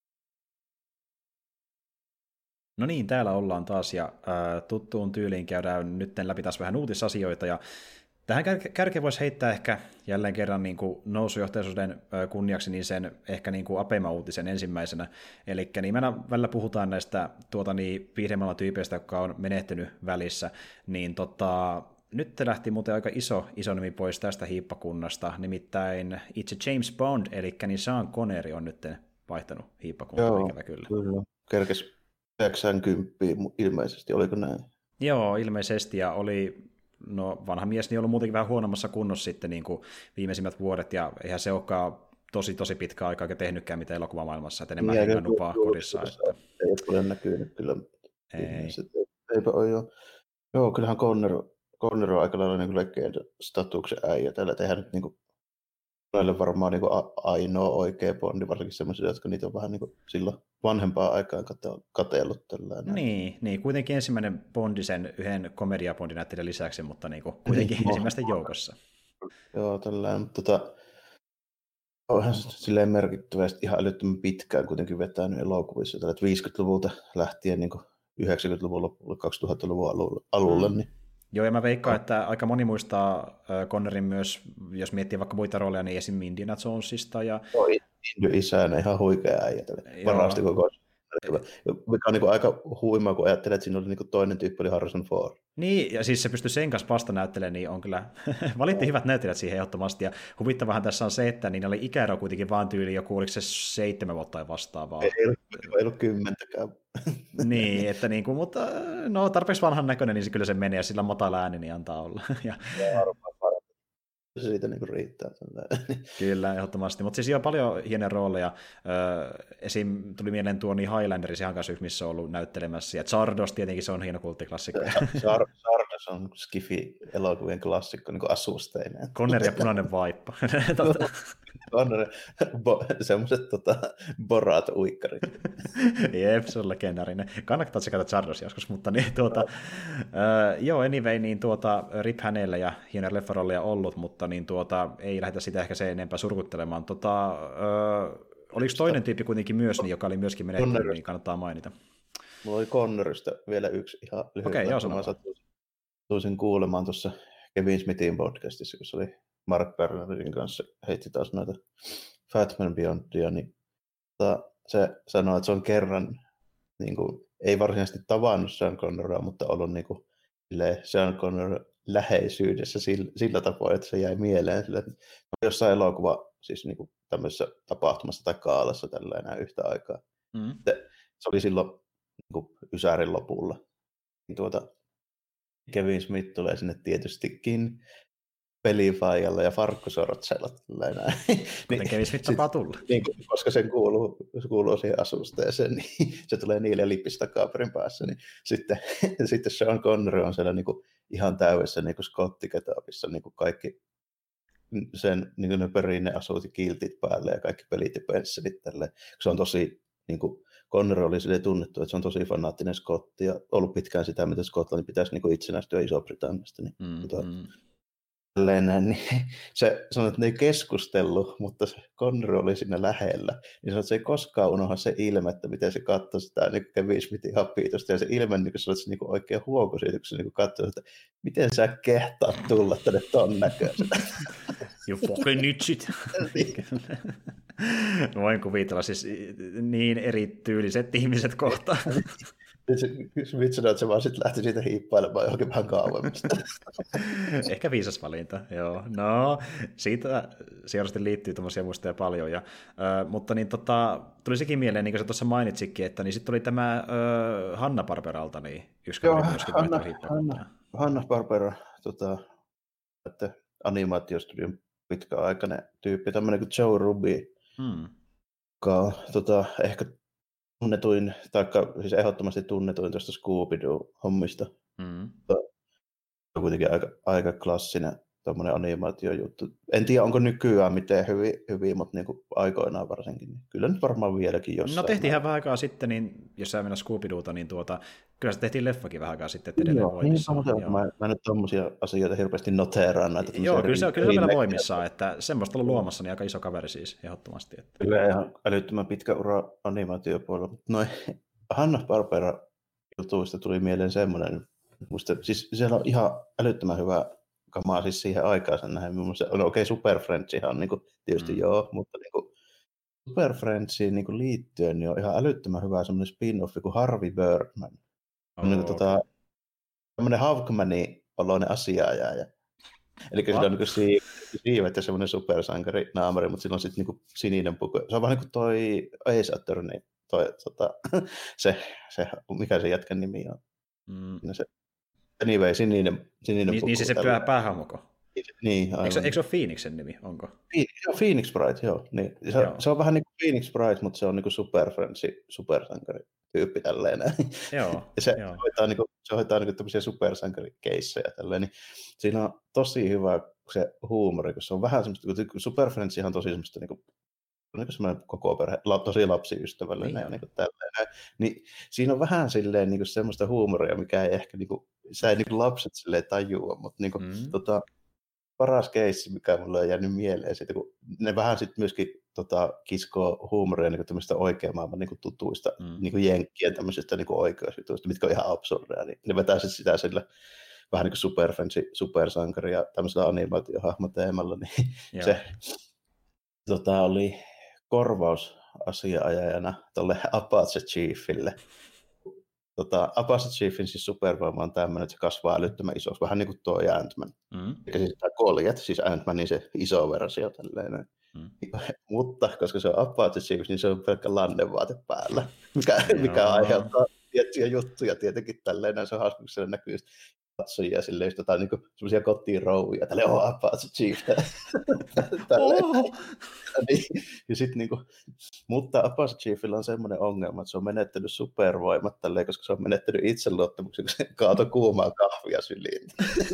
No niin, täällä ollaan taas, ja tuttuun tyyliin käydään nyt läpi taas vähän uutisasioita, ja tähän kärkeen voisi heittää ehkä jälleen kerran niin kuin nousujohtaisuuden kunniaksi niin ehkä niin kuin Apema-uutisen ensimmäisenä. Eli niin me välillä puhutaan näistä viihdemalla tyypeistä, jotka on menehtynyt välissä, niin nyt lähti muuten aika iso nimi pois tästä hiippakunnasta, nimittäin itse James Bond, eli niin Sean Connery on nyt vaihtanut hiippakuntaa, ikävä kyllä.
Kyllä, kerkesi 90 ilmeisesti, oliko näin?
Joo, ilmeisesti, ja oli vanha mies niin ollut muutenkin vähän huonommassa kunnossa sitten niin kuin viimeisimmät vuodet, ja eihän se olekaan tosi pitkä aikaa tehnytkään mitään elokuvamaailmassa, että enemmän hengannut vaan kodissa.
Ei ole paljon näkynyt kyllä. Eipä ole jo. Joo, kyllähän Conner on aika lailla niin legenda-statuksen äijä. Täällä tehdään nyt niin varmaan niin ainoa oikea Bondi, varsinkin sellaisia, jotka niitä on vähän niin silloin vanhempaa aikaan kateellut.
Niin, kuitenkin ensimmäinen Bondi sen yhden komedia-Bondin näyttelijän lisäksi, mutta niin kuitenkin ensimmäisten joukossa.
Joo, tällainen, mutta onhan silleen merkittävästi ihan älyttömän pitkään kuitenkin vetänyt elokuvissa. Tällä 50-luvulta lähtien niin 90-luvun lopulle, 2000-luvun alulle. Niin.
Joo, ja mä veikkaan, että aika moni muistaa Connerin myös, jos miettii vaikka muita rooleja, niin esim. Indiana Jonesista. Ja
isänä ihan huikea äijä. Varasti koko mikä on niin aika huimaa, kun ajattelee, että siinä oli niin toinen tyyppi, oli Harrison Ford.
Niin, ja siis se pystyi sen kanssa vasta näyttelemään, niin on kyllä, valittiin hyvät näyttelijät siihen ehdottomasti, ja huvittavahan tässä on se, että niin oli ikäero kuitenkin vaan tyyli joku, oliko se 7 vuotta tai vastaavaa.
Ei ollut 10.
Niin, että niin kuin, mutta no tarpeeksi vanhan näköinen, niin se kyllä se menee, ja sillä matala ääni, niin antaa olla.
Se siitä niin riittää.
Kyllä, ehdottomasti. Mutta siis on paljon hienoja rooleja. Esim. Tuli mieleen Highlander, ihan kanssa yksi, missä on ollut näyttelemässä. Ja Zardos tietenkin, se on hieno kulttiklassikko.
Zardos se on Skifi-elokuvien klassikko niin asusteineen.
Connery ja punainen vaippa.
Connery, semmoiset Borat-uikkarit.
Jep, se on legendaarinen. Kannattaa tsekata Charles joskus, mutta niin, joo, anyway, niin rip hänelle ja hieno leffarollia ollut, mutta niin ei lähdetä sitä ehkä se enempää surkuttelemaan. Oliko toinen tyyppi kuitenkin myös, niin, joka oli myöskin menehtynyt, niin kannattaa mainita.
Mulla oli Connerystä vielä yksi ihan lyhyt.
Okei, joo,
mä satuin kuulemaan tuossa Kevin Smithin podcastissa, kun se oli Mark Bernerin kanssa, heitti taas noita Fatman Beyondia, niin se sanoi, että se on kerran, niin kuin, ei varsinaisesti tavannut Sean Conneria, mutta ollut niin kuin, Sean Connery läheisyydessä sillä tapaa, että se jäi mieleen. Sille, että jossain elokuva, siis niin kuin tämmöisessä tapahtumassa tai kaalassa tällä enää yhtä aikaa. Se oli silloin niin kuin Ysärin lopulla. Kevin Smith tulee sinne tietystikin pelifaijalla ja farkkusortseilla.
Kuten Kevin Smith tapaa tulla.
Niin, koska se kuuluu siihen asusteeseen, niin se tulee niille lipistä kaaperin päässä. Niin sitten Sean Connery on siellä niin kuin ihan täydessä niin skottiketapissa, niin kuin kaikki sen niin ne perinneasut ja kiltit päälle ja kaikki pelit ja pensselit tälleen. Se on tosi, niin kuin Connery oli sille tunnettu, että se on tosi fanaattinen skotti ja ollut pitkään sitä, mitä Skotlannin pitäisi niin kuin itsenäistyä Iso-Britanniasta. Niin, niin se sanoi, että ne ei keskustellut, mutta se Connery oli siinä lähellä. Niin sanoi, että se ei koskaan unohda se ilme, että miten se katsoi sitä niin Kevin Smithin hapitusta. Ja se ilme, niin se oli niin oikein huoko siitä, kun se niin katsoi, että miten sä kehtaat tulla tänne ton näköisenä.
You fucking nitsit. Voin kuvitella siis niin eri tyyliset ihmiset kohtaan.
Vitsi, että se vaan sitten lähti siitä hiippailemaan johonkin vähän kauemmasta.
Ehkä viisas valinta, joo. No, siitä sienosti liittyy tuommoisia muistoja paljon. Mutta niin, tuli sekin mieleen, niin kuin sä tuossa mainitsikin, että niin sitten tuli tämä Hanna-Barberalta, niin yksi kaveri myöskin vaihtaa hiippakuntaa.
Hanna-Barbera, että animaatiostudion pitkäaikainen tyyppi, tämmöinen kuin Joe Ruby, joka on ehkä tunnetuin, taikka siis ehdottomasti tunnetuin tuosta Scooby-Doo-hommista. On kuitenkin aika klassinen tuommoinen animaatiojuttu. En tiedä, onko nykyään miten hyvin mutta niin kuin aikoinaan varsinkin. Kyllä nyt varmaan vieläkin jossain.
No tehtiin ihan vähän aikaa sitten, niin jos sä mennä Scooby-Doota, niin kyllä se tehtiin leffakin vähän aikaa sitten, että edelleen voimissaan.
Mä nyt tommosia asioita hirveästi noteeraan näitä.
Joo, kyllä se on vielä voimissaan, että semmoista ollut luomassa, niin aika iso kaveri siis ehdottomasti. Että.
Kyllä ihan älyttömän pitkä ura animaatiopuolella, mutta noin Hanna-Barbera jutuista tuli mieleen semmoinen, musta, siis siellä on ihan älyttömän hyvä kamaa siis siihen aikaan nähdä. Okei, Super Friendsihan niin tietysti joo, mutta niin Super Friendsiin niin liittyen niin on ihan älyttömän hyvä semmoinen spin-offi kuin Harvey Birdman. Tämmöinen Hawkmanin oloinen asiaajaja. Eli sillä on niin siivet ja semmoinen supersankari naamari, mutta sillä on sitten niin sininen puku. Se on vähän niin kuin toi Ace Attorney, se, mikä se jätkän nimi on. Se, anyway, sininen puku.
Niin se päähahmoko?
Niin, aivan.
Eikö se ole Phoenixen nimi, onko?
Phoenix Bright, joo. Niin. Se on vähän niin kuin Phoenix Bright, mutta se on niin kuin Super Friendsi, supersankari tyyppi tälleen.
Joo,
ja se hoitaa niin kuin tämmöisiä supersankarikeissejä tälleen. Niin siinä on tosi hyvä se huumori, kun se on vähän semmoista, kun Super Friendsihan on tosi semmoista niin kuin semmoinen koko perhe, tosi lapsiystävällinen niin tälleen. Niin siinä on vähän silleen niin kuin semmoista huumoria, mikä ei ehkä niin kuin, sä ei niin kuin lapset silleen tajua, mutta niin kuin, paras keissi, mikä mulle on jäänyt mieleen siitä, kun ne vähän sitten myöskin kiskoo huumoria niin tämmöistä oikean maailman niin tutuista niin jenkkien tämmöisistä niin oikeusjutuista, mitkä on ihan absurdeja, niin ne vetää sitten sitä sillä vähän niin kuin Super Friendsi, supersankari ja tämmöisellä animaatiohahmoteemalla, niin se oli korvausasiaajajana tuolle Apache Chiefille. Apache Chiefin siis supervoima on tämmöinen, että se kasvaa älyttömän isoksi, vähän niin kuin tuo Ant-Man. Eli siis Goliath, siis Ant-Manin se iso versio tälleen. Mutta koska se on Apache Chief, niin se on pelkkä lannevaate päällä, mikä aiheuttaa tiettyjä juttuja tietenkin tälleen. Se on hauska, kun siellä näkyy katsojia silleen, just jotain niinku semmoisia kotiin rouvia, tälleen Apache Chief. Niin. Ja sit niinku, mutta Apache Chiefillä on semmoinen ongelma, että se on menettänyt supervoimat tälleen, koska se on menettänyt itseluottamuksen, kun se kaatoi kuumaa kahvia syliin.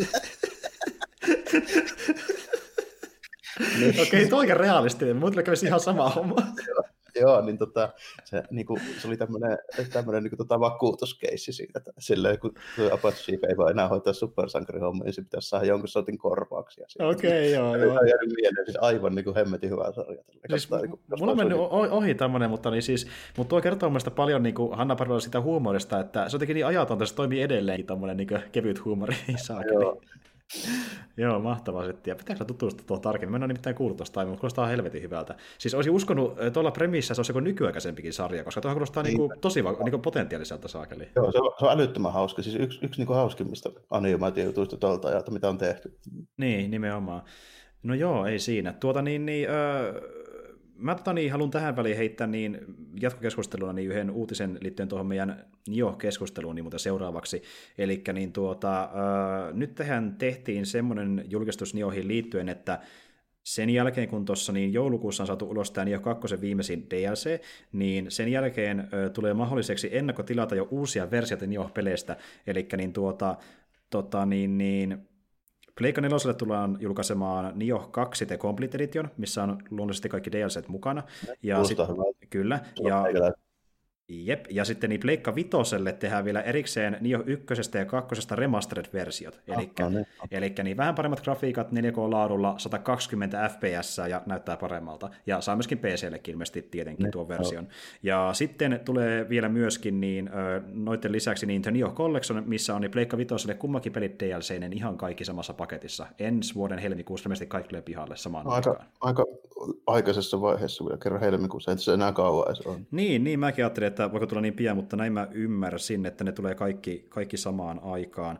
Okei, toi on realistinen. Muuten kävisi ihan sama homma.
Joo, niin se oli tämmöinen vakuutuskeissi siitä, että silleen, kun Apache Chief ei voi enää hoitaa supersankarihommia, niin se pitäisi saada jonkun sortin korvauksia.
Okei, joo.
Se on jäänyt mieleen, siis aivan niin kuin hemmetin hyvä sarja.
Siis, mulla on mennyt ohi tämmöinen, mutta tuo kertoo mielestäni paljon niin kuin Hanna Parvella sitä huumorista, että se on jotenkin niin ajatonta, se toimii edelleenkin tämmöinen niin kevyt huumori. Joo, mahtavaa sitten. Ja pitääkö tutustua tuohon tarkemmin? Mä en ole nimittäin kuullut tuosta aiemmin, mutta kuulostaa helvetin hyvältä. Siis olisin uskonut tuolla premissä, se olisi joku nykyaikaisempikin sarja, koska tuohon kuulostaa tosi potentiaaliselta saakeli.
Joo, se on älyttömän hauska. Siis yksi niin kuin hauskimmista animaatiojutuista tuolta ajalta, mitä on tehty.
Niin, nimenomaan. No joo, ei siinä. Mä haluan tähän väliin heittää jatkokeskusteluna yhden uutisen liittyen tuohon meidän Nioh-keskusteluun niin seuraavaksi. Eli nyt tähän tehtiin semmoinen julkistus Niohiin liittyen, että sen jälkeen, kun tuossa joulukuussa on saatu ulos tämä Nioh 2 viimeisin DLC, niin sen jälkeen tulee mahdolliseksi ennakkotilata jo uusia versioita Nioh-peleistä. Eli Pleikka 4 tullaan julkaisemaan Nioh 2 The Complete Edition, missä on luonnollisesti kaikki DLCt mukana. Kyllä. Ja sitten Pleikka 5 tehdään vielä erikseen Nioh 1 ja 2 remastered-versiot. Eli vähän paremmat grafiikat 4K-laadulla, 120 fps ja näyttää paremmalta. Ja saa myöskin PC:llekin ilmeisesti tietenkin tuon version. Ja sitten tulee vielä myöskin noiden lisäksi The Nioh Collection, missä on Pleikka 5 kummakin pelit DLC:nen ihan kaikki samassa paketissa. Ensi vuoden helmikuussa ilmeisesti kaikki tulee pihalle samaan aikaan.
Aika aikaisessa vaiheessa vielä kerran helmikuussa, että se enää kauan edes on.
Niin mäkin ajattelin, että voiko tulla niin pian, mutta näin mä ymmärsin, että ne tulee kaikki samaan aikaan.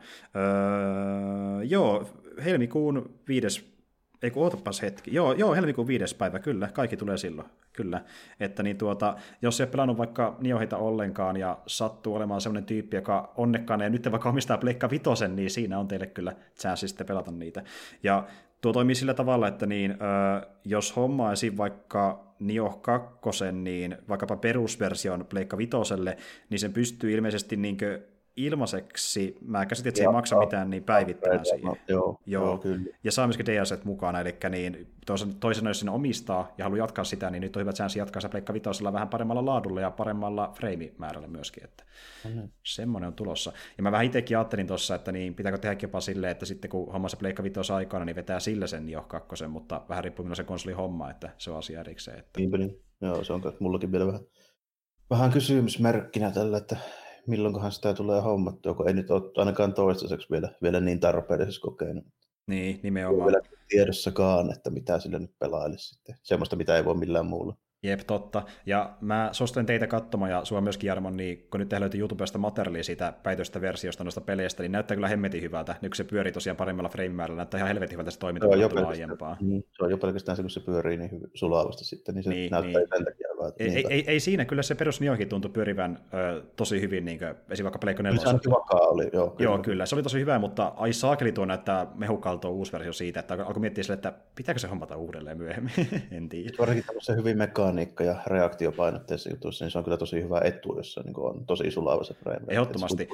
Helmikuun 5. Ootapas hetki. Joo, helmikuun 5. päivä, kyllä, kaikki tulee silloin, kyllä. Että jos ei ole pelannut vaikka Niohita ollenkaan ja sattuu olemaan sellainen tyyppi, joka onnekkaan ei nyt vaikka omistaa Pleikka 5, niin siinä on teille kyllä chanssi sitten pelata niitä. Ja tuo toimii sillä tavalla, että jos hommaisi vaikka Nioh 2, niin vaikkapa perusversion Pleikka 5, niin sen pystyy ilmeisesti ilmaiseksi, mä käsitin, että se ei maksa mitään, niin päivittämään siihen. Joo, kyllä. Ja saa myöskin DLCt mukana, eli toisena jos sen omistaa ja haluaa jatkaa sitä, niin nyt on hyvä chanssi jatkaa se Pleikka 5 vähän paremmalla laadulla ja paremmalla frame-määrällä myöskin, että semmoinen on tulossa. Ja mä vähän itsekin ajattelin tuossa, että pitääkö tehdä jopa silleen, että sitten kun homma se Pleikka 5 aikana, niin vetää sillä sen Nioh 2, mutta vähän riippuu minun se konsolin homma, että se on asia erikseen. Että...
Joo, se on mullakin vielä vähän kysymysmerkkinä tällä, että milloinkohan sitä tulee hommattua, kun ei nyt ole ainakaan toistaiseksi vielä niin tarpeellisessa kokenut.
Niin, nimenomaan.
Ei ole vielä tiedossakaan, että mitä sillä nyt pelailisi sitten. Semmoista, mitä ei voi millään muulla.
Jep, totta. Ja mä suosittelen teitä katsomaan, ja sua myöskin Jarmo, niin kun nyt löytyy YouTubesta materiaalia siitä päitöstä versiosta noista peleistä, niin näyttää kyllä hemmetin hyvältä. Nyt kun se pyörii tosiaan paremmalla frame-määrällä, näyttää ihan helvetin hyvältä se toiminta aiempaa.
Se on jo pelkästään se, kun se pyörii niin sulavasti sitten, niin se näyttää sen takia hyvältä.
Ei siinä, kyllä se perus Niohkin tuntui pyörivän tosi hyvin, niin esimerkiksi vaikka Pleikka 4.
Se on vakaa oli,
joo, kyllä. Se oli tosi hyvä, mutta ai saakeli tuo näyttää mehukalta uusi versio siitä, että alkoi miettiä sille, että pitääkö se hommata uudelleen myöhemmin, en tiedä.
Varsinkin tämmöisen hyvin mekaniikka ja reaktiopainotteissa jutuissa, niin se on kyllä tosi hyvä etu, jossa niin on tosi sulava se frame.
Ehdottomasti.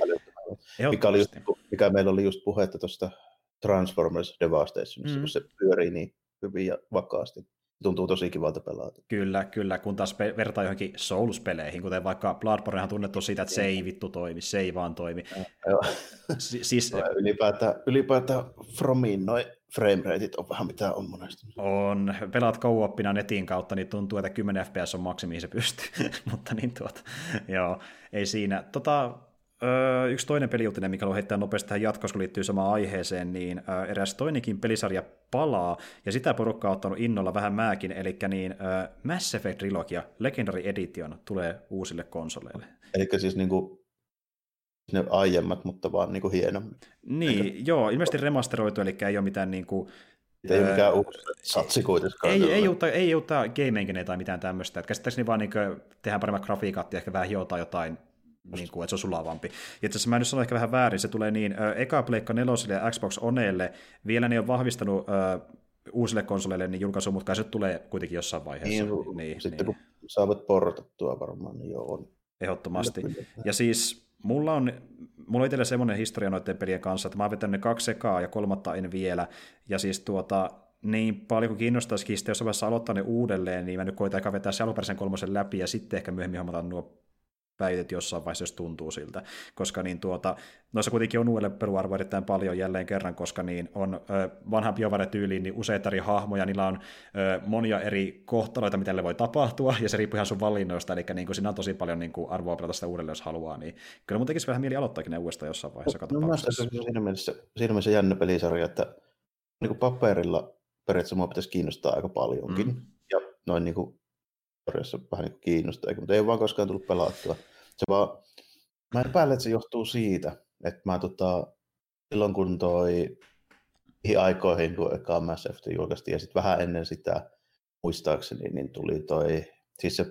Mikä meillä oli just puhetta tuosta Transformers Devastationissa, kun se pyörii niin hyvin ja vakaasti. Tuntuu tosi kivalta pelata.
Kyllä, kun taas vertaa johonkin Souls-peleihin, kuten vaikka Bloodbornehan on tunnettu siitä, että se ei vittu toimi, se ei vaan toimi. Siis...
Ylipäätään Fromin noi framerateit on vähän mitä on monesti.
On. Pelaat co-opina netin kautta, niin tuntuu, että 10 fps on maksimi, mihin se pystyy. Mutta joo, ei siinä. Yksi toinen peliuutinen, mikä haluan heittää nopeasti tähän jatkoon, kun liittyy samaan aiheeseen, niin eräs toinenkin pelisarja palaa, ja sitä porukkaa on ottanut innolla vähän mäkin, eli Mass Effect Trilogia Legendary Edition tulee uusille konsoleille.
Eli siis ne aiemmat, mutta vaan hienommin.
Niin, joo, ilmeisesti remasteroitu, eli ei ole mitään
ei ole mikään uusi satsi kuitenkaan.
Ei uutta game engineä tai mitään tämmöistä. Käsittääkseni vaan tehdään paremmat grafiikat ja ehkä vähän hiotaan jotain niin kuin, että se on sulavampi. Ja itse asiassa mä nyt sanon ehkä vähän väärin, se tulee niin eka Pleikka 4 ja Xbox Onelle, vielä ne on vahvistanut uusille konsoleille niin julkaisu, mutta se tulee kuitenkin jossain vaiheessa.
Niin, sitten kun saavat portattua varmaan, niin joo.
Ehdottomasti. Ja siis mulla on itsellä semmoinen historia noiden pelien kanssa, että mä oon vetänyt ne 2 ekaa ja 3 en vielä. Ja siis niin paljon kuin kiinnostaisikin sitten jossain vaiheessa aloittaa ne uudelleen, niin mä nyt koitan aika vetää se alkuperäisen 3 läpi ja sitten ehkä myöhemmin hommata nuo päivitet jossain vaiheessa, jos tuntuu siltä, koska niin noissa kuitenkin on uudelle peluarvoa erittäin paljon jälleen kerran, koska niin on vanhan BioWare-tyyliin niin useita eri hahmoja, niillä on monia eri kohtaloita, mitä ne voi tapahtua, ja se riippuu ihan sun valinnoista, eli niin kuin siinä on tosi paljon niin kuin arvoa pelata sitä uudelleen, jos haluaa, niin kyllä mun tekisi vähän mieli aloittaakin ne uudestaan jossain vaiheessa.
No, siinä mielessä jännä pelisarja, että niin kuin paperilla periaatteessa mua pitäisi kiinnostaa aika paljonkin, ja noin niin kuin vähän niin kiinnostaa, mutta ei ole vaan koskaan tullut pelattua. Mä epäilen, että se johtuu siitä, että mä silloin kun aikoihin, kun eka Mass Effect julkaistiin, ja sitten vähän ennen sitä muistaakseni, niin tuli siis se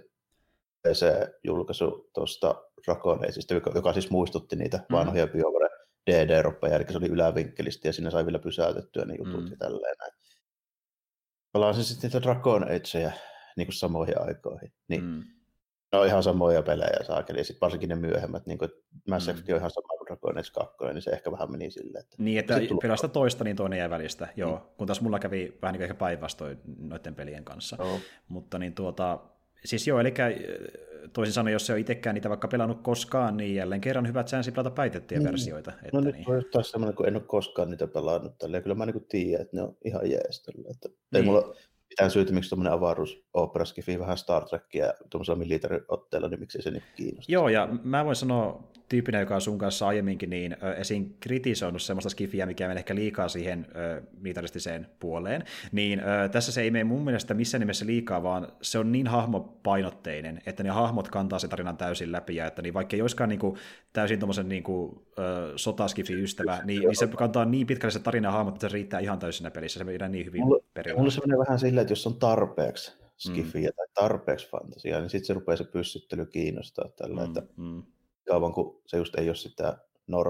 PC-julkaisu tuosta Dragon Ageista, joka siis muistutti niitä vanhoja BioWare DD-roppeja, eli se oli ylävinkkelistä, ja siinä sai vielä pysäytettyä ne jutut ja tälleen näin. Pelasin sitten niitä Dragon Ageja niin kuin samoihin aikoihin. Niin ne on ihan samoja pelejä saakeli, ja sitten varsinkin ne myöhemmät, niin kuin Mass Effect on ihan sama kuin Dragon Age 2, niin se ehkä vähän meni silleen. Että
niin, että pelasta toista, niin toinen jäi välistä, joo. Kun taas mulla kävi vähän niin kuin ehkä päinvastoin noiden pelien kanssa. Mutta niin siis joo, eli toisin sanoen, jos se on itsekään niitä vaikka pelannut koskaan, niin jälleen kerran hyvät säännöt pelata päitettyjä versioita. Että
no nyt on taas semmoinen, kun en ole koskaan niitä pelannut tälleen. Kyllä mä niin tiedän, että ne on ihan jees tälleen. Ei mulla mitään syytä, miksi tuommoinen avaruusoperaskifi vähän Star Trekkiä ja tuollaisella militariotteella, niin miksi se niin kiinnostaa.
Joo, ja mä voin sanoa tyyppinä, joka on sun kanssa aiemminkin, niin esim. Kritisoinut semmoista skifiä, mikä menee ehkä liikaa siihen militaristiseen puoleen, niin tässä se ei mene mun mielestä missään nimessä liikaa, vaan se on niin hahmopainotteinen, että ne hahmot kantaa sen tarinan täysin läpi, ja että niin vaikka ei olisikaan niin kuin täysin tuommoisen niin sotaskifi-ystävä, niin se kantaa niin pitkälle se tarina hahmot, että se riittää ihan täysin siinä pelissä, se menee niin hyvin perillä.
Mulla se menee vähän silleen, että jos on tarpeeksi skifiä tai tarpeeksi fantasiaa, niin sitten se rupeaa se pyssyttely kiinnostaa tällä, että kauan kun se just ei ole sitä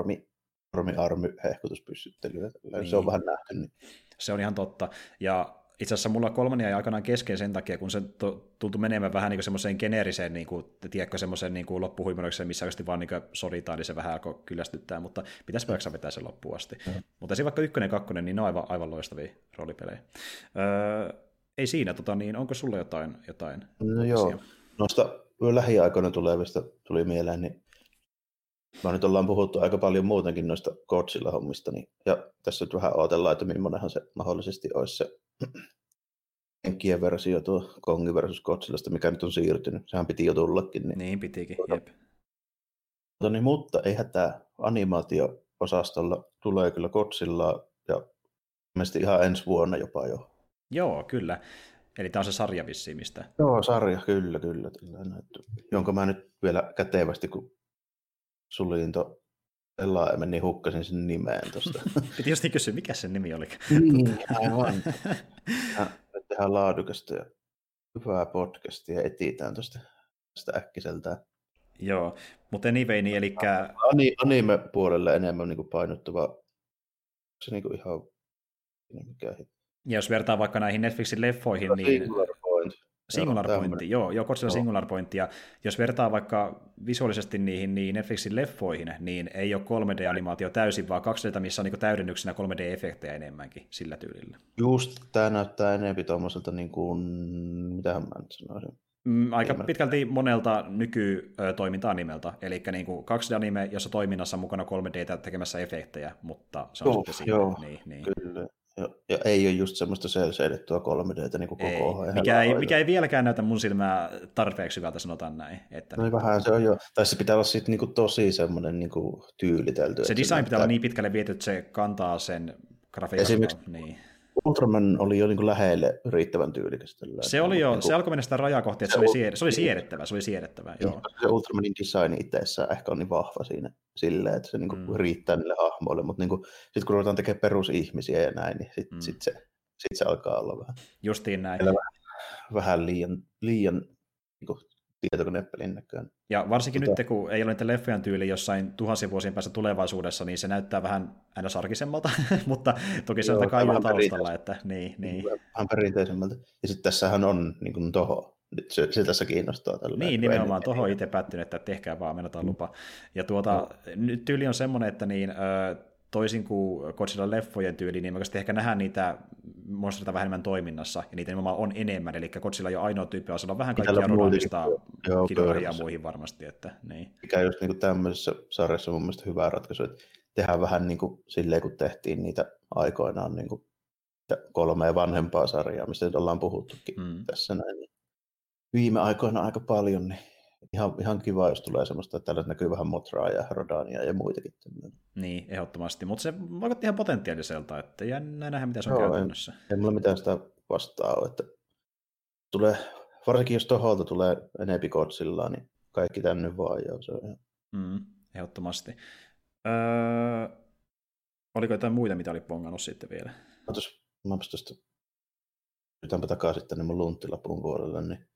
normi-army-hehkutuspyssyttelyä. Niin. Se on vähän nähty. Niin.
Se on ihan totta. Ja itse asiassa mulla 3 jäi aikanaan kesken sen takia, kun se tuntui menemään vähän niin kuin semmoiseen geneeriseen, niin kuin, tiedätkö, semmoiseen niin kuin loppuhuimennokseen, missä oikeasti vaan niin soditaan, niin se vähän alkoi kyllästyttää, mutta pitäisi jaksaa vetää sen loppuun asti. Mutta siinä vaikka 1 ja 2, niin ne on aivan loistavia roolipelejä. Ei siinä, niin onko sulla jotain
No joo, noista lähiaikoina tulevista tuli mieleen, niin nyt ollaan puhuttu aika paljon muutenkin noista Godzilla-hommista, niin, ja tässä nyt vähän odotellaan, että millainenhan se mahdollisesti olisi se Jenkkien versio tuo Kongi versus Godzillasta, mikä nyt on siirtynyt. Sehän piti jo tullakin.
Niin pitikin, jep.
Mutta eihän tämä animaatio-osastolla tulee kyllä Godzillaa, ja mielestäni ihan ensi vuonna jopa jo.
Joo, kyllä. Eli tämä on se sarja vissiin, mistä?
Joo, sarja, kyllä. Jonka mä nyt vielä kätevästi, kun Sulinto pelaajan, niin hukkasin sen nimeen tuosta.
Piti just kysyä, mikä sen nimi oli?
Niin, aivan. Nyt tehdään laadukasta ja hyvää podcastia ja etsitään tuosta äkkiseltään.
Joo, mutta anyway, niin eli
anime-puolelle enemmän niin kuin painottuva. Se niin kuin ihan mikä hit.
Ja jos vertaa vaikka näihin Netflixin leffoihin, niin Singular Pointti, joo, Godzilla Singular Pointti, ja jos vertaa vaikka visuaalisesti niihin niin Netflixin leffoihin, niin ei ole 3D-animaatio täysin, vaan 2D, missä on niin täydennyksenä 3D-efektejä enemmänkin sillä tyylillä.
Just, tämä näyttää enemmän tuommoiselta, niin kuin, mitähän mä nyt sanoisin.
Aika pitkälti monelta nykytoiminta-animelta, eli niin kuin 2D-anime, jossa toiminnassa on mukana 3D tekemässä efektejä, mutta se on sitten siinä.
Joo, niin. Kyllä. Ja ei ole just semmoista selseidettyä 3D:tä niin kuin koko ajan.
Mikä ei vieläkään näytä mun silmää tarpeeksi hyvältä, sanotaan näin. Että
no vähän se on jo. Tai se pitää olla sitten niin kuin tosi semmoinen niin kuin tyylitelty.
Se design pitää olla niin pitkälle viety, että se kantaa sen grafiikan.
Esimerkiksi Ultraman oli jo niin kuin lähelle riittävän tyylikäs.
Se oli jo, se alkoi mennä sitä rajaa kohti, että se oli siedettävä. Joo.
Se Ultramanin design itsessään ehkä on niin vahva siinä silleen, että se niin kuin riittää niille hahmoille, mutta niin sitten kun ruvetaan tekemään perusihmisiä ja näin, niin sitten se alkaa olla vähän.
Justiin näin.
Vähän liian niin kuin tietokonepelin näköinen.
Ja varsinkin nyt, kun ei ole niitä leffojen tyyli jossain tuhansien vuosien päästä tulevaisuudessa, niin se näyttää vähän aina sarkisemmalta, mutta toki se on kaivaa taustalla, että niin.
Vähän perinteisemmältä. Ja sitten tässähän on niin kuin toho. Nyt se tässä kiinnostaa. Tällä
niin, nimenomaan toho itse päättynyt, että tehkää vaan, menetään lupa. Ja nyt tyyli on semmoinen, että toisin kuin Godzilla-leffojen tyyli, niin me ehkä nähdään niitä monsterita vähemmän toiminnassa, ja niitä nimenomaan on enemmän, eli Godzilla ei ole ainoa tyyppi, vaan on vähän kaikkia Rodonista Ghidorahia ja muihin varmasti. Että, niin.
Mikä just niin kuin tämmöisessä sarjassa on mun mielestä hyvä ratkaisu, että tehdään vähän niin kuin silleen, kun tehtiin niitä aikoinaan niin kuin 3 vanhempaa sarjaa, mistä nyt ollaan puhuttukin tässä näin. Viime aikoina aika paljon, niin ihan kiva, jos tulee semmoista, että täällä näkyy vähän Motraa ja Rodania ja muitakin.
Niin, ehdottomasti, mutta se vaikutti ihan potentiaaliselta, että jännä nähdä, mitä se on käytännössä.
Ei mulla mitään sitä vastaa ole, että tulee, varsinkin jos toholta tulee enempi Godzillaa, niin kaikki tänne vaan, ja se on ihan...
Ehdottomasti. Oliko jotain muita, mitä oli pongannut sitten vielä?
Mä tuosta yritänpä takaisin tänne mun lunttilapun puolelle, niin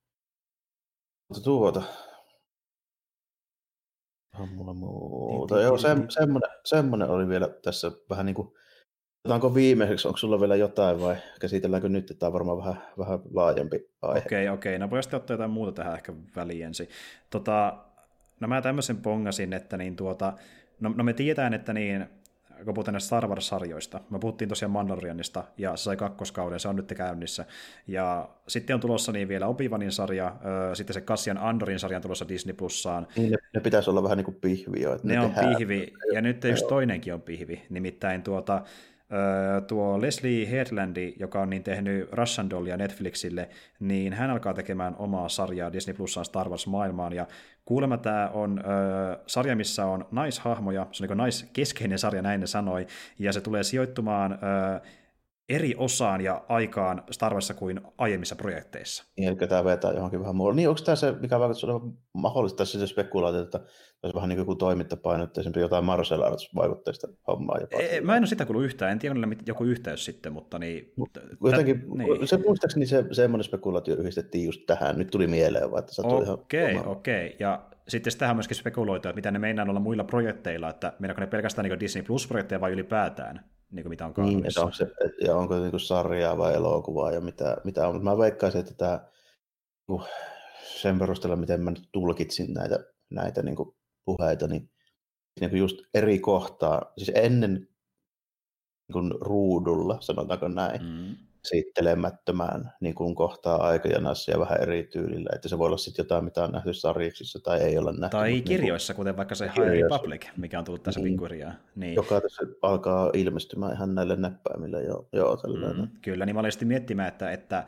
on mulla muuta. Joo, semmoinen oli vielä tässä vähän niin kuin, otetaanko viimeiseksi, onko sulla vielä jotain vai käsitelläänkö nyt, että tämä on varmaan vähän laajempi aihe.
Okei. No voisi ottaa jotain muuta tähän ehkä väliin ensin. No mä tämmöisen pongasin, että no me tiedetään, että kun puhutaan näistä Star Wars-sarjoista, me puhuttiin tosiaan Mandalorianista, ja se sai 2. kauden, se on nyt käynnissä. Ja sitten on tulossa vielä Obi-Wanin sarja, sitten se Cassian Andorin sarja on tulossa Disney Plussaan.
Niin, ne pitäisi olla vähän niin kuin pihvi jo.
Ne on pihvi, ja nyt just toinenkin on pihvi, nimittäin tuo Leslie Headlandi, joka on tehnyt Russian Dollia Netflixille, niin hän alkaa tekemään omaa sarjaa Disney Plussaan Star Wars-maailmaan, ja kuulemma tämä on sarja, missä on naishahmoja, se on niin naiskeskeinen sarja, näin ne sanoi, ja se tulee sijoittumaan eri osaan ja aikaan Star Warsissa kuin aiemmissa projekteissa.
Niin, eli tämä vetää johonkin vähän muualle. Niin, onko tämä se, mikä vaikuttaa olevan mahdollista, se spekulaatio, että olisi vähän niin kuin joku toimintapainotteisempi, jotain Marcel Arts-vaikutteista hommaa jopa?
Mä en ole sitä kuullut yhtään, en tiedä, onko joku yhteys sitten, mutta niin...
Kuitenkin, se muistaakseni semmoinen spekulaatio yhdistettiin just tähän, nyt tuli mieleen, vaan että satoi
Okei, ja sitten tähän on myöskin spekuloitu, että mitä ne meinaa olla muilla projekteilla, että meinaanko ne pelkästään niin Disney Plus-projekteja vai ylipäätään, niin kuin mitä on kaavissa.
Ja onko niin kuin sarjaa vai elokuvaa ja mitä on. Mä veikkaisin, että tämä, sen perusteella, miten mä nyt tulkitsin näitä niin kuin puheita, niin just eri kohtaa, siis ennen niin kuin ruudulla, sanotaanko näin, esittelemättömään niin kuin kohtaa aikajanassa ja vähän eri tyylillä, että se voi olla sitten jotain, mitä on nähty sarjiksissa tai ei ole nähty.
Tai kirjoissa, kuten vaikka se High Republic, mikä on tullut tässä pikkuhiljaa. Niin.
Joka tässä alkaa ilmestymään ihan näille näppäimille jo tällainen.
Kyllä, niin mä olin sitten miettimään, että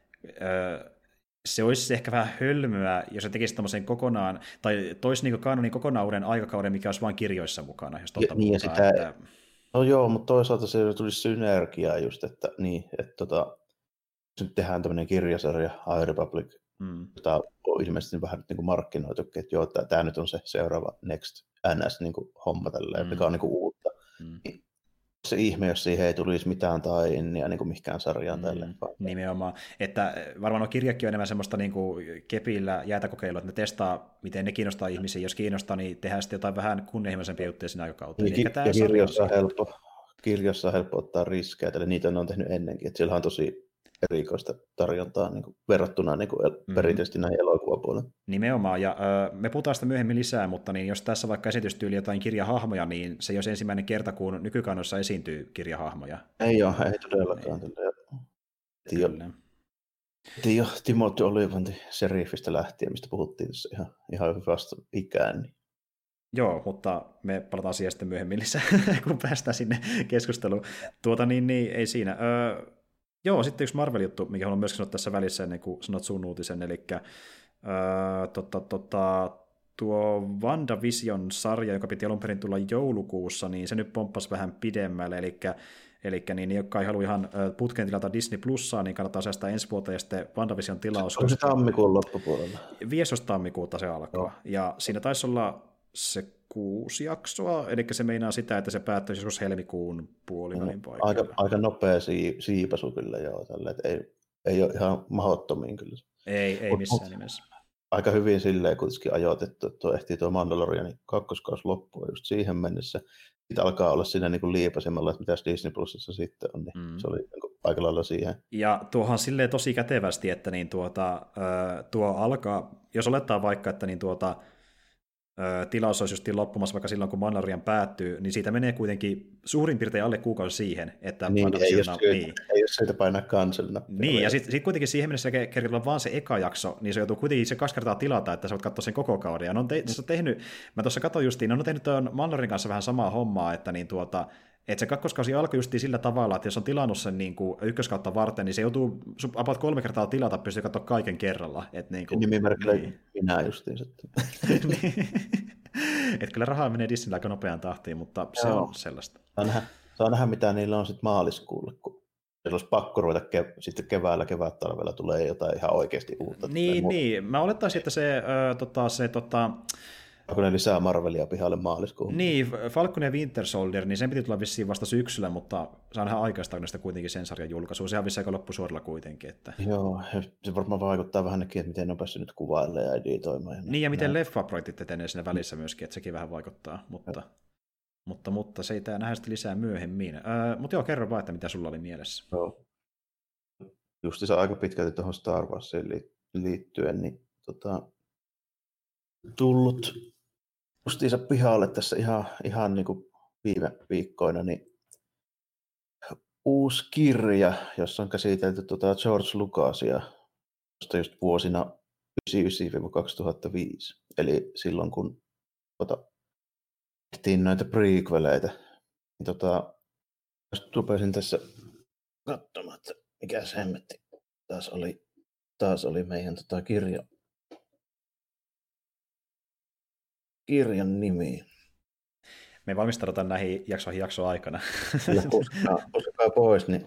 se olisi ehkä vähän hölmöä, jos se tekisi tämmöisen kokonaan, tai toisi niin kanonin kokonaan uuden aikakauden, mikä olisi vain kirjoissa mukana, jos totta
niin,
puhutaan. Että...
No joo, mutta toisaalta se tulisi synergiaa just, että nyt tehdään tämmöinen kirjasarja, High Republic, jota on ilmeisesti vähän niin kuin markkinoitukin, että joo, tämä nyt on se seuraava Next NS niin kuin homma tälleen, mikä on niin kuin uutta. Se ihme, jos siihen ei tulisi mitään tai niin kuin mihinkään sarjaan tälleen.
Nimenomaan, että varmaan on kirjakin on enemmän semmoista niin kuin kepillä jäätä kokeilua, että ne testaa, miten ne kiinnostaa ihmisiä, jos kiinnostaa, niin tehdään sitten jotain vähän kunnianhimoisempia juttuja siinä aikakautta.
Ja kirjassa on helppo ottaa riskejä, eli niitä on tehnyt ennenkin, että siellä on tosi erikoista tarjontaa niin kuin verrattuna niin kuin perinteisesti näihin elokuvapuolelle.
Nimenomaan, ja me puhutaan sitä myöhemmin lisää, mutta niin jos tässä vaikka esitystyyli jotain kirjahahmoja, niin se ei ole ensimmäinen kerta, kun nykykannossa esiintyy kirjahahmoja.
Ei todellakaan. Timothy Olyphant Sheriffistä lähtien, mistä puhuttiin tässä ihan vasta ikään. Niin.
Joo, mutta me palataan siihen sitten myöhemmin lisää, kun päästään sinne keskusteluun. Ei siinä. Joo, sitten yksi Marvel-juttu, mikä haluan myöskin sanoa tässä välissä ennen kuin sanot sun uutisen, eli tuo WandaVision-sarja, joka piti alun perin tulla joulukuussa, niin se nyt pomppasi vähän pidemmälle, eli niin, jotka ei halua ihan putkeen tilata Disney Plussaa, niin kannattaa säästää ensi vuotta ja sitten WandaVision tilaus.
Onko se tammikuun loppupuolella?
15. tammikuuta se alkaa, ja siinä taisi olla se 6 jaksoa, eli se meinaa sitä, että se päättäisi joskus helmikuun puolivälin paikalla.
Aika nopea siipasu kyllä joo, tällä, että ei ole ihan mahdottomiin kyllä.
Ei missään nimessä.
aika hyvin silleen kuitenkin ajoitettu, että tuo ehtii tuo Mandalorianin kakkoskausi loppua just siihen mennessä. Sitten alkaa olla siinä niin kuin liipasemalla, että mitäs Disney Plusissa sitten on, niin se oli niin kuin aika lailla siihen.
Ja tuohan silleen tosi kätevästi, että niin tuo alkaa, jos olettaa vaikka, että niin tilaus olisi just loppumassa vaikka silloin, kun Mandalorian päättyy, niin siitä menee kuitenkin suurin piirtein alle kuukausi siihen, että
niin, ei ole syytä painaa cancel-nappia.
Niin, ja sitten kuitenkin siihen mennessä kertaa vaan se eka jakso, niin se joutuu kuitenkin se 2 kertaa tilata, että sä voit katsoa sen koko kauden. Ja se on tehnyt, mä tuossa katsoin justiin, ne on tehnyt tuon Mandalorian kanssa vähän samaa hommaa, että niin että se kakkoskausi alkoi justiin sillä tavalla, että jos on tilannut sen niin kuin ykköskautta varten, niin se joutuu about 3 kertaa tilata, pystyy katsoa kaiken kerralla.
Nimimerkillä minä justiin sitten.
Että kyllä rahaa menee Disneyllä aika nopeaan tahtiin, mutta se on sellaista.
Saa nähdä, mitä niillä on sitten maaliskuulle, kun se olisi pakko ruveta sitten keväällä, kevättalvella tulee jotain ihan oikeasti uutta.
Niin. Mä olettaisin, että
kun ne lisää Marvelia pihalle maaliskuun.
Niin, Falcon ja Winter Soldier, niin sen piti tulla vissiin vasta syksyllä, mutta se on ihan aikaista sitä kuitenkin sen sarjan julkaisuun. Sehän vissiin aika loppusuoralla kuitenkin. Että...
Joo, se varmaan vaikuttaa vähän nekin, että miten on päässyt nyt kuvailemaan ja editoimaan.
Niin, ja miten leffaprojektit etenee siinä välissä myöskin, että sekin vähän vaikuttaa, mutta se ei nähdä sitten lisää myöhemmin. Mutta joo, kerro vaan, että mitä sulla oli mielessä.
Joo. Justiinsa aika pitkälti tuohon Star Warsiin liittyen, niin tullut justiinsa pihalle tässä ihan niin kuin viime viikkoina, niin uusi kirja, jossa on käsitelty George Lucasia, josta just vuosina 1999-2005, eli silloin kun tehtiin noita prequeleitä, niin rupesin tässä katsomaan, että mikä se hemmetti taas oli meidän kirjan nimi.
Me valmistaudutaan näihin jakson aikana.
Uskokaa pois, niin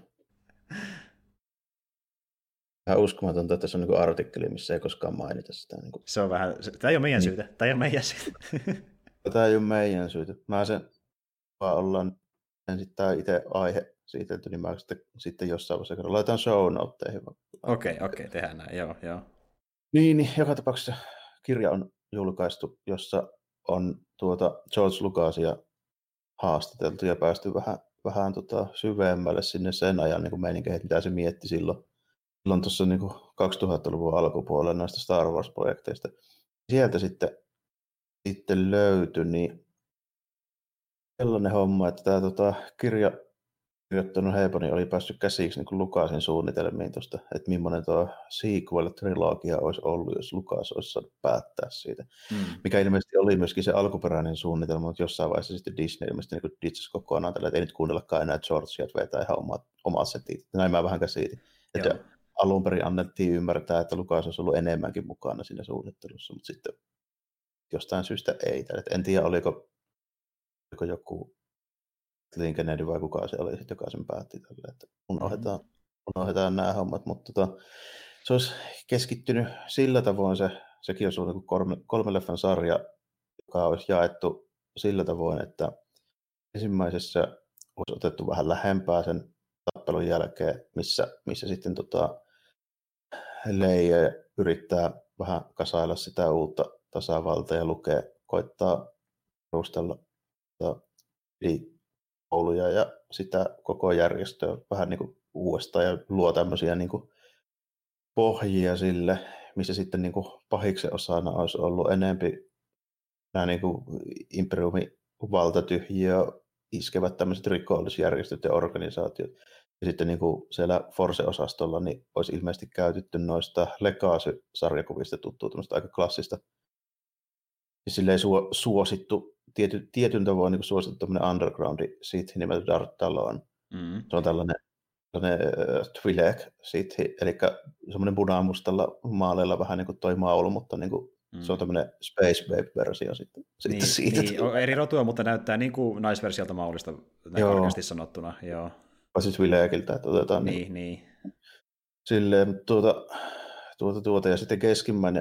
vähän uskomatonta, että se on niin artikkeli, missä ei koskaan mainita sitä. Niin kuin...
Se on vähän, tämä ei ole meidän syytä. Tämä ei ole meidän syytä.
Tämä ei ole meidän syytä. Mä sen vaan ollaan ensin tämä itse aihe siitelty, niin mä sitten jossain vaiheessa laitan show noteihin.
Okei, tehdään näin, joo.
Niin, joka tapauksessa kirja on julkaistu, jossa on George Lucasia haastateltu ja päästy vähän syvemmälle sinne sen ajan niin meininkeihin, mitä se mietti silloin tuossa niin 2000-luvun alkupuolella näistä Star Wars-projekteista. Sieltä sitten löytyi niin sellainen homma, että tämä kirjoittanut Heboni oli päässyt käsiksi niin Lucasin suunnitelmiin tuosta, että millainen tuo sequel-trilogia olisi ollut, jos Lucas olisi saanut päättää siitä. Mikä ilmeisesti oli myöskin se alkuperäinen suunnitelma, mutta jossain vaiheessa sitten Disney ilmeisesti niin ditsasi kokonaan tällä, että ei nyt kuunnellakaan enää Georgea, että vetää ihan omat setit. Näin mä vähän käsitin. Että alun perin annettiin ymmärtää, että Lucas olisi ollut enemmänkin mukana siinä suunnittelussa, mutta sitten jostain syystä ei. En tiedä, oliko joku Kennedy vai kuka se oli, joka sen päätti tälle, että unohdetaan nämä hommat, mutta se olisi keskittynyt sillä tavoin, sekin olisi ollut kolme leffan sarja, joka olisi jaettu sillä tavoin, että ensimmäisessä olisi otettu vähän lähempää sen tappelun jälkeen, missä sitten Leia yrittää vähän kasailla sitä uutta tasavaltaa ja koittaa perustella kouluja ja sitä koko järjestöä vähän niin kuin uudestaan ja luo tämmöisiä niin kuin pohjia sille, missä sitten niin kuin pahiksen osana olisi ollut enempi nämä niin kuin imperiumin valtatyhjiä iskevät tämmöiset rikollisjärjestöt ja organisaatiot. Ja sitten niin kuin siellä Force-osastolla niin olisi ilmeisesti käytetty noista Legacy-sarjakuvista tuttua tämmöistä aika klassista ja silleen suosittu tietyn tavoin niin suosittu tämmöinen undergroundi Sith nimeltä Darth Talon. Se on tällainen Twi'lek Sith, eli semmoinen punamustalla maaleilla vähän niin kuin toi maulu, mutta niin kuin se on tämmöinen Space Babe-versio sitten siitä.
Niin, eri rotua, mutta näyttää niin kuin naisversiolta maulista, karkeasti sanottuna. Joo.
Vai Twi'lekiltä, että otetaan
niin.
Silleen, ja sitten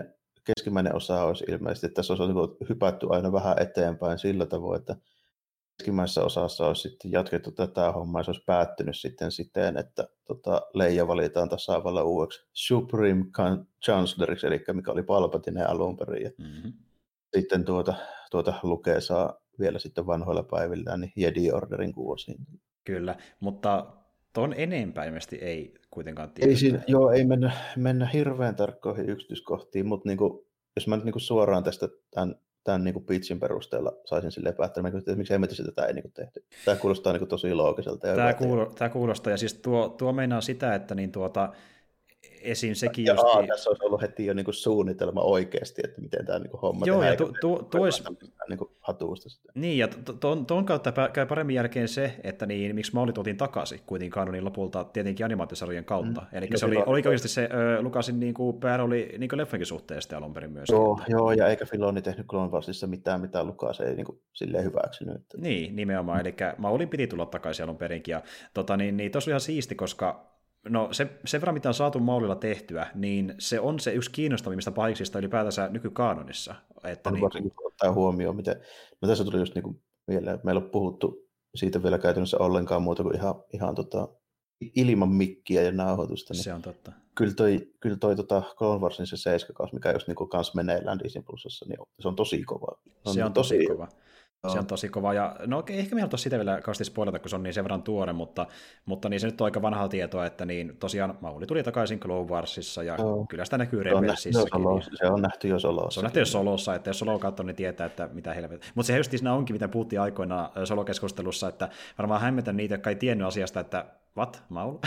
keskimmäinen osa olisi ilmeisesti, että tässä olisi niin hypätty aina vähän eteenpäin sillä tavoin, että keskimmäisessä osassa olisi sitten jatkettu tätä hommaa, ja se olisi päättynyt sitten siten, että Leija valitaan tasavallan uudeksi Supreme Chancelloriksi, eli mikä oli Palpatine alun perin. Ja sitten Luke saa vielä sitten vanhoilla päivillään niin Jedi Orderin kuosiin.
Kyllä, mutta tuon enempää ilmeisesti ei kuitenkaan
tiedä. Ei mennä hirveän tarkkoihin yksityiskohtiin, mutta niinku, jos mä nyt niinku suoraan tästä tämän niinku pitchin perusteella saisin silleen päättää, että miksi hemmettissä tätä ei niinku tehty. Tämä kuulostaa niinku tosi loogiselta.
Tämä kuulostaa, ja siis tuo meinaa sitä, että niin esim. Sekin
ja tässä olisi ollut heti jo niinku suunnitelma oikeasti, että miten tämä niinku homma
tehdään.
Ja
olisi
niinku hatuusta sitä.
Niin, ja tuon kautta käy paremmin jälkeen se, että miksi Mauli tuotiin takaisin kuitenkin kanonin lopulta tietenkin animaatiosarjojen kautta. Eli se oli oikeasti se Lucasin niinku päärooli niinku leffankin suhteen sitten alun perin myös.
Joo, ja eikä Filoni tehnyt Clone Warsissa mitään, mitä Lucas ei niinku silleen hyväksynyt. Että.
Niin, nimenomaan. Eli Maulin piti tulla takaisin alun perinkin. Ja tuossa oli ihan siisti, koska sen verran, mitä on saatu Maulilla tehtyä, niin se on se yksi kiinnostavimmista pahiksista ylipäätänsä nykykaanonissa. Että
ottaa huomioon, miten. No tässä tuli just niinku mieleen, että meillä on puhuttu siitä vielä käytännössä ollenkaan muuta kuin ihan ilman mikkiä ja nauhoitusta. Niin
se on totta.
Kyllä toi Clone Warsin se 7-kaus, mikä just niinku kans meneillään Disney Plusassa, niin se on tosi kova.
Se on tosi kova. Se on tosi kova, ja no okei, ehkä me halutaan sitä vielä kauheasti spoilata, kun se on niin sen verran tuore, mutta niin se nyt on aika vanhaa tietoa, että niin tosiaan Mauli tuli takaisin Clone Warsissa, ja kyllä sitä näkyy Rebelsissäkin.
Se on nähty jo Solossa.
Se on nähty jo Solossa, että jos Solo on katsonut, niin tietää, että mitä helvettiä. Mutta se just siinä onkin, mitä puhuttiin aikoinaan Solo-keskustelussa, että varmaan hämmetä niitä, jotka ei tiennyt asiasta, että what, Maul?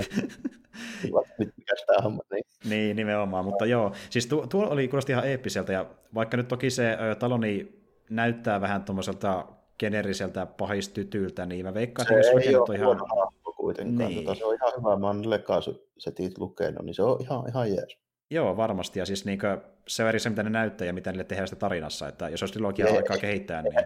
Mikäs tämä homma, niin.
Niin, nimenomaan, mutta joo, siis tuo oli kuulosti ihan eeppiseltä, ja vaikka nyt toki se Taloni näyttää vähän tuommoiselta geneeriseltä pahistytyltä, niin mä veikkaan, että
se ei ole huono hahmo kuitenkaan. Niin. Se on ihan hyvä, mä oon Legacy-setit lukenut, niin se on ihan jees.
Joo, varmasti, ja siis se on eri se, mitä ne näyttää ja mitä niille tehdään sitä tarinassa, että jos olisi trilogiaa aikaa kehittää, niin.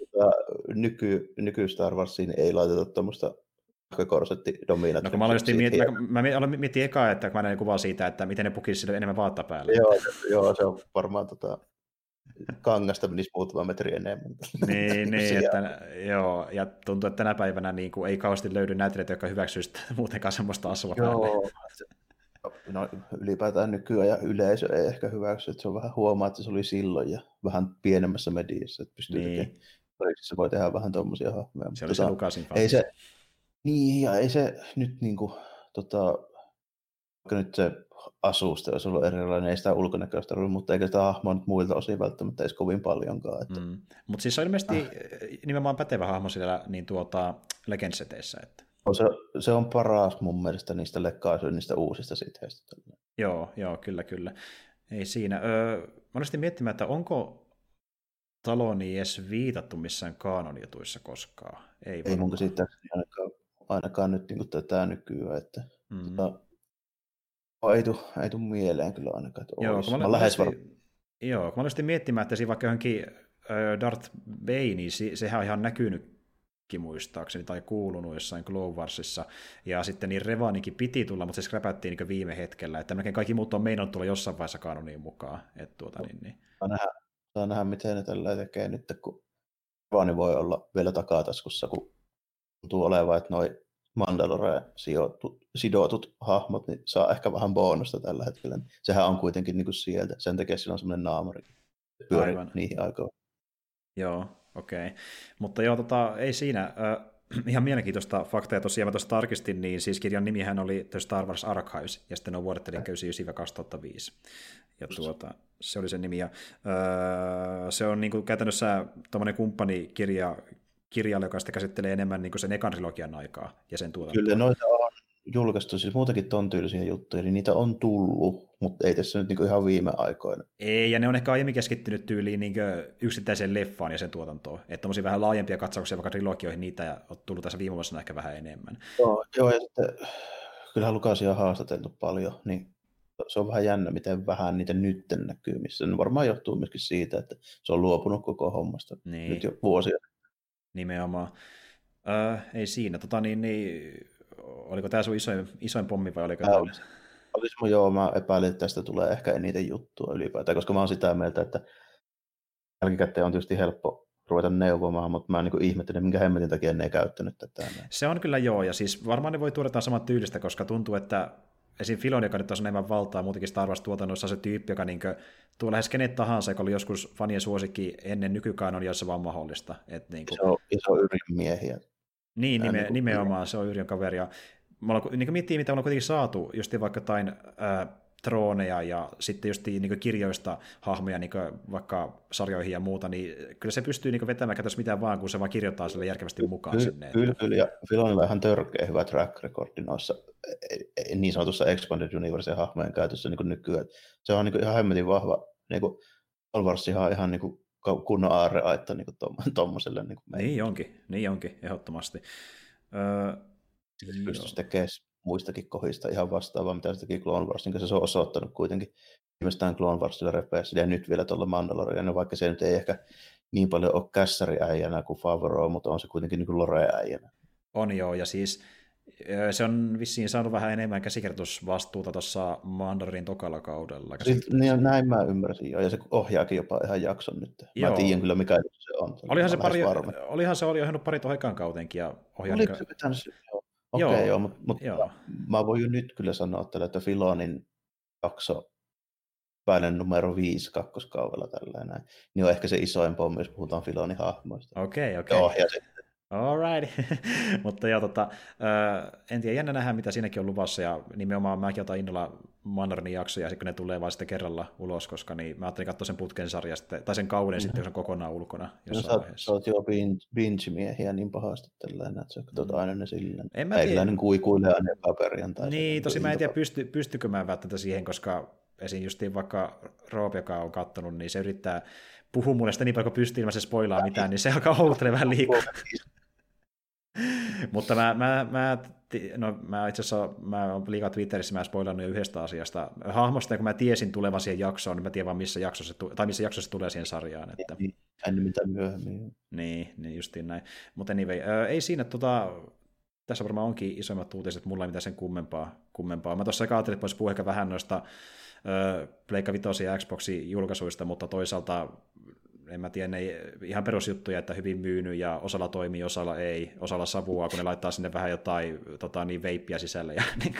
Nyky Star Warsiin ei laiteta tuommoista korsetti-dominaattia.
No, mä aloin miettiä ekaa, että kun mä näin kuvaa siitä, että miten ne pukisi sille enemmän vaatta päälle.
Joo, se on varmaan kangasta menisi muutama metri enemmän.
niin että, joo, ja tuntuu, että tänä päivänä niin kuin, ei kauheasti löydy näyttelijöitä, jotka hyväksyisivät muutenkaan semmoista asua päälle.
No ylipäätään nykyään ja yleisö ei ehkä hyväksy, että se on vähän huomaa, että se oli silloin ja vähän pienemmässä mediassa, että pystyy tekemään. Se voi tehdä vähän tuommoisia hahmoja.
Se oli se Lucasin
ei se nyt niinku, vaikka nyt se asusta olisi ollut erilainen, ei sitä ulkonäköistä ollut, mutta eikä sitä hahmoa nyt muilta osin välttämättä edes kovin paljonkaan. Että.
Mutta siis se on ilmeisesti nimenomaan pätevä hahmo siellä niin Legends-seteissä. Että.
Se on paras mun mielestä niistä niistä uusista siteistä.
Joo, kyllä. Ei siinä. Mä olisin miettimään, että onko Taloni edes viitattu missään kaanonjutuissa koskaan?
Ei mun käsittääkseni ainakaan nyt niin tätä nykyään, että ei tule mieleen kyllä ainakaan, että
Joo, kun mä olisin miettimään, että siinä vaikka johonkin Darth Bane, niin sehän on ihan näkynytkin muistaakseni, tai kuulunut jossain Clone Warsissa, ja sitten niin Revanikin piti tulla, mutta se skräpättiin niin viime hetkellä, että melkein kaikki muut on meinannut tulla jossain vaiheessa kanoniin mukaan.
Saa nähdä, miten ne tällä tekee nyt, kun Revani voi olla vielä takataskussa, kun tuntuu olevan, että noi Mandaloreen sidotut hahmot, niin saa ehkä vähän bonusta tällä hetkellä. Sehän on kuitenkin niin kuin sieltä. Sen takia sillä on semmoinen naamari. Pyörii niihin aikoihin.
Joo, okei. Mutta joo, ei siinä. Ihan mielenkiintoista faktaa. Tosiaan mä tuossa tarkistin, niin siis kirjan nimihän oli The Star Wars Archives, ja sitten on vuodet 1999-2005. Ja se oli sen nimi. Ja, se on niin kuin käytännössä tuommoinen kumppanikirjalle, joka sitten käsittelee enemmän niin kuin sen ekan trilogian aikaa ja sen tuotantoa.
Kyllä noita on julkaistu, siis muutakin ton tyylisiä juttuja, niin niitä on tullut, mutta ei tässä nyt niin kuin ihan viime aikoina.
Ei, ja ne on ehkä aiemmin keskittynyt tyyliin niin yksittäiseen leffaan ja sen tuotantoon. Että tommosia vähän laajempia katsauksia vaikka trilogioihin, niitä on tullut tässä viime vuosina ehkä vähän enemmän.
Joo, ja sitten kyllähän Lucasia on haastateltu paljon, niin se on vähän jännä, miten vähän niitä nytten näkyy, missä ne varmaan johtuu myöskin siitä, että se on luopunut koko hommasta nyt jo vuosia.
Nimenomaan. Ei siinä. Oliko tämä sun isoin pommi vai oliko tämä?
Joo, mä epäilin, että tästä tulee ehkä eniten juttua ylipäätään, koska mä oon sitä mieltä, että jälkikäteen on tietysti helppo ruveta neuvomaan, mutta mä niin ihmettelen, minkä hemmetin takia ne ei käyttänyt tätä.
Se on kyllä joo, ja siis varmaan ne voi tuoda saman tyylistä, koska tuntuu, että esim. Filon, joka nyt on enemmän valtaa muutenkin Star Wars-tuotannossa, on se tyyppi, joka niin tuo lähes kenet tahansa, joka oli joskus fanien suosikki ennen nykykanonia, jossa vaan mahdollista. Niin kuin...
Iso yrjönmiehiä.
Niin, nimenomaan, se on Yrjön kaveri. Ja niin miettii, mitä me ollaan kuitenkin saatu, just vaikka jotain trooneja ja sitten just niin kirjoista hahmoja niin vaikka sarjoihin ja muuta, niin kyllä se pystyy niin vetämään käytössä mitään vaan, kun se vaan kirjoittaa sille järkevästi mukaan sinne.
Kyllä, ja Filonilla on ihan törkeä hyvä track recordi noissa niin sanotussa Expanded Universe hahmojen käytössä niin nykyään. Se on niin ihan hemmetin vahva, niin kuin Star Wars ihan niin kuin kunnon aarreaitta niin tuommoiselle.
Niin onkin, ehdottomasti.
Se pystyisi tekemään muistakin kohdista ihan vastaavaa, mitä se teki Clone Wars, niin se on osoittanut kuitenkin viimeistään Clone Warsilla repeässä, ja nyt vielä tuolla Mandalorianilla, vaikka se nyt ei ehkä niin paljon ole kässäriäijänä kuin Favreau, mutta on se kuitenkin niin kuin Lore-äijänä.
On joo, ja siis se on vissiin saanut vähän enemmän käsikirjoitusvastuuta tuossa Mandalorian tokalla kaudella.
Niin, näin mä ymmärsin jo, ja se ohjaakin jopa ihan jakson nyt. Mä tiedän kyllä, mikä se on.
Olihan se ohjannut pari tuohon ekaan kautenkin.
Oliko se pitänyt? Okei, joo, mutta mä voin jo nyt kyllä sanoa tällä, että Filonin jakso päälle numero 5 kakkoskaudella tällainen, niin on ehkä se isoin pommi, jos puhutaan Filonin hahmoista.
Okei. All right. Mutta joo, en tiedä, jännä nähdä, mitä siinäkin on luvassa, ja nimenomaan mäkin otan innolla Mandalorianin jaksoja, kun ne tulee vaan sitten kerralla ulos, koska niin mä ajattelin katsoa sen putken sarja, tai sen kauden sitten, kun se on kokonaan ulkona jossain vaiheessa.
Sä oot jo binge-miehiä niin pahasti tällainen, että sä katsot aina ne silleen. Eiläinen kuikuilee aina epäperjantai.
Niin, tosi mä en tiedä, pystykö mä välttämättä siihen, koska esim. Justiin vaikka Roope, joka on kattonut, niin se yrittää puhua mulle sitä niin paljon, kun pystyy ilman se spoilaa mitään, niin se alkaa houkuttelemaan vähän liikaa. Mutta mä itse asiassa mä olen liikaa Twitterissä, mä spoilannut jo yhdestä asiasta hahmosta, ja kun mä tiesin tulevan siihen jaksoon, niin mä tiedän vaan missä jaksossa se tulee siihen sarjaan. Että...
En mitään myöhemmin.
Niin justiin näin. Mutta anyway, ei siinä, tässä varmaan onkin isoimmat uutiset, mulla ei mitään sen kummempaa. Mä tuossa ajattelin, että voisi puhua ehkä vähän noista Pleikka 5 ja Xboxin julkaisuista, mutta toisaalta en mä tiedä, ne ihan perusjuttuja, että hyvin myynyt ja osalla toimii, osalla ei, osalla savua, kun ne laittaa sinne vähän jotain veippiä sisälle. Ja, niin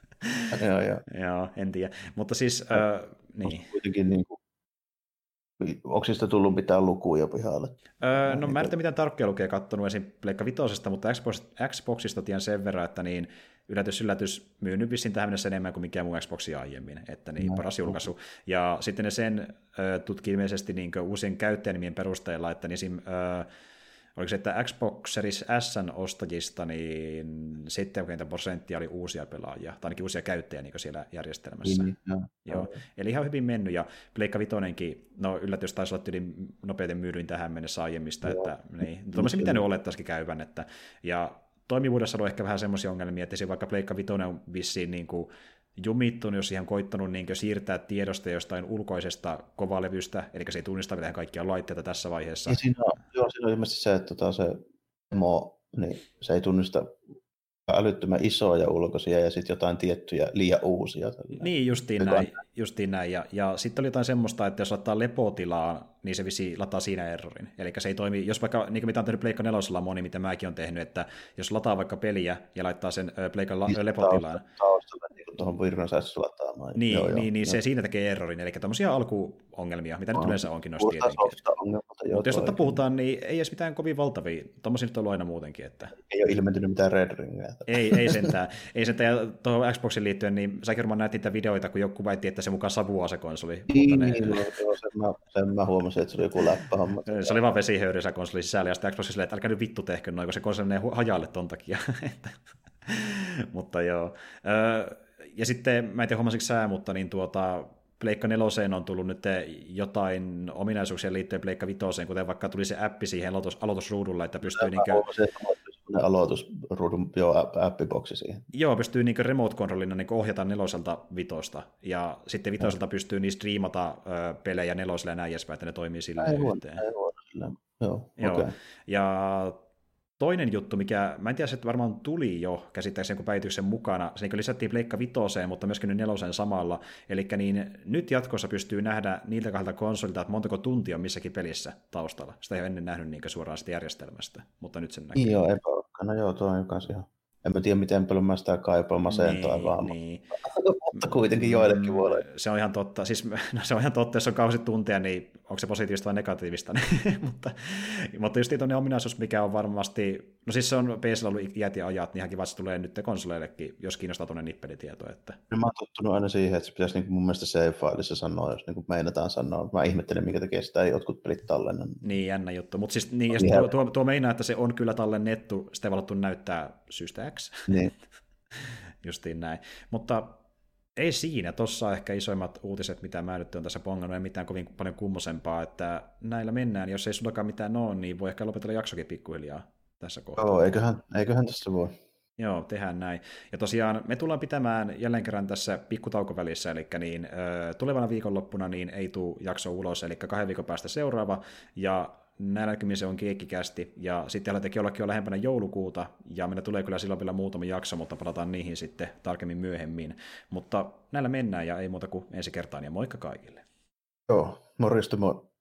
joo, en tiedä. Mutta siis, niin.
Kuitenkin niin kuin, onko siitä tullut mitään lukuja pihalle?
No mä en tiedä mitään tarkkoja lukuja kattonut esim. Pleikka 5, mutta Xboxista tiedän sen verran, että niin yllätys myynyt vissiin tähän mennessä enemmän kuin mikään muu Xboxi aiemmin, että niin paras julkaisu. Ja sitten ne sen tutki ilmeisesti niin uusien käyttäjänimien perusteella, että niin oliko se, että Xbox Series S:n ostajista niin 70% oli uusia pelaajia, tai ainakin uusia käyttäjiä niin siellä järjestelmässä. Joo. Eli ihan hyvin mennyt, ja Pleikka 5:nkin, no yllätys taisi olla yli nopeiten myydyin tähän mennessä aiemmista, että niin, tuommoisia mitä ne olettaisikin käyvän, että, ja toimivuudessa on ehkä vähän semmoisia ongelmia, että vaikka Pleikka 5 on vissiin niin kuin jumittunut, jos siihen koittanut niin siirtää tiedosta jostain ulkoisesta kovalevystä, eli se ei tunnista mitään kaikkia laitteita tässä vaiheessa.
Ja siinä on ilmeisesti se, että se emo, niin se ei tunnista älyttömän isoja ulkoisia ja sitten jotain tiettyjä liian uusia.
Niin, justiin näin. Ja sitten oli jotain semmoista, että jos laittaa lepotilaan, niin se visi lataa siinä errorin. Eli se ei toimi, jos vaikka, niin kuin mitä on tehnyt Pleikka 4:lla moni, mitä mäkin on tehnyt, että jos lataa vaikka peliä ja laittaa sen Pleikan lepotilaan.
Tuohon virransäästössä lataamaan.
Niin se siinä tekee errorin, eli tämmöisiä alkuongelmia, mitä nyt yleensä onkin noissa tietenkin. Mutta jos puhutaan, niin ei edes mitään kovin valtavia, tuommoisia nyt on ollut aina muutenkin. Että...
Ei ole ilmentynyt mitään Red Ringia.
Ei sentään. Ja tuohon Xboxin liittyen, niin säkin varmaan näet niitä videoita, kun joku väitti, että se mukaan savua se konsoli.
Sen mä huomasin, että se oli joku läppähamma.
Se oli vaan vesihöyry se konsoli sisällä, ja sitten Xboxin silleen, että älkää nyt vittu tehkö noin, kun se konsoli menee hajalle ton takia. Mutta joo. Ja sitten, mä en tiedä huomasitko sä, mutta niin Pleikka 4 on tullut nyt jotain ominaisuuksia liittyen Pleikka 5, kuten vaikka tuli se appi siihen aloitusruudulla, että pystyy
aloitusruudun appiboksi siihen.
Joo, pystyy remote controlina ohjata 4 5, ja sitten 5 pystyy niistä striimata pelejä 4 ja näin edespäin, että ne toimii silleen yhteen.
Joo.
Okay. Ja toinen juttu, mikä, mä en tiedä, se varmaan tuli jo käsittääkseni kun päivityksen mukana, se niin lisättiin Pleikka Vitoseen, mutta myöskin nyt Neloseen samalla, eli niin nyt jatkossa pystyy nähdä niiltä kahdelta konsolilta, että montako tuntia on missäkin pelissä taustalla. Sitä ei ole ennen nähnyt niin suoraan sitä järjestelmästä, mutta nyt sen näkyy.
Joo, epäorkkana, joo, tuo on kanssa ihan. En mä tiedä, miten paljon mä sitä kaipaan masentoa vaan.
Niin.
Mutta kuitenkin joillekin voi olla.
Se on ihan totta. Siis, no se on ihan totta, jos on kausitunteja, niin onko se positiivista vai negatiivista. mutta just tuonne ominaisuus, mikä on varmasti, no siis se on PC:llä ollut iät ja ajat, niin ihan kiva, että se tulee nyt konsoleillekin, jos kiinnostaa tuonne nippelitieto. Että...
No, mä oon tottunut aina siihen, että se pitäisi niin mun mielestä save-fileissa sanoa, jos niin meinataan sanoa. Mä ihmettelen, minkä takia sitä ei jotkut pelit tallenna.
Niin, jännä juttu. Mutta siis niin, tuo meinaa, että se on kyllä tallennettu, sitä ei valottu näyttää syystä X.
Niin.
Justiin näin. Mutta ei siinä. Tuossa ehkä isoimmat uutiset, mitä mä nyt olen tässä pongannut, ei mitään kovin paljon kummosempaa, että näillä mennään. Jos ei sullakaan mitään ole, niin voi ehkä lopetella jaksokin pikkuhiljaa tässä kohtaa.
Joo, eiköhän tässä voi.
Joo, tehdään näin. Ja tosiaan me tullaan pitämään jälleen kerran tässä pikkutaukovälissä, eli niin, tulevana viikonloppuna niin ei tule jakso ulos, eli 2 viikon päästä seuraava, ja näillä näkymin se on keikkikästi, ja sitten aletaan ollakin jo lähempänä joulukuuta, ja meillä tulee kyllä silloin vielä muutama jakso, mutta palataan niihin sitten tarkemmin myöhemmin. Mutta näillä mennään, ja ei muuta kuin ensi kertaan, ja moikka kaikille.
Joo, morjesta moi.